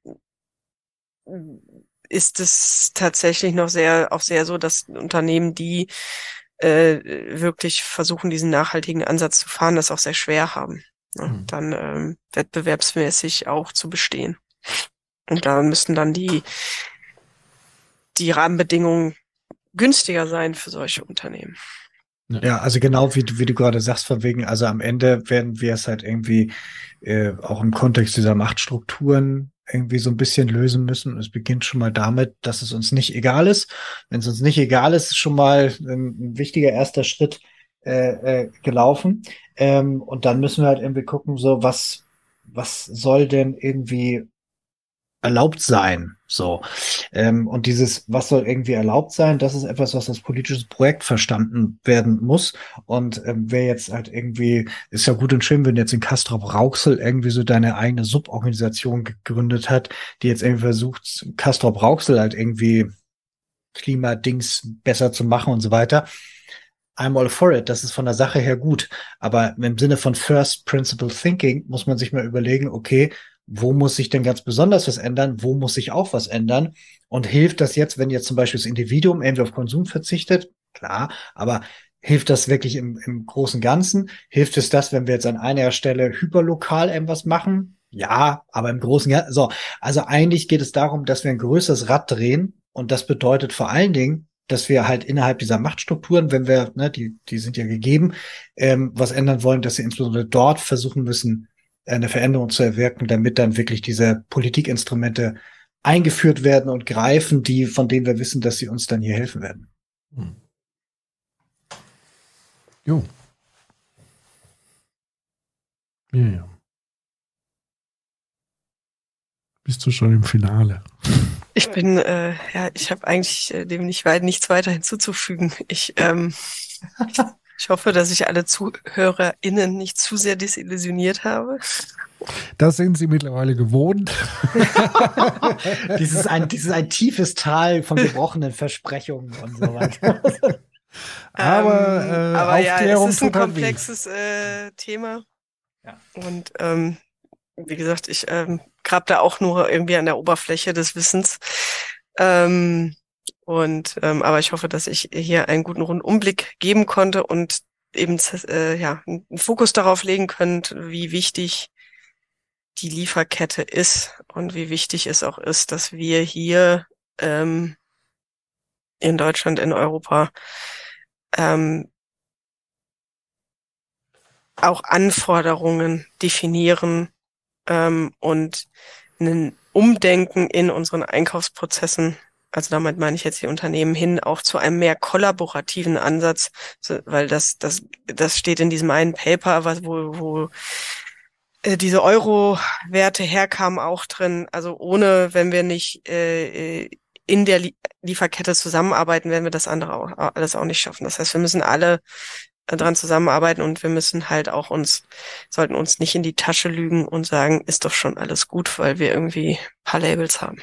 ist es tatsächlich noch sehr, auch sehr so, dass Unternehmen, die äh, wirklich versuchen, diesen nachhaltigen Ansatz zu fahren, das auch sehr schwer haben, ne? Mhm. Dann ähm, wettbewerbsmäßig auch zu bestehen. Und da müssen dann die, die Rahmenbedingungen günstiger sein für solche Unternehmen. Ja, also genau wie du, wie du gerade sagst, von wegen, also am Ende werden wir es halt irgendwie äh, auch im Kontext dieser Machtstrukturen irgendwie so ein bisschen lösen müssen. Und es beginnt schon mal damit, dass es uns nicht egal ist. Wenn es uns nicht egal ist, ist schon mal ein, ein wichtiger erster Schritt äh, äh, gelaufen. Ähm, und dann müssen wir halt irgendwie gucken, so was, was soll denn irgendwie erlaubt sein, so. Ähm, und dieses, was soll irgendwie erlaubt sein, das ist etwas, was als politisches Projekt verstanden werden muss. Und ähm, wer jetzt halt irgendwie, ist ja gut und schön, wenn jetzt in Castrop-Rauxel irgendwie so deine eigene Suborganisation gegründet hat, die jetzt irgendwie versucht, Castrop-Rauxel halt irgendwie Klimadings besser zu machen und so weiter. I'm all for it, das ist von der Sache her gut. Aber im Sinne von First Principle Thinking muss man sich mal überlegen, okay, wo muss sich denn ganz besonders was ändern? Wo muss sich auch was ändern? Und hilft das jetzt, wenn jetzt zum Beispiel das Individuum irgendwie auf Konsum verzichtet? Klar, aber hilft das wirklich im, im großen Ganzen? Hilft es das, wenn wir jetzt an einer Stelle hyperlokal irgendwas machen? Ja, aber im großen Ganzen, so. Also eigentlich geht es darum, dass wir ein größeres Rad drehen. Und das bedeutet vor allen Dingen, dass wir halt innerhalb dieser Machtstrukturen, wenn wir, ne, die, die sind ja gegeben, ähm, was ändern wollen, dass wir insbesondere dort versuchen müssen, eine Veränderung zu erwirken, damit dann wirklich diese Politikinstrumente eingeführt werden und greifen, die, von denen wir wissen, dass sie uns dann hier helfen werden. Hm. Jo. Ja, ja. Bist du schon im Finale? Ich bin, äh, ja, ich habe eigentlich äh, dem nicht weit nichts weiter hinzuzufügen. Ich, ähm, ich hoffe, dass ich alle ZuhörerInnen nicht zu sehr desillusioniert habe. Das sind sie mittlerweile gewohnt. dieses, ein, dieses ein tiefes Tal von gebrochenen Versprechungen und so weiter. Aber, äh, aber ja, Aufklärung es ist ein tut halt komplexes äh, Thema. Ja. Und ähm, wie gesagt, ich ähm, grab da auch nur irgendwie an der Oberfläche des Wissens. Ähm, und ähm, aber ich hoffe, dass ich hier einen guten Rundumblick geben konnte und eben äh, ja einen Fokus darauf legen könnt, wie wichtig die Lieferkette ist und wie wichtig es auch ist, dass wir hier ähm, in Deutschland, in Europa ähm, auch Anforderungen definieren ähm, und ein Umdenken in unseren Einkaufsprozessen, also damit meine ich jetzt die Unternehmen hin, auch zu einem mehr kollaborativen Ansatz, weil das das das steht in diesem einen Paper, was wo wo äh, diese Euro-Werte herkamen, auch drin. Also ohne, wenn wir nicht äh, in der Lieferkette zusammenarbeiten, werden wir das andere auch, alles auch nicht schaffen. Das heißt, wir müssen alle dran zusammenarbeiten und wir müssen halt auch uns, sollten uns nicht in die Tasche lügen und sagen, ist doch schon alles gut, weil wir irgendwie ein paar Labels haben.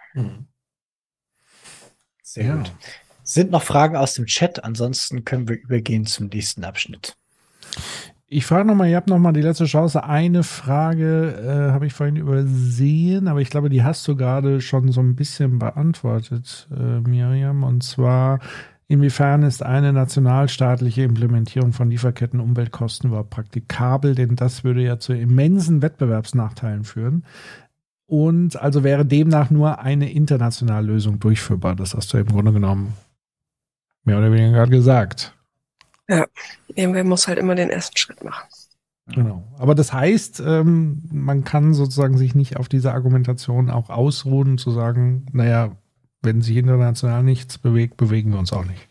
Sehr ja. gut. Sind noch Fragen aus dem Chat? Ansonsten können wir übergehen zum nächsten Abschnitt. Ich frage nochmal, ihr habt nochmal die letzte Chance. Eine Frage äh, habe ich vorhin übersehen, aber ich glaube, die hast du gerade schon so ein bisschen beantwortet, äh, Miriam. Und zwar, Inwiefern ist eine nationalstaatliche Implementierung von Lieferketten-Umweltkosten überhaupt praktikabel? Denn das würde ja zu immensen Wettbewerbsnachteilen führen. Und also wäre demnach nur eine internationale Lösung durchführbar. Das hast du im Grunde genommen mehr oder weniger gerade gesagt. Ja, irgendwer muss halt immer den ersten Schritt machen. Genau. Aber das heißt, ähm, man kann sozusagen sich nicht auf diese Argumentation auch ausruhen, zu sagen, naja, wenn sich international nichts bewegt, bewegen wir uns auch nicht.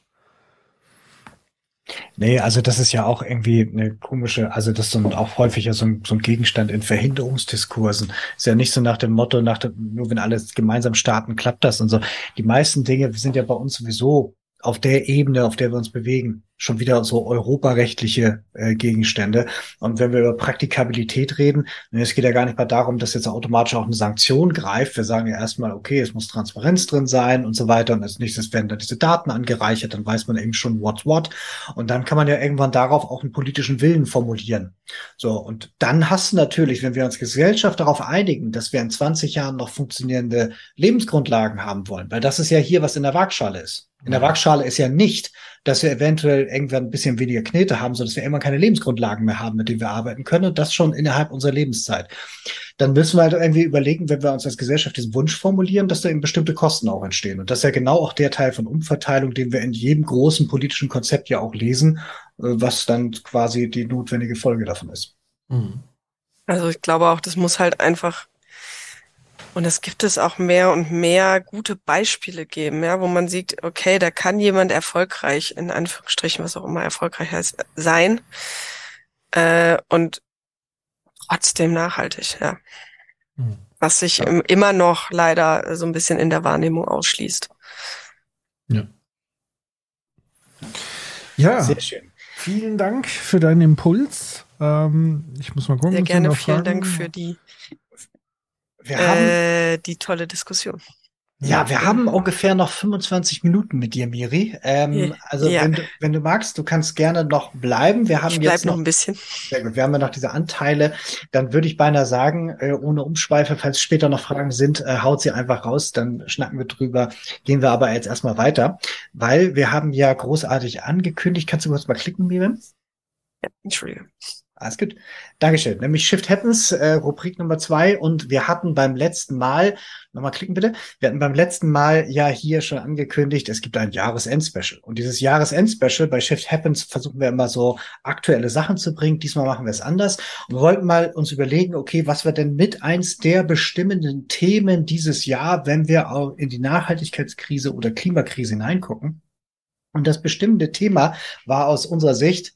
Nee, also das ist ja auch irgendwie eine komische, also das ist so ein, auch häufig ja so ein, so ein Gegenstand in Verhinderungsdiskursen. Ist ja nicht so nach dem Motto, nach dem, nur wenn alles gemeinsam starten, klappt das und so. Die meisten Dinge sind ja bei uns sowieso auf der Ebene, auf der wir uns bewegen, schon wieder so europarechtliche äh, Gegenstände. Und wenn wir über Praktikabilität reden, es geht ja gar nicht mal darum, dass jetzt automatisch auch eine Sanktion greift. Wir sagen ja erstmal, okay, es muss Transparenz drin sein und so weiter. Und als nächstes werden dann diese Daten angereichert, dann weiß man eben schon what's what. Und dann kann man ja irgendwann darauf auch einen politischen Willen formulieren. So, und dann hast du natürlich, wenn wir uns Gesellschaft darauf einigen, dass wir in zwanzig Jahren noch funktionierende Lebensgrundlagen haben wollen, weil das ist ja hier, was in der Waagschale ist. In der Waagschale ist ja nicht, dass wir eventuell irgendwann ein bisschen weniger Knete haben, sondern dass wir irgendwann keine Lebensgrundlagen mehr haben, mit denen wir arbeiten können. Und das schon innerhalb unserer Lebenszeit. Dann müssen wir halt irgendwie überlegen, wenn wir uns als Gesellschaft diesen Wunsch formulieren, dass da eben bestimmte Kosten auch entstehen. Und das ist ja genau auch der Teil von Umverteilung, den wir in jedem großen politischen Konzept ja auch lesen, was dann quasi die notwendige Folge davon ist. Also ich glaube auch, das muss halt einfach, und es gibt es auch mehr und mehr gute Beispiele geben, ja, wo man sieht, okay, da kann jemand erfolgreich, in Anführungsstrichen, was auch immer erfolgreich heißt, sein, äh, und trotzdem nachhaltig, ja. Mhm. Was sich ja. im, immer noch leider so ein bisschen in der Wahrnehmung ausschließt. Ja. Ja. Sehr schön. Vielen Dank für deinen Impuls. Ähm, ich muss mal gucken. Sehr gerne, vielen fragen. Dank für die Wir haben, äh, die tolle Diskussion. Ja, wir haben ungefähr noch fünfundzwanzig Minuten mit dir, Miri. Ähm, also ja. wenn du, wenn du magst, du kannst gerne noch bleiben. Wir haben ich bleib jetzt noch, noch ein bisschen. Sehr gut. Wir haben ja noch diese Anteile. Dann würde ich beinahe sagen, äh, ohne Umschweife, falls später noch Fragen sind, äh, haut sie einfach raus, dann schnacken wir drüber. Gehen wir aber jetzt erstmal weiter, weil wir haben ja großartig angekündigt. Kannst du kurz mal klicken, Miriam? Ja, Entschuldigung. Alles gut. Dankeschön. Nämlich Shift Happens, äh, Rubrik Nummer zwei. Und wir hatten beim letzten Mal, nochmal klicken bitte, wir hatten beim letzten Mal ja hier schon angekündigt, es gibt ein Jahresend-Special. Und dieses Jahresend-Special bei Shift Happens versuchen wir immer so aktuelle Sachen zu bringen. Diesmal machen wir es anders. Und wir wollten mal uns überlegen, okay, was wir denn mit eins der bestimmenden Themen dieses Jahr, wenn wir auch in die Nachhaltigkeitskrise oder Klimakrise hineingucken. Und das bestimmende Thema war aus unserer Sicht,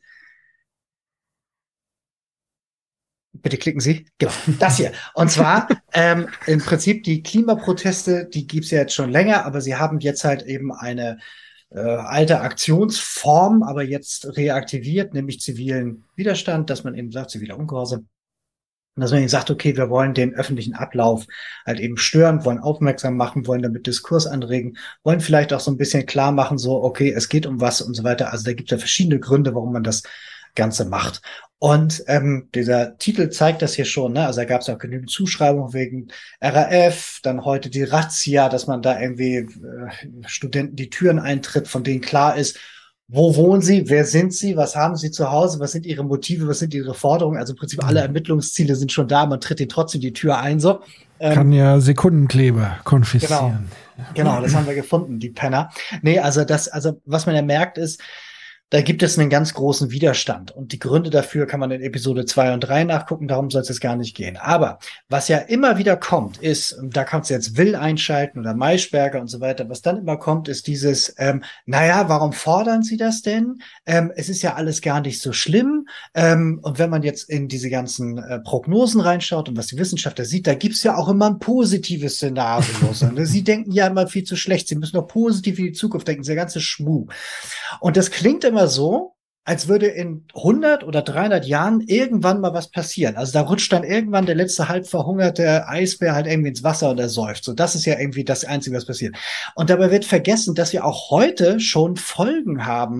bitte klicken Sie. Genau, das hier. Und zwar ähm, im Prinzip die Klimaproteste, die gibt's ja jetzt schon länger, aber sie haben jetzt halt eben eine äh, alte Aktionsform, aber jetzt reaktiviert, nämlich zivilen Widerstand, dass man eben sagt, ziviler Ungehorsam. Und dass man eben sagt, okay, wir wollen den öffentlichen Ablauf halt eben stören, wollen aufmerksam machen, wollen damit Diskurs anregen, wollen vielleicht auch so ein bisschen klar machen, so, okay, es geht um was und so weiter. Also da gibt es ja verschiedene Gründe, warum man das Ganze macht. Und ähm, dieser Titel zeigt das hier schon, ne? Also da gab es auch genügend Zuschreibungen wegen R A F, dann heute die Razzia, dass man da irgendwie äh, Studenten die Türen eintritt, von denen klar ist, wo wohnen sie, wer sind sie, was haben sie zu Hause, was sind ihre Motive, was sind ihre Forderungen. Also im Prinzip alle Ermittlungsziele sind schon da, man tritt ihnen trotzdem die Tür ein. So ähm, kann ja Sekundenkleber konfiszieren. Genau, genau, das haben wir gefunden, die Penner. Nee, also das, also was man ja merkt ist, da gibt es einen ganz großen Widerstand. Und die Gründe dafür kann man in Episode zwei und drei nachgucken, darum soll es jetzt gar nicht gehen. Aber was ja immer wieder kommt, ist, da kannst du jetzt Will einschalten oder Maischberger und so weiter, was dann immer kommt, ist dieses, ähm, naja, warum fordern sie das denn? Ähm, es ist ja alles gar nicht so schlimm. Ähm, und wenn man jetzt in diese ganzen äh, Prognosen reinschaut und was die Wissenschaftler sieht, da gibt's ja auch immer ein positives Szenario. Sie denken ja immer viel zu schlecht, sie müssen doch positiv in die Zukunft denken, dieser ganze Schmuh. Und das klingt immer so, als würde in hundert oder dreihundert Jahren irgendwann mal was passieren. Also da rutscht dann irgendwann der letzte halb verhungerte Eisbär halt irgendwie ins Wasser und er säuft. So, das ist ja irgendwie das Einzige, was passiert. Und dabei wird vergessen, dass wir auch heute schon Folgen haben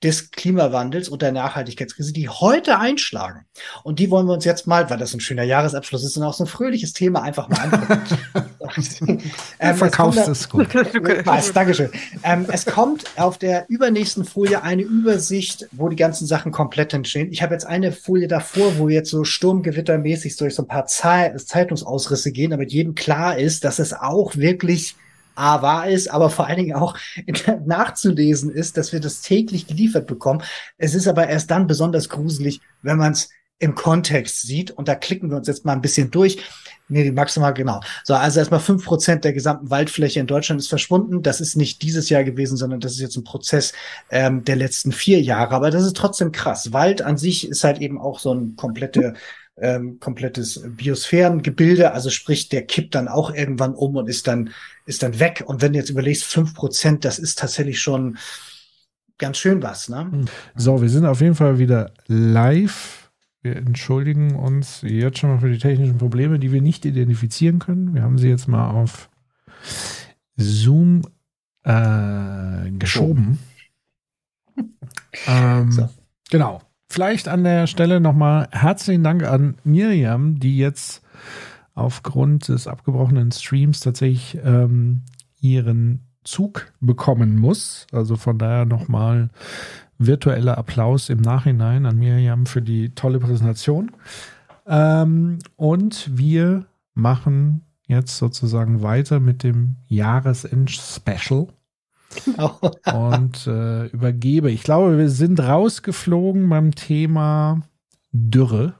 des Klimawandels und der Nachhaltigkeitskrise, die heute einschlagen. Und die wollen wir uns jetzt mal, weil das ein schöner Jahresabschluss ist und auch so ein fröhliches Thema, einfach mal angucken. ähm, du verkaufst es gut. Was, Dankeschön. Ähm, es kommt auf der übernächsten Folie eine Übersicht, wo die ganzen Sachen komplett entstehen. Ich habe jetzt eine Folie davor, wo jetzt so sturmgewittermäßig durch so ein paar Ze- Zeitungsausrisse gehen, damit jedem klar ist, dass es auch wirklich A, wahr ist, aber vor allen Dingen auch nachzulesen ist, dass wir das täglich geliefert bekommen. Es ist aber erst dann besonders gruselig, wenn man es im Kontext sieht. Und da klicken wir uns jetzt mal ein bisschen durch. Nee, die maximal, genau. So, also erstmal fünf Prozent der gesamten Waldfläche in Deutschland ist verschwunden. Das ist nicht dieses Jahr gewesen, sondern das ist jetzt ein Prozess ähm, der letzten vier Jahre. Aber das ist trotzdem krass. Wald an sich ist halt eben auch so ein komplette Ähm, komplettes Biosphärengebilde, also sprich, der kippt dann auch irgendwann um und ist dann ist dann weg. Und wenn du jetzt überlegst, fünf Prozent, das ist tatsächlich schon ganz schön was, ne? So, wir sind auf jeden Fall wieder live. Wir entschuldigen uns jetzt schon mal für die technischen Probleme, die wir nicht identifizieren können. Wir haben sie jetzt mal auf Zoom äh, geschoben. ähm, so. Genau. Vielleicht an der Stelle nochmal herzlichen Dank an Miriam, die jetzt aufgrund des abgebrochenen Streams tatsächlich ähm, ihren Zug bekommen muss. Also von daher nochmal virtueller Applaus im Nachhinein an Miriam für die tolle Präsentation. Ähm, und wir machen jetzt sozusagen weiter mit dem Jahresend-Special. und äh, übergebe. Ich glaube, wir sind rausgeflogen beim Thema Dürre.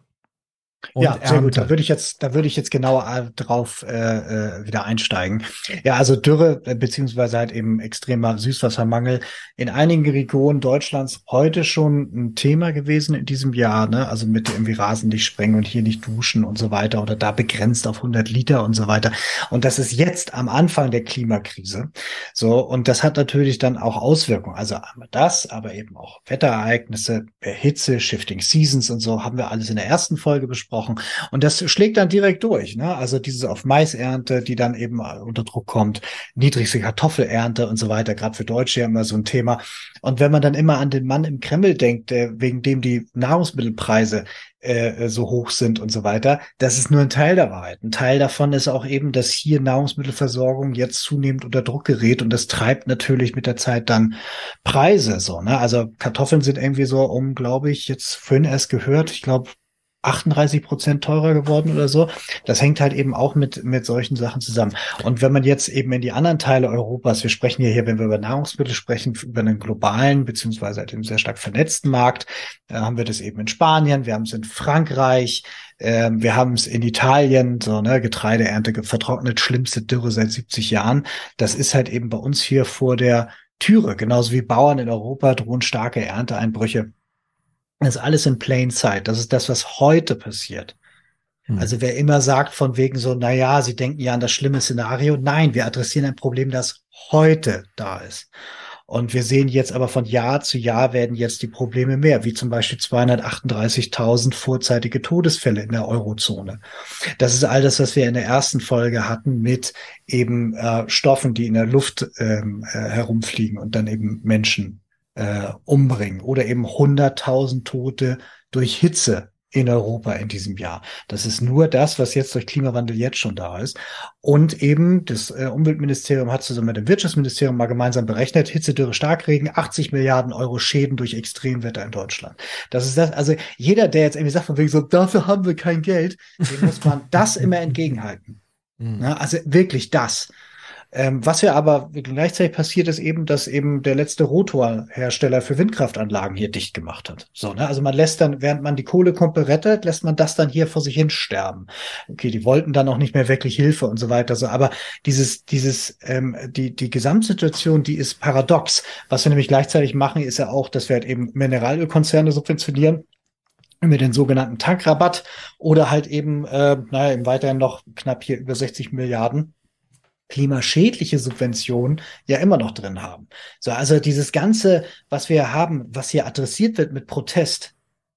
Und ja, sehr Ernte. gut. Da würde ich jetzt, da würde ich jetzt genauer drauf äh, äh, wieder einsteigen. Ja, also Dürre äh, beziehungsweise halt eben extremer Süßwassermangel in einigen Regionen Deutschlands heute schon ein Thema gewesen in diesem Jahr, ne? Also mit irgendwie Rasen nicht sprengen und hier nicht duschen und so weiter oder da begrenzt auf hundert Liter und so weiter. Und das ist jetzt am Anfang der Klimakrise. So, und das hat natürlich dann auch Auswirkungen. Also einmal das, aber eben auch Wetterereignisse, Hitze, Shifting Seasons und so haben wir alles in der ersten Folge besprochen. Und das schlägt dann direkt durch, ne? Also dieses auf Maisernte, die dann eben unter Druck kommt, niedrigste Kartoffelernte und so weiter, gerade für Deutsche ja immer so ein Thema. Und wenn man dann immer an den Mann im Kreml denkt, der, wegen dem die Nahrungsmittelpreise äh, so hoch sind und so weiter, das ist nur ein Teil der Wahrheit. Ein Teil davon ist auch eben, dass hier Nahrungsmittelversorgung jetzt zunehmend unter Druck gerät und das treibt natürlich mit der Zeit dann Preise so, ne? Also Kartoffeln sind irgendwie so um, glaube ich, jetzt vorhin erst gehört, ich glaube achtunddreißig Prozent teurer geworden oder so. Das hängt halt eben auch mit mit solchen Sachen zusammen. Und wenn man jetzt eben in die anderen Teile Europas, wir sprechen ja hier, wenn wir über Nahrungsmittel sprechen, über einen globalen, beziehungsweise halt einen sehr stark vernetzten Markt, da haben wir das eben in Spanien, wir haben es in Frankreich, äh, wir haben es in Italien, so, ne, Getreideernte vertrocknet, schlimmste Dürre seit siebzig Jahren. Das ist halt eben bei uns hier vor der Türe. Genauso wie Bauern in Europa drohen starke Ernteeinbrüche. Das ist alles in plain sight. Das ist das, was heute passiert. Hm. Also wer immer sagt von wegen so, na ja, Sie denken ja an das schlimme Szenario. Nein, wir adressieren ein Problem, das heute da ist. Und wir sehen jetzt aber von Jahr zu Jahr werden jetzt die Probleme mehr, wie zum Beispiel zweihundertachtunddreißigtausend vorzeitige Todesfälle in der Eurozone. Das ist all das, was wir in der ersten Folge hatten mit eben äh, Stoffen, die in der Luft ähm, äh, herumfliegen und dann eben Menschen Äh, umbringen oder eben hunderttausend Tote durch Hitze in Europa in diesem Jahr. Das ist nur das, was jetzt durch Klimawandel jetzt schon da ist. Und eben das äh, Umweltministerium hat zusammen mit dem Wirtschaftsministerium mal gemeinsam berechnet, Hitze, Dürre, Starkregen, achtzig Milliarden Euro Schäden durch Extremwetter in Deutschland. Das ist das, also jeder, der jetzt irgendwie sagt von wegen so, dafür haben wir kein Geld, dem muss man das immer entgegenhalten. Mhm. Ja, also wirklich das. Ähm, was ja aber gleichzeitig passiert ist eben, dass eben der letzte Rotorhersteller für Windkraftanlagen hier dicht gemacht hat. So, ne? Also man lässt dann, während man die Kohlepumpe rettet, lässt man das dann hier vor sich hin sterben. Okay, die wollten dann auch nicht mehr wirklich Hilfe und so weiter. So, aber dieses, dieses, ähm, die die Gesamtsituation, die ist paradox. Was wir nämlich gleichzeitig machen, ist ja auch, dass wir halt eben Mineralölkonzerne subventionieren mit den sogenannten Tankrabatt oder halt eben, äh, naja, eben weiterhin noch knapp hier über sechzig Milliarden klimaschädliche Subventionen ja immer noch drin haben. So, also dieses Ganze, was wir haben, was hier adressiert wird mit Protest,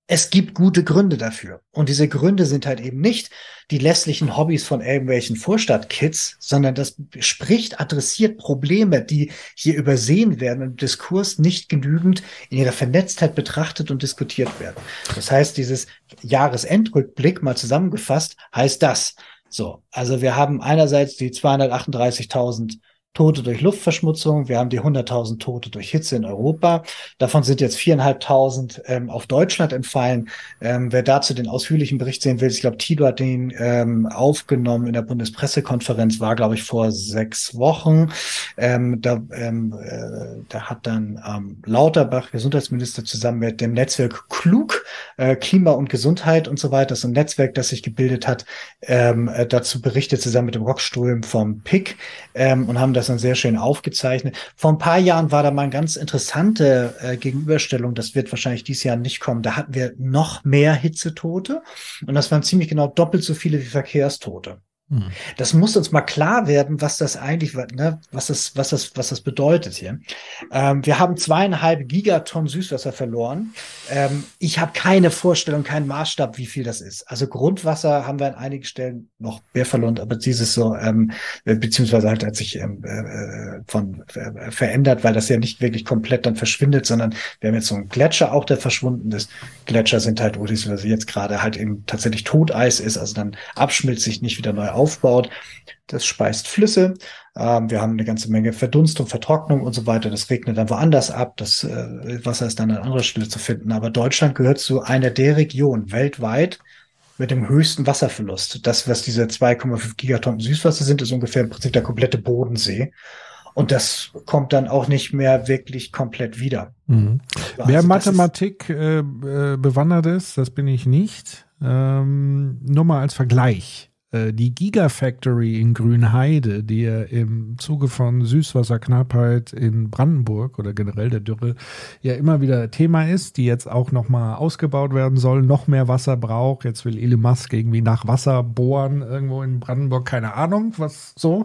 Es gibt gute Gründe dafür. Und diese Gründe sind halt eben nicht die lässlichen Hobbys von irgendwelchen Vorstadtkids, sondern das spricht, adressiert Probleme, die hier übersehen werden und im Diskurs nicht genügend in ihrer Vernetztheit betrachtet und diskutiert werden. Das heißt, dieses Jahresendrückblick mal zusammengefasst heißt das. So, also wir haben einerseits die zweihundertachtunddreißigtausend Tote durch Luftverschmutzung. Wir haben die hunderttausend Tote durch Hitze in Europa. Davon sind jetzt viertausendfünfhundert ähm, auf Deutschland entfallen. Ähm, wer dazu den ausführlichen Bericht sehen will, ich glaube, Tilo hat den ähm, aufgenommen in der Bundespressekonferenz, war, glaube ich, vor sechs Wochen. Ähm, da, ähm, äh, da hat dann ähm, Lauterbach, Gesundheitsminister, zusammen mit dem Netzwerk Klug, äh, Klima und Gesundheit und so weiter, das ist ein Netzwerk, das sich gebildet hat, ähm, äh, dazu berichtet, zusammen mit dem Rockström vom P I C, ähm, und haben das dann sehr schön aufgezeichnet. Vor ein paar Jahren war da mal eine ganz interessante äh, Gegenüberstellung, das wird wahrscheinlich dieses Jahr nicht kommen. Da hatten wir noch mehr Hitzetote und das waren ziemlich genau doppelt so viele wie Verkehrstote. Hm. Das muss uns mal klar werden, was das eigentlich, ne, was das, was das, was das bedeutet hier. Ähm, wir haben zweieinhalb Gigatonnen Süßwasser verloren. Ähm, ich habe keine Vorstellung, keinen Maßstab, wie viel das ist. Also Grundwasser haben wir an einigen Stellen noch mehr verloren, aber dieses so, ähm, beziehungsweise halt hat sich ähm, äh, von äh, verändert, weil das ja nicht wirklich komplett dann verschwindet, sondern wir haben jetzt so einen Gletscher auch, der verschwunden ist. Gletscher sind halt, wo das jetzt gerade halt eben tatsächlich Toteis ist, also dann abschmilzt sich nicht wieder neu aufbaut. Das speist Flüsse. Ähm, wir haben eine ganze Menge Verdunstung, Vertrocknung und so weiter. Das regnet dann woanders ab. Das äh, Wasser ist dann an anderer Stelle zu finden. Aber Deutschland gehört zu einer der Regionen weltweit mit dem höchsten Wasserverlust. Das, was diese zwei Komma fünf Gigatonnen Süßwasser sind, ist ungefähr im Prinzip der komplette Bodensee. Und das kommt dann auch nicht mehr wirklich komplett wieder. Mhm. Also wer Mathematik äh, bewandert ist, das bin ich nicht. Ähm, nur mal als Vergleich. Die Gigafactory in Grünheide, die ja im Zuge von Süßwasserknappheit in Brandenburg oder generell der Dürre ja immer wieder Thema ist, die jetzt auch nochmal ausgebaut werden soll, noch mehr Wasser braucht. Jetzt will Elon Musk irgendwie nach Wasser bohren irgendwo in Brandenburg, keine Ahnung, was so.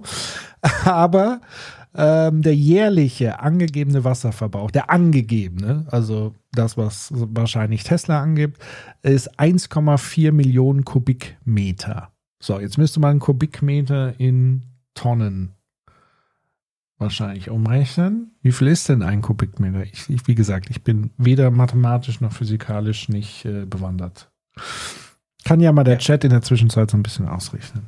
Aber ähm, der jährliche angegebene Wasserverbrauch, der angegebene, also das, was wahrscheinlich Tesla angibt, ist eins Komma vier Millionen Kubikmeter. So, jetzt müsste man einen Kubikmeter in Tonnen wahrscheinlich umrechnen. Wie viel ist denn ein Kubikmeter? Ich, ich, wie gesagt, ich bin weder mathematisch noch physikalisch nicht äh, bewandert. Kann ja mal der Chat in der Zwischenzeit so ein bisschen ausrechnen.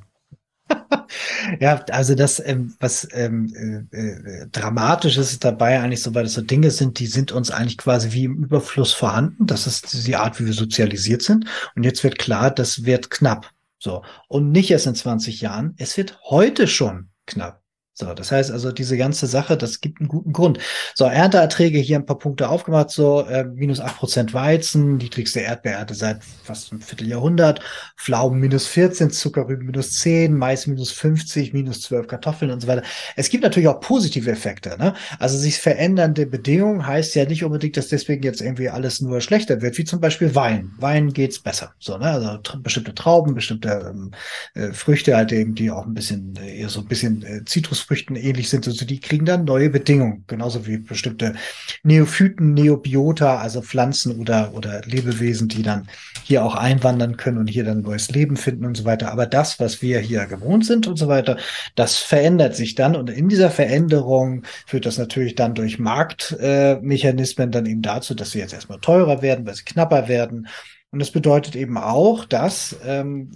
Ja, also das, ähm, was ähm, äh, äh, dramatisch ist dabei eigentlich so, weil das so Dinge sind, die sind uns eigentlich quasi wie im Überfluss vorhanden. Das ist die Art, wie wir sozialisiert sind. Und jetzt wird klar, das wird knapp. So. Und nicht erst in zwanzig Jahren. Es wird heute schon knapp. So, das heißt also, diese ganze Sache, das gibt einen guten Grund. So, Ernteerträge hier ein paar Punkte aufgemacht, so äh, minus acht Prozent Weizen, niedrigste Erdbeerernte seit fast einem Vierteljahrhundert, Pflaumen minus vierzehn, Zuckerrüben minus zehn, Mais minus fünfzig, minus zwölf Kartoffeln und so weiter. Es gibt natürlich auch positive Effekte, ne? Also sich verändernde Bedingungen heißt ja nicht unbedingt, dass deswegen jetzt irgendwie alles nur schlechter wird, wie zum Beispiel Wein. Wein geht's besser. So, ne? Also tra- bestimmte Trauben, bestimmte ähm, äh, Früchte halt eben, die auch ein bisschen, äh, eher so ein bisschen äh, Zitrus Früchten ähnlich sind, also die kriegen dann neue Bedingungen, genauso wie bestimmte Neophyten, Neobiota, also Pflanzen oder oder Lebewesen, die dann hier auch einwandern können und hier dann neues Leben finden und so weiter. Aber das, was wir hier gewohnt sind und so weiter, das verändert sich dann und in dieser Veränderung führt das natürlich dann durch Marktmechanismen äh, dann eben dazu, dass sie jetzt erstmal teurer werden, weil sie knapper werden. Und das bedeutet eben auch, dass ähm,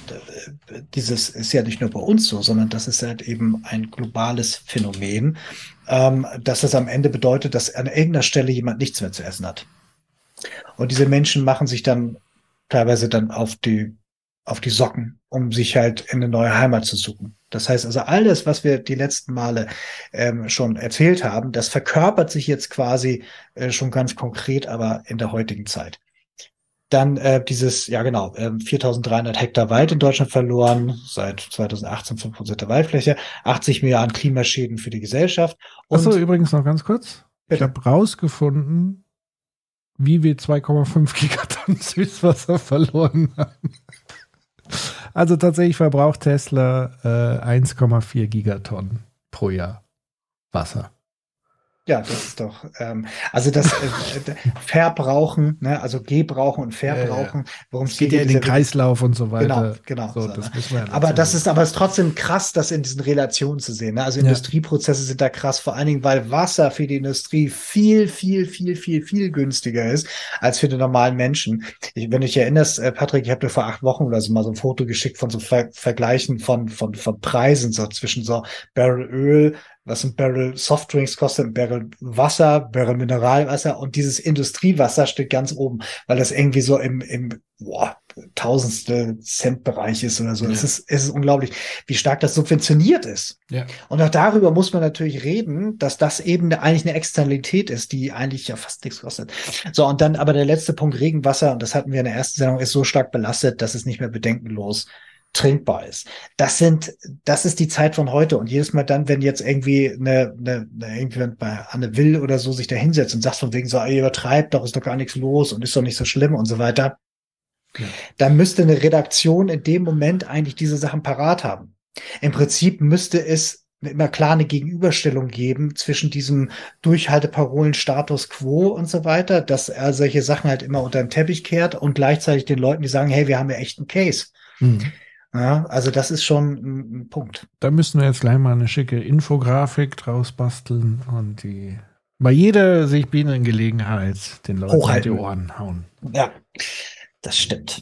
dieses ist ja nicht nur bei uns so, sondern das ist halt eben ein globales Phänomen, ähm, dass das am Ende bedeutet, dass an irgendeiner Stelle jemand nichts mehr zu essen hat. Und diese Menschen machen sich dann teilweise dann auf die auf die Socken, um sich halt in eine neue Heimat zu suchen. Das heißt also, alles, was wir die letzten Male ähm, schon erzählt haben, das verkörpert sich jetzt quasi äh, schon ganz konkret, aber in der heutigen Zeit. Dann äh, dieses, ja genau, äh, viertausenddreihundert Hektar Wald in Deutschland verloren, seit zweitausendachtzehn fünf Prozent der Waldfläche, achtzig Milliarden Klimaschäden für die Gesellschaft. Achso, übrigens noch ganz kurz. Bitte? Ich habe rausgefunden, wie wir zwei Komma fünf Gigatonnen Süßwasser verloren haben. Also tatsächlich verbraucht Tesla äh, eins Komma vier Gigatonnen pro Jahr Wasser. Ja, das ist doch, ähm, also das äh, Verbrauchen, ne, also Gebrauchen und Verbrauchen, ja, ja. worum es geht ja in den Kreislauf und so weiter. Genau, genau. So, So, das ne? müssen wir ja Aber das sehen. ist, aber es ist trotzdem krass, das in diesen Relationen zu sehen. Ne? Also Ja. Industrieprozesse sind da krass, vor allen Dingen, weil Wasser für die Industrie viel, viel, viel, viel, viel günstiger ist als für den normalen Menschen. Ich, wenn du dich erinnerst, äh, Patrick, ich habe dir vor acht Wochen oder so mal so ein Foto geschickt von so Ver Vergleichen von, von, von Preisen, so zwischen so Barrel Öl, was ein Barrel Softdrinks kostet, ein Barrel Wasser, Barrel Mineralwasser und dieses Industriewasser steht ganz oben, weil das irgendwie so im, im boah, tausendstel Cent-Bereich ist oder so. Ja. Es ist, es ist unglaublich, wie stark das subventioniert ist. Ja. Und auch darüber muss man natürlich reden, dass das eben eigentlich eine Externalität ist, die eigentlich ja fast nichts kostet. So, und dann aber der letzte Punkt, Regenwasser, und das hatten wir in der ersten Sendung, ist so stark belastet, dass es nicht mehr bedenkenlos trinkbar ist. Das sind, das ist die Zeit von heute. Und jedes Mal dann, wenn jetzt irgendwie eine, eine, eine irgendjemand bei Anne Will oder so sich da hinsetzt und sagt von wegen so, ey, übertreibt doch, ist doch gar nichts los und ist doch nicht so schlimm und so weiter, ja. Dann müsste eine Redaktion in dem Moment eigentlich diese Sachen parat haben. Im Prinzip müsste es immer klar eine Gegenüberstellung geben zwischen diesem Durchhalteparolen Status Quo und so weiter, dass er solche Sachen halt immer unter den Teppich kehrt und gleichzeitig den Leuten, die sagen, hey, wir haben ja echt einen Case. Mhm. Ja, also das ist schon ein, ein Punkt. Da müssen wir jetzt gleich mal eine schicke Infografik draus basteln und die bei jeder sich bietenden Gelegenheit den Leuten hochhalten. Die Ohren hauen. Ja, das stimmt.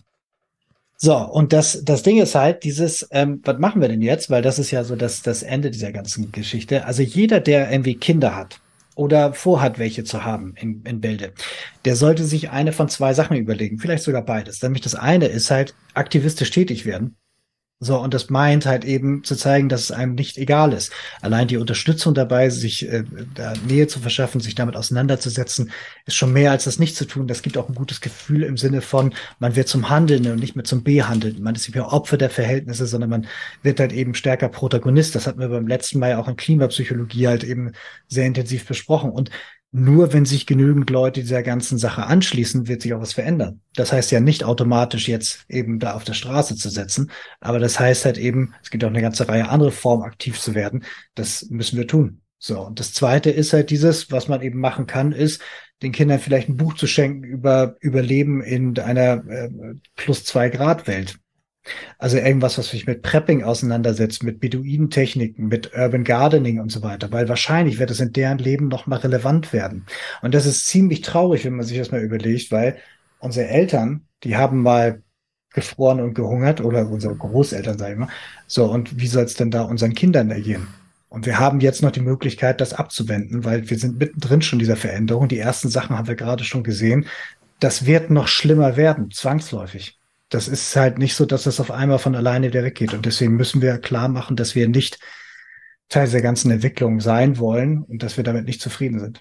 So, und das, das Ding ist halt dieses, ähm, was machen wir denn jetzt? Weil das ist ja so das, das Ende dieser ganzen Geschichte. Also jeder, der irgendwie Kinder hat oder vorhat, welche zu haben in, in Bälde, der sollte sich eine von zwei Sachen überlegen, vielleicht sogar beides. Nämlich das eine ist halt aktivistisch tätig werden. So, und das meint halt eben zu zeigen, dass es einem nicht egal ist. Allein die Unterstützung dabei, sich äh, da Nähe zu verschaffen, sich damit auseinanderzusetzen, ist schon mehr als das nicht zu tun. Das gibt auch ein gutes Gefühl im Sinne von, man wird zum Handeln und nicht mehr zum Behandeln. Man ist nicht mehr Opfer der Verhältnisse, sondern man wird halt eben stärker Protagonist. Das hatten wir beim letzten Mal ja auch in Klimapsychologie halt eben sehr intensiv besprochen. Und nur wenn sich genügend Leute dieser ganzen Sache anschließen, wird sich auch was verändern. Das heißt ja nicht automatisch jetzt eben da auf der Straße zu setzen, aber das heißt halt eben, es gibt auch eine ganze Reihe andere Formen, aktiv zu werden. Das müssen wir tun. So, und das Zweite ist halt dieses, was man eben machen kann, ist, den Kindern vielleicht ein Buch zu schenken über Überleben in einer äh, plus zwei Grad Welt. Also irgendwas, was sich mit Prepping auseinandersetzt, mit Beduinentechniken, mit Urban Gardening und so weiter, weil wahrscheinlich wird es in deren Leben noch mal relevant werden. Und das ist ziemlich traurig, wenn man sich das mal überlegt, weil unsere Eltern, die haben mal gefroren und gehungert, oder unsere Großeltern, sag ich mal. So, und wie soll es denn da unseren Kindern ergehen? Und wir haben jetzt noch die Möglichkeit, das abzuwenden, weil wir sind mittendrin schon dieser Veränderung. Die ersten Sachen haben wir gerade schon gesehen. Das wird noch schlimmer werden, zwangsläufig. Das ist halt nicht so, dass das auf einmal von alleine wieder weggeht. Und deswegen müssen wir klar machen, dass wir nicht Teil der ganzen Entwicklung sein wollen und dass wir damit nicht zufrieden sind.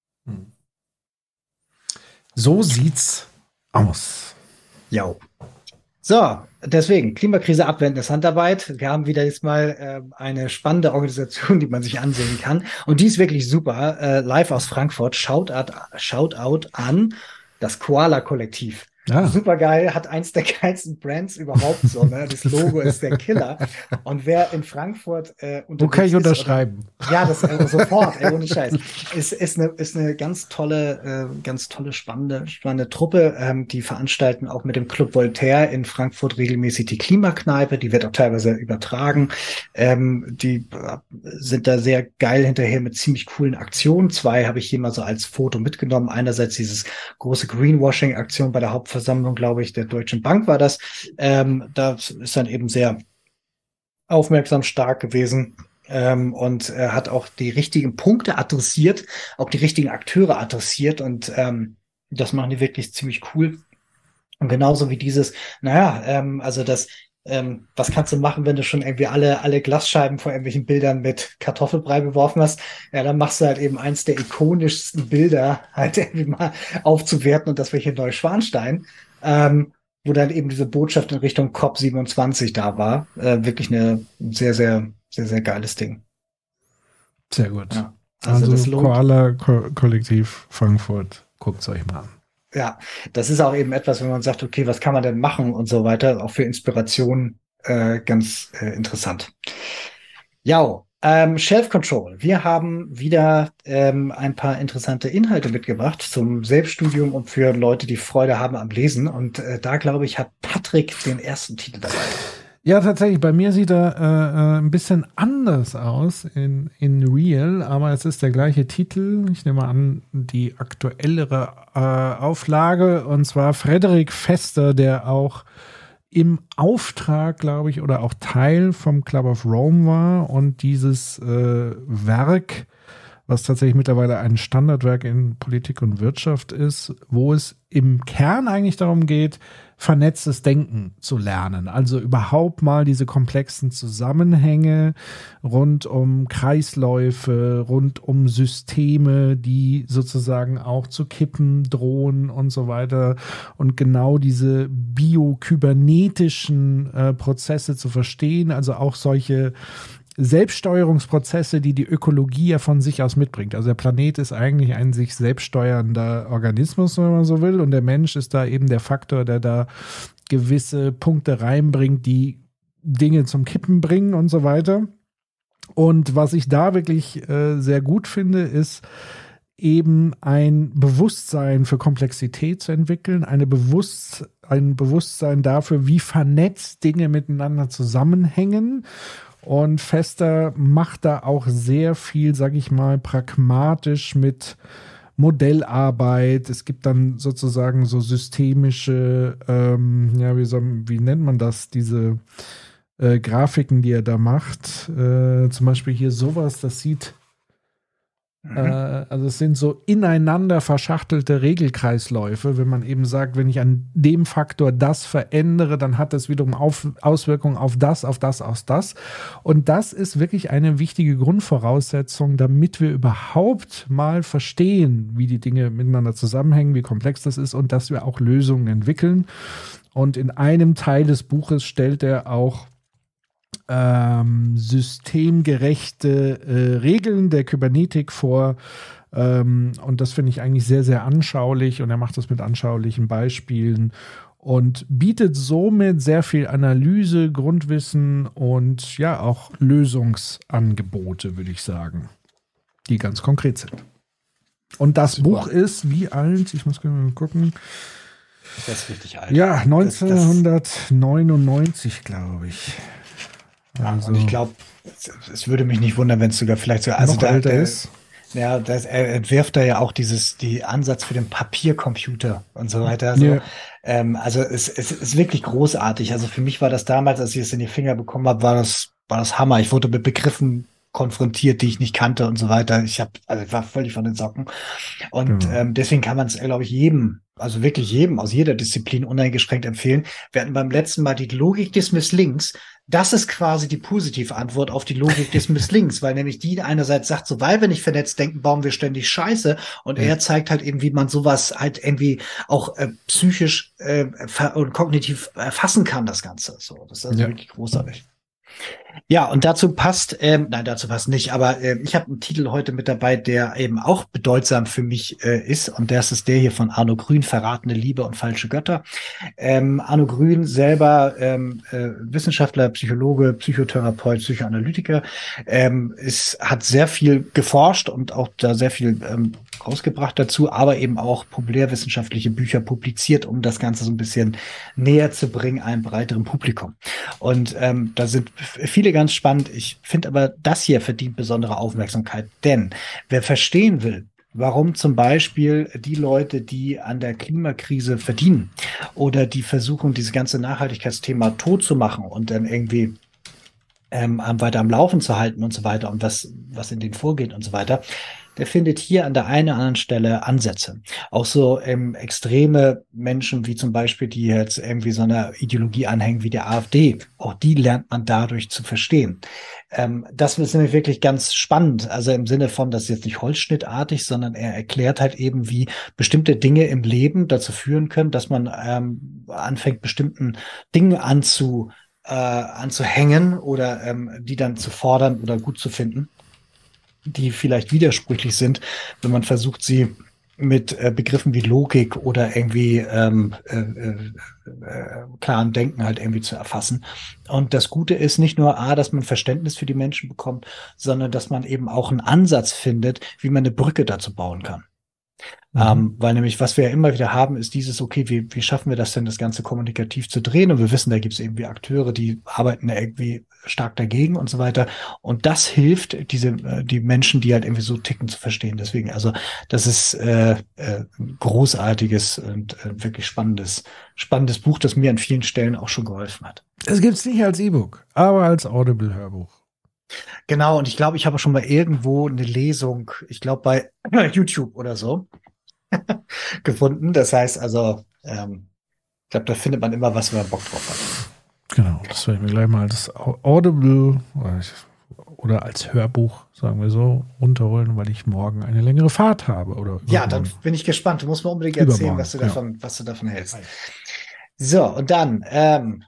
So sieht's aus. Ja. So, deswegen, Klimakrise abwenden ist Handarbeit. Wir haben wieder jetzt mal äh, eine spannende Organisation, die man sich ansehen kann. Und die ist wirklich super. Äh, live aus Frankfurt. Shoutout, Shoutout an das Koala-Kollektiv. Ja. Super geil, hat eins der geilsten Brands überhaupt so, ne? Das Logo ist der Killer. Und wer in Frankfurt äh, Wo kann ich unterschreiben? Oder, ja, das äh, sofort, ey, ohne Scheiß. Ist, ist, eine, ist eine ganz tolle, äh, ganz tolle, spannende, spannende Truppe. Ähm, die veranstalten auch mit dem Club Voltaire in Frankfurt regelmäßig die Klimakneipe. Die wird auch teilweise übertragen. Ähm, die äh, sind da sehr geil hinterher mit ziemlich coolen Aktionen. Zwei habe ich hier mal so als Foto mitgenommen. Einerseits dieses große Greenwashing-Aktion bei der Hauptversammlung, glaube ich, der Deutschen Bank war das. Ähm, das ist dann eben sehr aufmerksam stark gewesen ähm, und äh, hat auch die richtigen Punkte adressiert, auch die richtigen Akteure adressiert und ähm, das machen die wirklich ziemlich cool. Und genauso wie dieses, naja, ähm, also das Ähm, was kannst du machen, wenn du schon irgendwie alle, alle Glasscheiben vor irgendwelchen Bildern mit Kartoffelbrei beworfen hast? Ja, dann machst du halt eben eins der ikonischsten Bilder halt irgendwie mal aufzuwerten und das welche Neuschwanstein, ähm, wo dann eben diese Botschaft in Richtung C O P siebenundzwanzig da war. Äh, wirklich eine sehr, sehr, sehr, sehr geiles Ding. Sehr gut. Ja, also, also Koala-Kollektiv Frankfurt, guckt's euch mal an. Ja, das ist auch eben etwas, wenn man sagt, okay, was kann man denn machen und so weiter, auch für Inspiration äh, ganz äh, interessant. Ja, Ähm, Shelf Control. Wir haben wieder ähm, ein paar interessante Inhalte mitgebracht zum Selbststudium und für Leute, die Freude haben am Lesen. Und äh, da, glaube ich, hat Patrick den ersten Titel dabei. Ja, tatsächlich. Bei mir sieht er äh, äh, ein bisschen anders aus in, in Real, aber es ist der gleiche Titel. Ich nehme an, die aktuellere äh, Auflage, und zwar Frederik Vester, der auch im Auftrag, glaube ich, oder auch Teil vom Club of Rome war und dieses äh, Werk, was tatsächlich mittlerweile ein Standardwerk in Politik und Wirtschaft ist, wo es im Kern eigentlich darum geht, vernetztes Denken zu lernen. Also überhaupt mal diese komplexen Zusammenhänge rund um Kreisläufe, rund um Systeme, die sozusagen auch zu kippen drohen und so weiter. Und genau diese biokybernetischen äh, Prozesse zu verstehen, also auch solche Selbststeuerungsprozesse, die die Ökologie ja von sich aus mitbringt. Also der Planet ist eigentlich ein sich selbststeuernder Organismus, wenn man so will, und der Mensch ist da eben der Faktor, der da gewisse Punkte reinbringt, die Dinge zum Kippen bringen und so weiter. Und was ich da wirklich äh, sehr gut finde, ist eben ein Bewusstsein für Komplexität zu entwickeln, eine Bewusst- ein Bewusstsein dafür, wie vernetzt Dinge miteinander zusammenhängen. Und Vester macht da auch sehr viel, sag ich mal, pragmatisch mit Modellarbeit. Es gibt dann sozusagen so systemische, ähm, ja, wie, soll, wie nennt man das, diese äh, Grafiken, die er da macht. Äh, zum Beispiel hier sowas, das sieht Mhm. Also es sind so ineinander verschachtelte Regelkreisläufe, wenn man eben sagt, wenn ich an dem Faktor das verändere, dann hat das wiederum auf, Auswirkungen auf das, auf das, auf das. Und das ist wirklich eine wichtige Grundvoraussetzung, damit wir überhaupt mal verstehen, wie die Dinge miteinander zusammenhängen, wie komplex das ist und dass wir auch Lösungen entwickeln. Und in einem Teil des Buches stellt er auch Ähm, systemgerechte äh, Regeln der Kybernetik vor. Ähm, und das finde ich eigentlich sehr, sehr anschaulich. Und er macht das mit anschaulichen Beispielen und bietet somit sehr viel Analyse, Grundwissen und ja auch Lösungsangebote, würde ich sagen, die ganz konkret sind. Und das Super. Buch ist wie alt? Ich muss mal gucken. Das ist richtig alt. Ja, neunzehnhundertneunundneunzig, glaube ich. Also, und ich glaube, es, es würde mich nicht wundern, wenn es sogar vielleicht so also noch da, älter der, ist. Ja, das, er entwirft da ja auch dieses die Ansatz für den Papiercomputer und so weiter. Also, Ja. ähm, also es, es ist wirklich großartig. Also für mich war das damals, als ich es in die Finger bekommen habe, war das war das Hammer. Ich wurde mit Begriffen konfrontiert, die ich nicht kannte und so weiter. Ich habe also ich war völlig von den Socken. Und Ja. ähm, deswegen kann man es, glaube ich, jedem, also wirklich jedem aus jeder Disziplin uneingeschränkt empfehlen. Wir hatten beim letzten Mal die Logik des Misslings. Das ist quasi die positive Antwort auf die Logik des Misslings, weil nämlich die einerseits sagt, so weil wir nicht vernetzt denken, bauen wir ständig Scheiße. Und Ja. er zeigt halt eben, wie man sowas halt irgendwie auch äh, psychisch äh, und kognitiv erfassen kann, das Ganze. So, das ist also Ja. wirklich großartig. Ja, und dazu passt, ähm, nein, dazu passt nicht, aber äh, ich habe einen Titel heute mit dabei, der eben auch bedeutsam für mich äh, ist, und das ist der hier von Arno Grün, Verratene Liebe und falsche Götter. Ähm, Arno Grün selber ähm, äh, Wissenschaftler, Psychologe, Psychotherapeut, Psychoanalytiker, ähm, ist, hat sehr viel geforscht und auch da sehr viel ähm, rausgebracht dazu, aber eben auch populärwissenschaftliche Bücher publiziert, um das Ganze so ein bisschen näher zu bringen einem breiteren Publikum. Und ähm, da sind viele ganz spannend. Ich finde aber, das hier verdient besondere Aufmerksamkeit, denn wer verstehen will, warum zum Beispiel die Leute, die an der Klimakrise verdienen oder die versuchen, dieses ganze Nachhaltigkeitsthema tot zu machen und dann irgendwie ähm, weiter am Laufen zu halten und so weiter und was, was in denen vorgeht und so weiter, der findet hier an der einen oder anderen Stelle Ansätze. Auch so ähm, extreme Menschen wie zum Beispiel, die jetzt irgendwie so einer Ideologie anhängen wie der AfD, auch die lernt man dadurch zu verstehen. Ähm, das ist nämlich wirklich ganz spannend, also im Sinne von, das ist jetzt nicht holzschnittartig, sondern er erklärt halt eben, wie bestimmte Dinge im Leben dazu führen können, dass man ähm, anfängt, bestimmten Dingen anzu, äh, anzuhängen oder ähm, die dann zu fordern oder gut zu finden, die vielleicht widersprüchlich sind, wenn man versucht, sie mit äh, Begriffen wie Logik oder irgendwie ähm, äh, äh, äh, klaren Denken halt irgendwie zu erfassen. Und das Gute ist nicht nur A, dass man Verständnis für die Menschen bekommt, sondern dass man eben auch einen Ansatz findet, wie man eine Brücke dazu bauen kann. Mhm. Ähm, weil nämlich, was wir ja immer wieder haben, ist dieses, okay, wie, wie schaffen wir das denn, das Ganze kommunikativ zu drehen? Und wir wissen, da gibt es irgendwie Akteure, die arbeiten da irgendwie stark dagegen und so weiter. Und das hilft, diese äh, die Menschen, die halt irgendwie so ticken, zu verstehen. Deswegen, also das ist äh, äh, ein großartiges und äh, wirklich spannendes, spannendes Buch, das mir an vielen Stellen auch schon geholfen hat. Es gibt es nicht als E-Book, aber als Audible-Hörbuch. Genau, und ich glaube, ich habe schon mal irgendwo eine Lesung, ich glaube bei YouTube oder so, gefunden. Das heißt also, ähm, ich glaube, da findet man immer was, wenn man Bock drauf hat. Genau, das werde ich mir gleich mal als Audible oder als Hörbuch, sagen wir so, runterholen, weil ich morgen eine längere Fahrt habe. Oder ja, dann bin ich gespannt. Du musst mir unbedingt erzählen, was du davon, ja. was du davon hältst. So, und dann, ähm,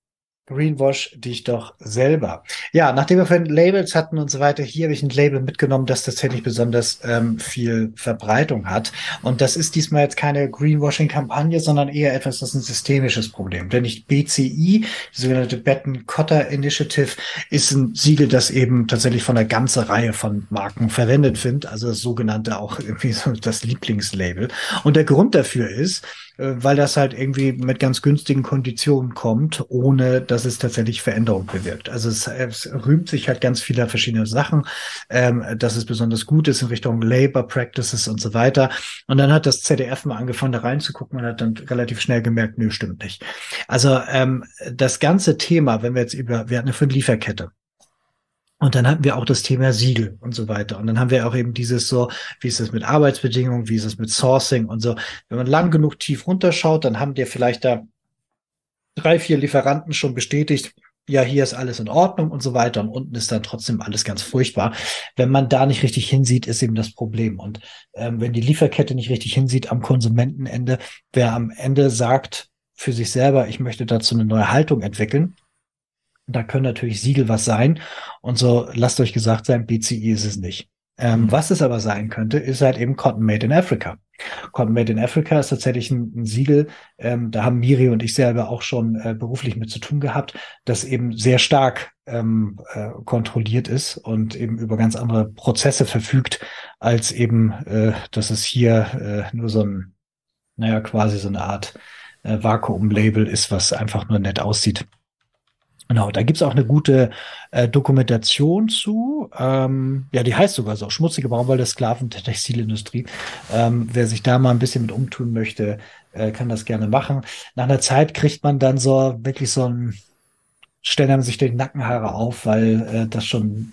Greenwash dich doch selber. Ja, nachdem wir von Labels hatten und so weiter, hier habe ich ein Label mitgenommen, das tatsächlich besonders ähm, viel Verbreitung hat. Und das ist diesmal jetzt keine Greenwashing-Kampagne, sondern eher etwas, das ist ein systemisches Problem. Denn nicht B C I, die sogenannte Benton-Cotter Initiative, ist ein Siegel, das eben tatsächlich von einer ganzen Reihe von Marken verwendet wird. Also das sogenannte auch irgendwie so das Lieblingslabel. Und der Grund dafür ist, weil das halt irgendwie mit ganz günstigen Konditionen kommt, ohne dass es tatsächlich Veränderung bewirkt. Also es, es rühmt sich halt ganz viele verschiedene Sachen, ähm, dass es besonders gut ist in Richtung Labor Practices und so weiter. Und dann hat das Z D F mal angefangen, da reinzugucken und hat dann relativ schnell gemerkt, nö, stimmt nicht. Also ähm, das ganze Thema, wenn wir jetzt über, wir hatten eine Fünf-Lieferkette. Und dann hatten wir auch das Thema Siegel und so weiter. Und dann haben wir auch eben dieses so, wie ist es mit Arbeitsbedingungen, wie ist es mit Sourcing und so. Wenn man lang genug tief runterschaut, dann haben dir vielleicht da drei, vier Lieferanten schon bestätigt, ja, hier ist alles in Ordnung und so weiter. Und unten ist dann trotzdem alles ganz furchtbar. Wenn man da nicht richtig hinsieht, ist eben das Problem. Und ähm, wenn die Lieferkette nicht richtig hinsieht am Konsumentenende, wer am Ende sagt für sich selber, ich möchte dazu eine neue Haltung entwickeln, da können natürlich Siegel was sein. Und so, lasst euch gesagt sein, B C I ist es nicht. Ähm, mhm. Was es aber sein könnte, ist halt eben Cotton Made in Africa. Cotton Made in Africa ist tatsächlich ein, ein Siegel, ähm, da haben Miri und ich selber auch schon äh, beruflich mit zu tun gehabt, das eben sehr stark ähm, äh, kontrolliert ist und eben über ganz andere Prozesse verfügt, als eben, äh, dass es hier äh, nur so ein, naja, quasi so eine Art äh, Vakuum-Label ist, was einfach nur nett aussieht. Genau, da gibt's auch eine gute äh, Dokumentation zu. Ähm, ja, die heißt sogar so, schmutzige Baumwolle, Sklaven der Textilindustrie. Ähm, wer sich da mal ein bisschen mit umtun möchte, äh, kann das gerne machen. Nach einer Zeit kriegt man dann so wirklich so ein, stellen einem sich die Nackenhaare auf, weil äh, das schon,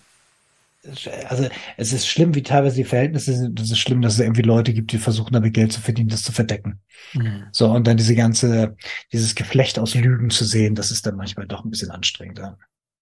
also es ist schlimm, wie teilweise die Verhältnisse sind. Es ist schlimm, dass es irgendwie Leute gibt, die versuchen, damit Geld zu verdienen, das zu verdecken. Mhm. So, und dann diese ganze, dieses Geflecht aus Lügen zu sehen, das ist dann manchmal doch ein bisschen anstrengender.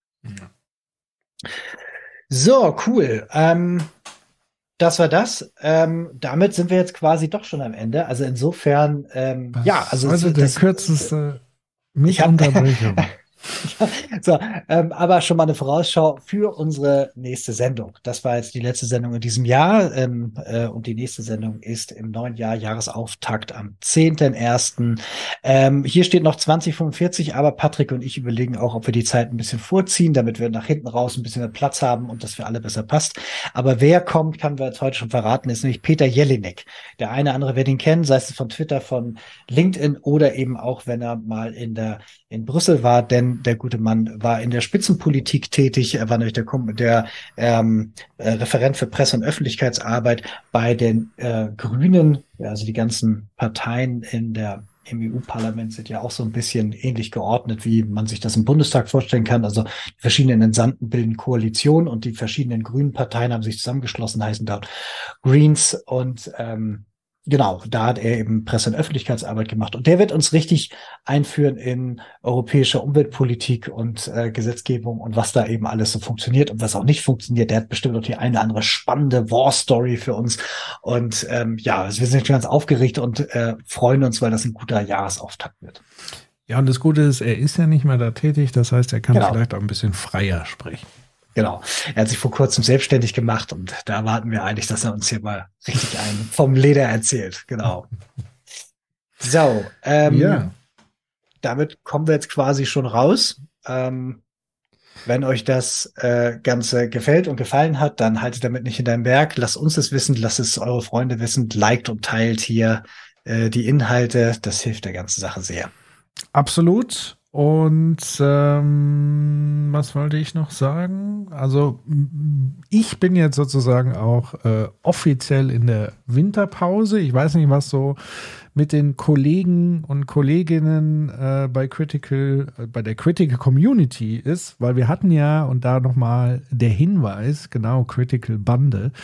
Mhm. So, cool. Ähm, das war das. Ähm, damit sind wir jetzt quasi doch schon am Ende. Also insofern, ähm, ja, also also das, der das, kürzeste Nicht-Unterbrechung. So, ähm, aber schon mal eine Vorausschau für unsere nächste Sendung. Das war jetzt die letzte Sendung in diesem Jahr ähm, äh, und die nächste Sendung ist im neuen Jahr, Jahresauftakt am zehnten ersten Ähm, hier steht noch zwanzig fünfundvierzig, aber Patrick und ich überlegen auch, ob wir die Zeit ein bisschen vorziehen, damit wir nach hinten raus ein bisschen mehr Platz haben und das für alle besser passt. Aber wer kommt, kann wir jetzt heute schon verraten, ist nämlich Peter Jelinek. Der eine andere wird ihn kennen, sei es von Twitter, von LinkedIn oder eben auch, wenn er mal in der in Brüssel war, denn der gute Mann war in der Spitzenpolitik tätig. Er war nämlich der, der ähm, äh, Referent für Presse- und Öffentlichkeitsarbeit bei den äh, Grünen. Ja, also die ganzen Parteien in der im E U-Parlament sind ja auch so ein bisschen ähnlich geordnet, wie man sich das im Bundestag vorstellen kann. Also die verschiedenen Entsandten bilden Koalition und die verschiedenen grünen Parteien haben sich zusammengeschlossen, heißen dort Greens und ähm, genau, da hat er eben Presse- und Öffentlichkeitsarbeit gemacht. Und der wird uns richtig einführen in europäische Umweltpolitik und äh, Gesetzgebung und was da eben alles so funktioniert und was auch nicht funktioniert. Der hat bestimmt auch die eine oder andere spannende War-Story für uns. Und ähm, ja, also wir sind schon ganz aufgeregt und äh, freuen uns, weil das ein guter Jahresauftakt wird. Ja, und das Gute ist, er ist ja nicht mehr da tätig. Das heißt, er kann genau. vielleicht auch ein bisschen freier sprechen. Genau. Er hat sich vor kurzem selbstständig gemacht und da erwarten wir eigentlich, dass er uns hier mal richtig einen vom Leder erzählt. Genau. So, ähm, Ja. damit kommen wir jetzt quasi schon raus. Ähm, wenn euch das äh, Ganze gefällt und gefallen hat, dann haltet damit nicht in deinem Berg. Lasst uns das wissen, lasst es eure Freunde wissen, liked und teilt hier äh, die Inhalte. Das hilft der ganzen Sache sehr. Absolut. Und ähm, was wollte ich noch sagen? Also m- ich bin jetzt sozusagen auch äh, offiziell in der Winterpause. Ich weiß nicht, was so mit den Kollegen und Kolleginnen äh, bei Critical, äh, bei der Critical Community ist, weil wir hatten ja, und da nochmal der Hinweis, genau, Critical Bande,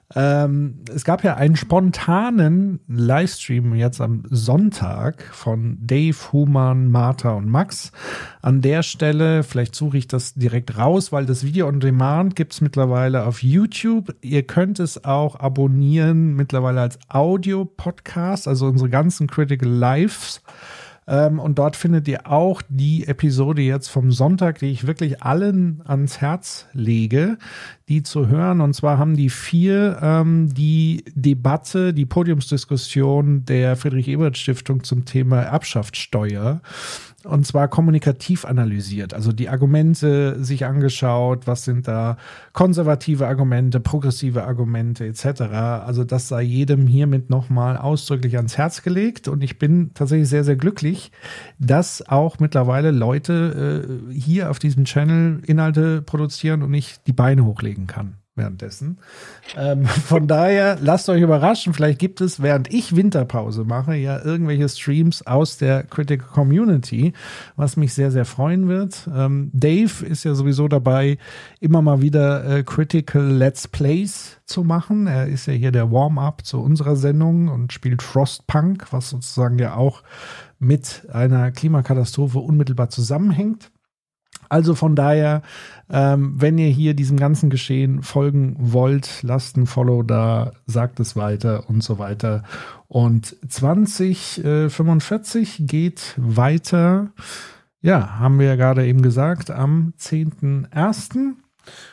ähm, es gab ja einen spontanen Livestream jetzt am Sonntag von Dave, Human, Martha und Max. An der Stelle, vielleicht suche ich das direkt raus, weil das Video on Demand gibt es mittlerweile auf YouTube. Ihr könnt es auch abonnieren, mittlerweile als Audio-Podcast, also unsere ganzen Critical Lives. Ähm, und dort findet ihr auch die Episode jetzt vom Sonntag, die ich wirklich allen ans Herz lege, die zu hören. Und zwar haben die vier ähm, die Debatte, die Podiumsdiskussion der Friedrich-Ebert-Stiftung zum Thema Erbschaftssteuer, und zwar kommunikativ analysiert. Also die Argumente sich angeschaut, was sind da konservative Argumente, progressive Argumente et cetera. Also das sei jedem hiermit nochmal ausdrücklich ans Herz gelegt. Und ich bin tatsächlich sehr, sehr glücklich, dass auch mittlerweile Leute äh, hier auf diesem Channel Inhalte produzieren und ich die Beine hochlegen kann währenddessen. Ähm, von daher, lasst euch überraschen. Vielleicht gibt es, während ich Winterpause mache, ja irgendwelche Streams aus der Critical Community, was mich sehr, sehr freuen wird. Ähm, Dave ist ja sowieso dabei, immer mal wieder äh, Critical Let's Plays zu machen. Er ist ja hier der Warm-up zu unserer Sendung und spielt Frostpunk, was sozusagen ja auch mit einer Klimakatastrophe unmittelbar zusammenhängt. Also von daher, ähm, wenn ihr hier diesem ganzen Geschehen folgen wollt, lasst ein Follow da, sagt es weiter und so weiter. Und zwanzig fünfundvierzig geht weiter, ja, haben wir ja gerade eben gesagt, am zehnten ersten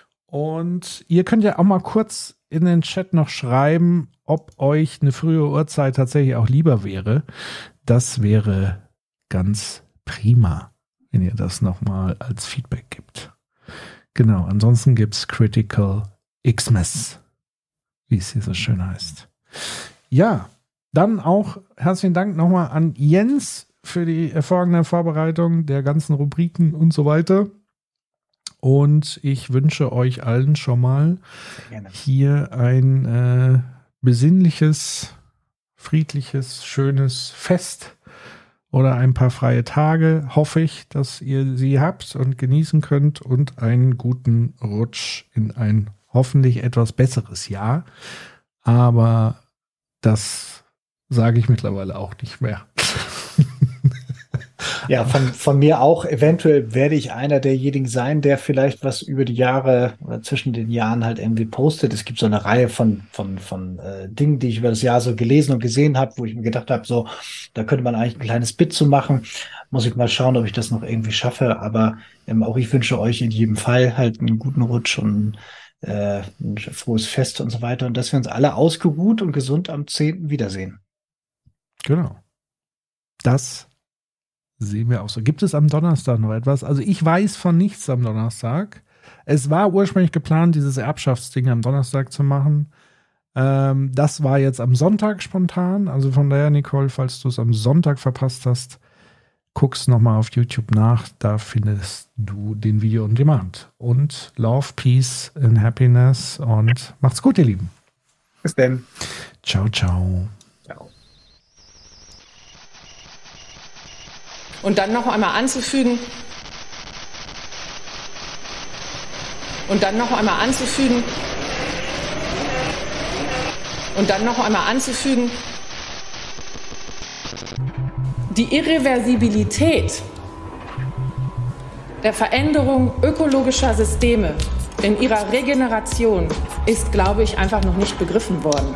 Und ihr könnt ja auch mal kurz in den Chat noch schreiben, ob euch eine frühe Uhrzeit tatsächlich auch lieber wäre. Das wäre ganz prima, wenn ihr das nochmal als Feedback gibt. Genau, ansonsten gibt es Critical Xmas, wie es hier so schön heißt. Ja, dann auch herzlichen Dank nochmal an Jens für die hervorragende Vorbereitung der ganzen Rubriken und so weiter. Und ich wünsche euch allen schon mal hier ein äh, besinnliches, friedliches, schönes Fest oder ein paar freie Tage, hoffe ich, dass ihr sie habt und genießen könnt und einen guten Rutsch in ein hoffentlich etwas besseres Jahr. Aber das sage ich mittlerweile auch nicht mehr. Ja, von, von mir auch. Eventuell werde ich einer derjenigen sein, der vielleicht was über die Jahre oder zwischen den Jahren halt irgendwie postet. Es gibt so eine Reihe von, von, von äh, Dingen, die ich über das Jahr so gelesen und gesehen habe, wo ich mir gedacht habe, so, da könnte man eigentlich ein kleines Bit zu machen. Muss ich mal schauen, ob ich das noch irgendwie schaffe. Aber ähm, auch ich wünsche euch in jedem Fall halt einen guten Rutsch und äh, ein frohes Fest und so weiter. Und dass wir uns alle ausgeruht und gesund am zehnten wiedersehen. Genau. Das sehen wir auch so. Gibt es am Donnerstag noch etwas? Also ich weiß von nichts am Donnerstag. Es war ursprünglich geplant, dieses Erbschaftsding am Donnerstag zu machen. Ähm, das war jetzt am Sonntag spontan. Also von daher, Nicole, falls du es am Sonntag verpasst hast, guck's nochmal auf YouTube nach. Da findest du den Video on Demand. Und Love, Peace and Happiness und macht's gut, ihr Lieben. Bis dann. Ciao, ciao. Ciao. Und dann noch einmal anzufügen, und dann noch einmal anzufügen, und dann noch einmal anzufügen, die Irreversibilität der Veränderung ökologischer Systeme in ihrer Regeneration ist, glaube ich, einfach noch nicht begriffen worden.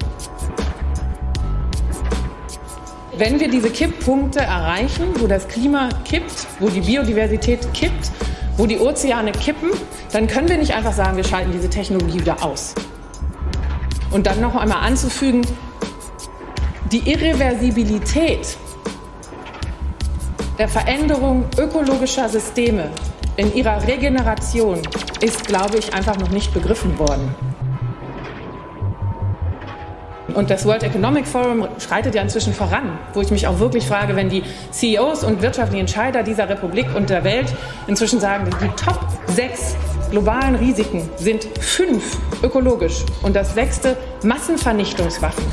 Wenn wir diese Kipppunkte erreichen, wo das Klima kippt, wo die Biodiversität kippt, wo die Ozeane kippen, dann können wir nicht einfach sagen, wir schalten diese Technologie wieder aus. Und dann noch einmal anzufügen, die Irreversibilität der Veränderung ökologischer Systeme in ihrer Regeneration ist, glaube ich, einfach noch nicht begriffen worden. Und das World Economic Forum schreitet ja inzwischen voran, wo ich mich auch wirklich frage, wenn die C E Os und wirtschaftlichen Entscheider dieser Republik und der Welt inzwischen sagen, die Top sechs globalen Risiken sind fünf ökologisch und das sechste Massenvernichtungswaffen.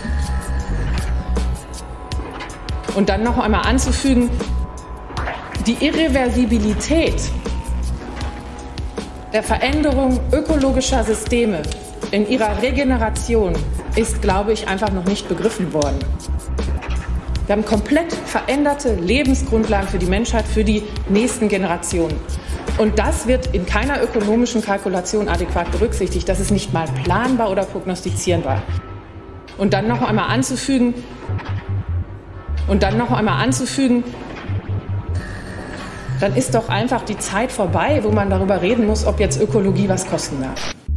Und dann noch einmal anzufügen, die Irreversibilität der Veränderung ökologischer Systeme in ihrer Regeneration ist, glaube ich, einfach noch nicht begriffen worden. Wir haben komplett veränderte Lebensgrundlagen für die Menschheit, für die nächsten Generationen. Und das wird in keiner ökonomischen Kalkulation adäquat berücksichtigt. Das ist nicht mal planbar oder prognostizierbar. Und dann noch einmal anzufügen, und dann noch einmal anzufügen, dann ist doch einfach die Zeit vorbei, wo man darüber reden muss, ob jetzt Ökologie was kosten darf.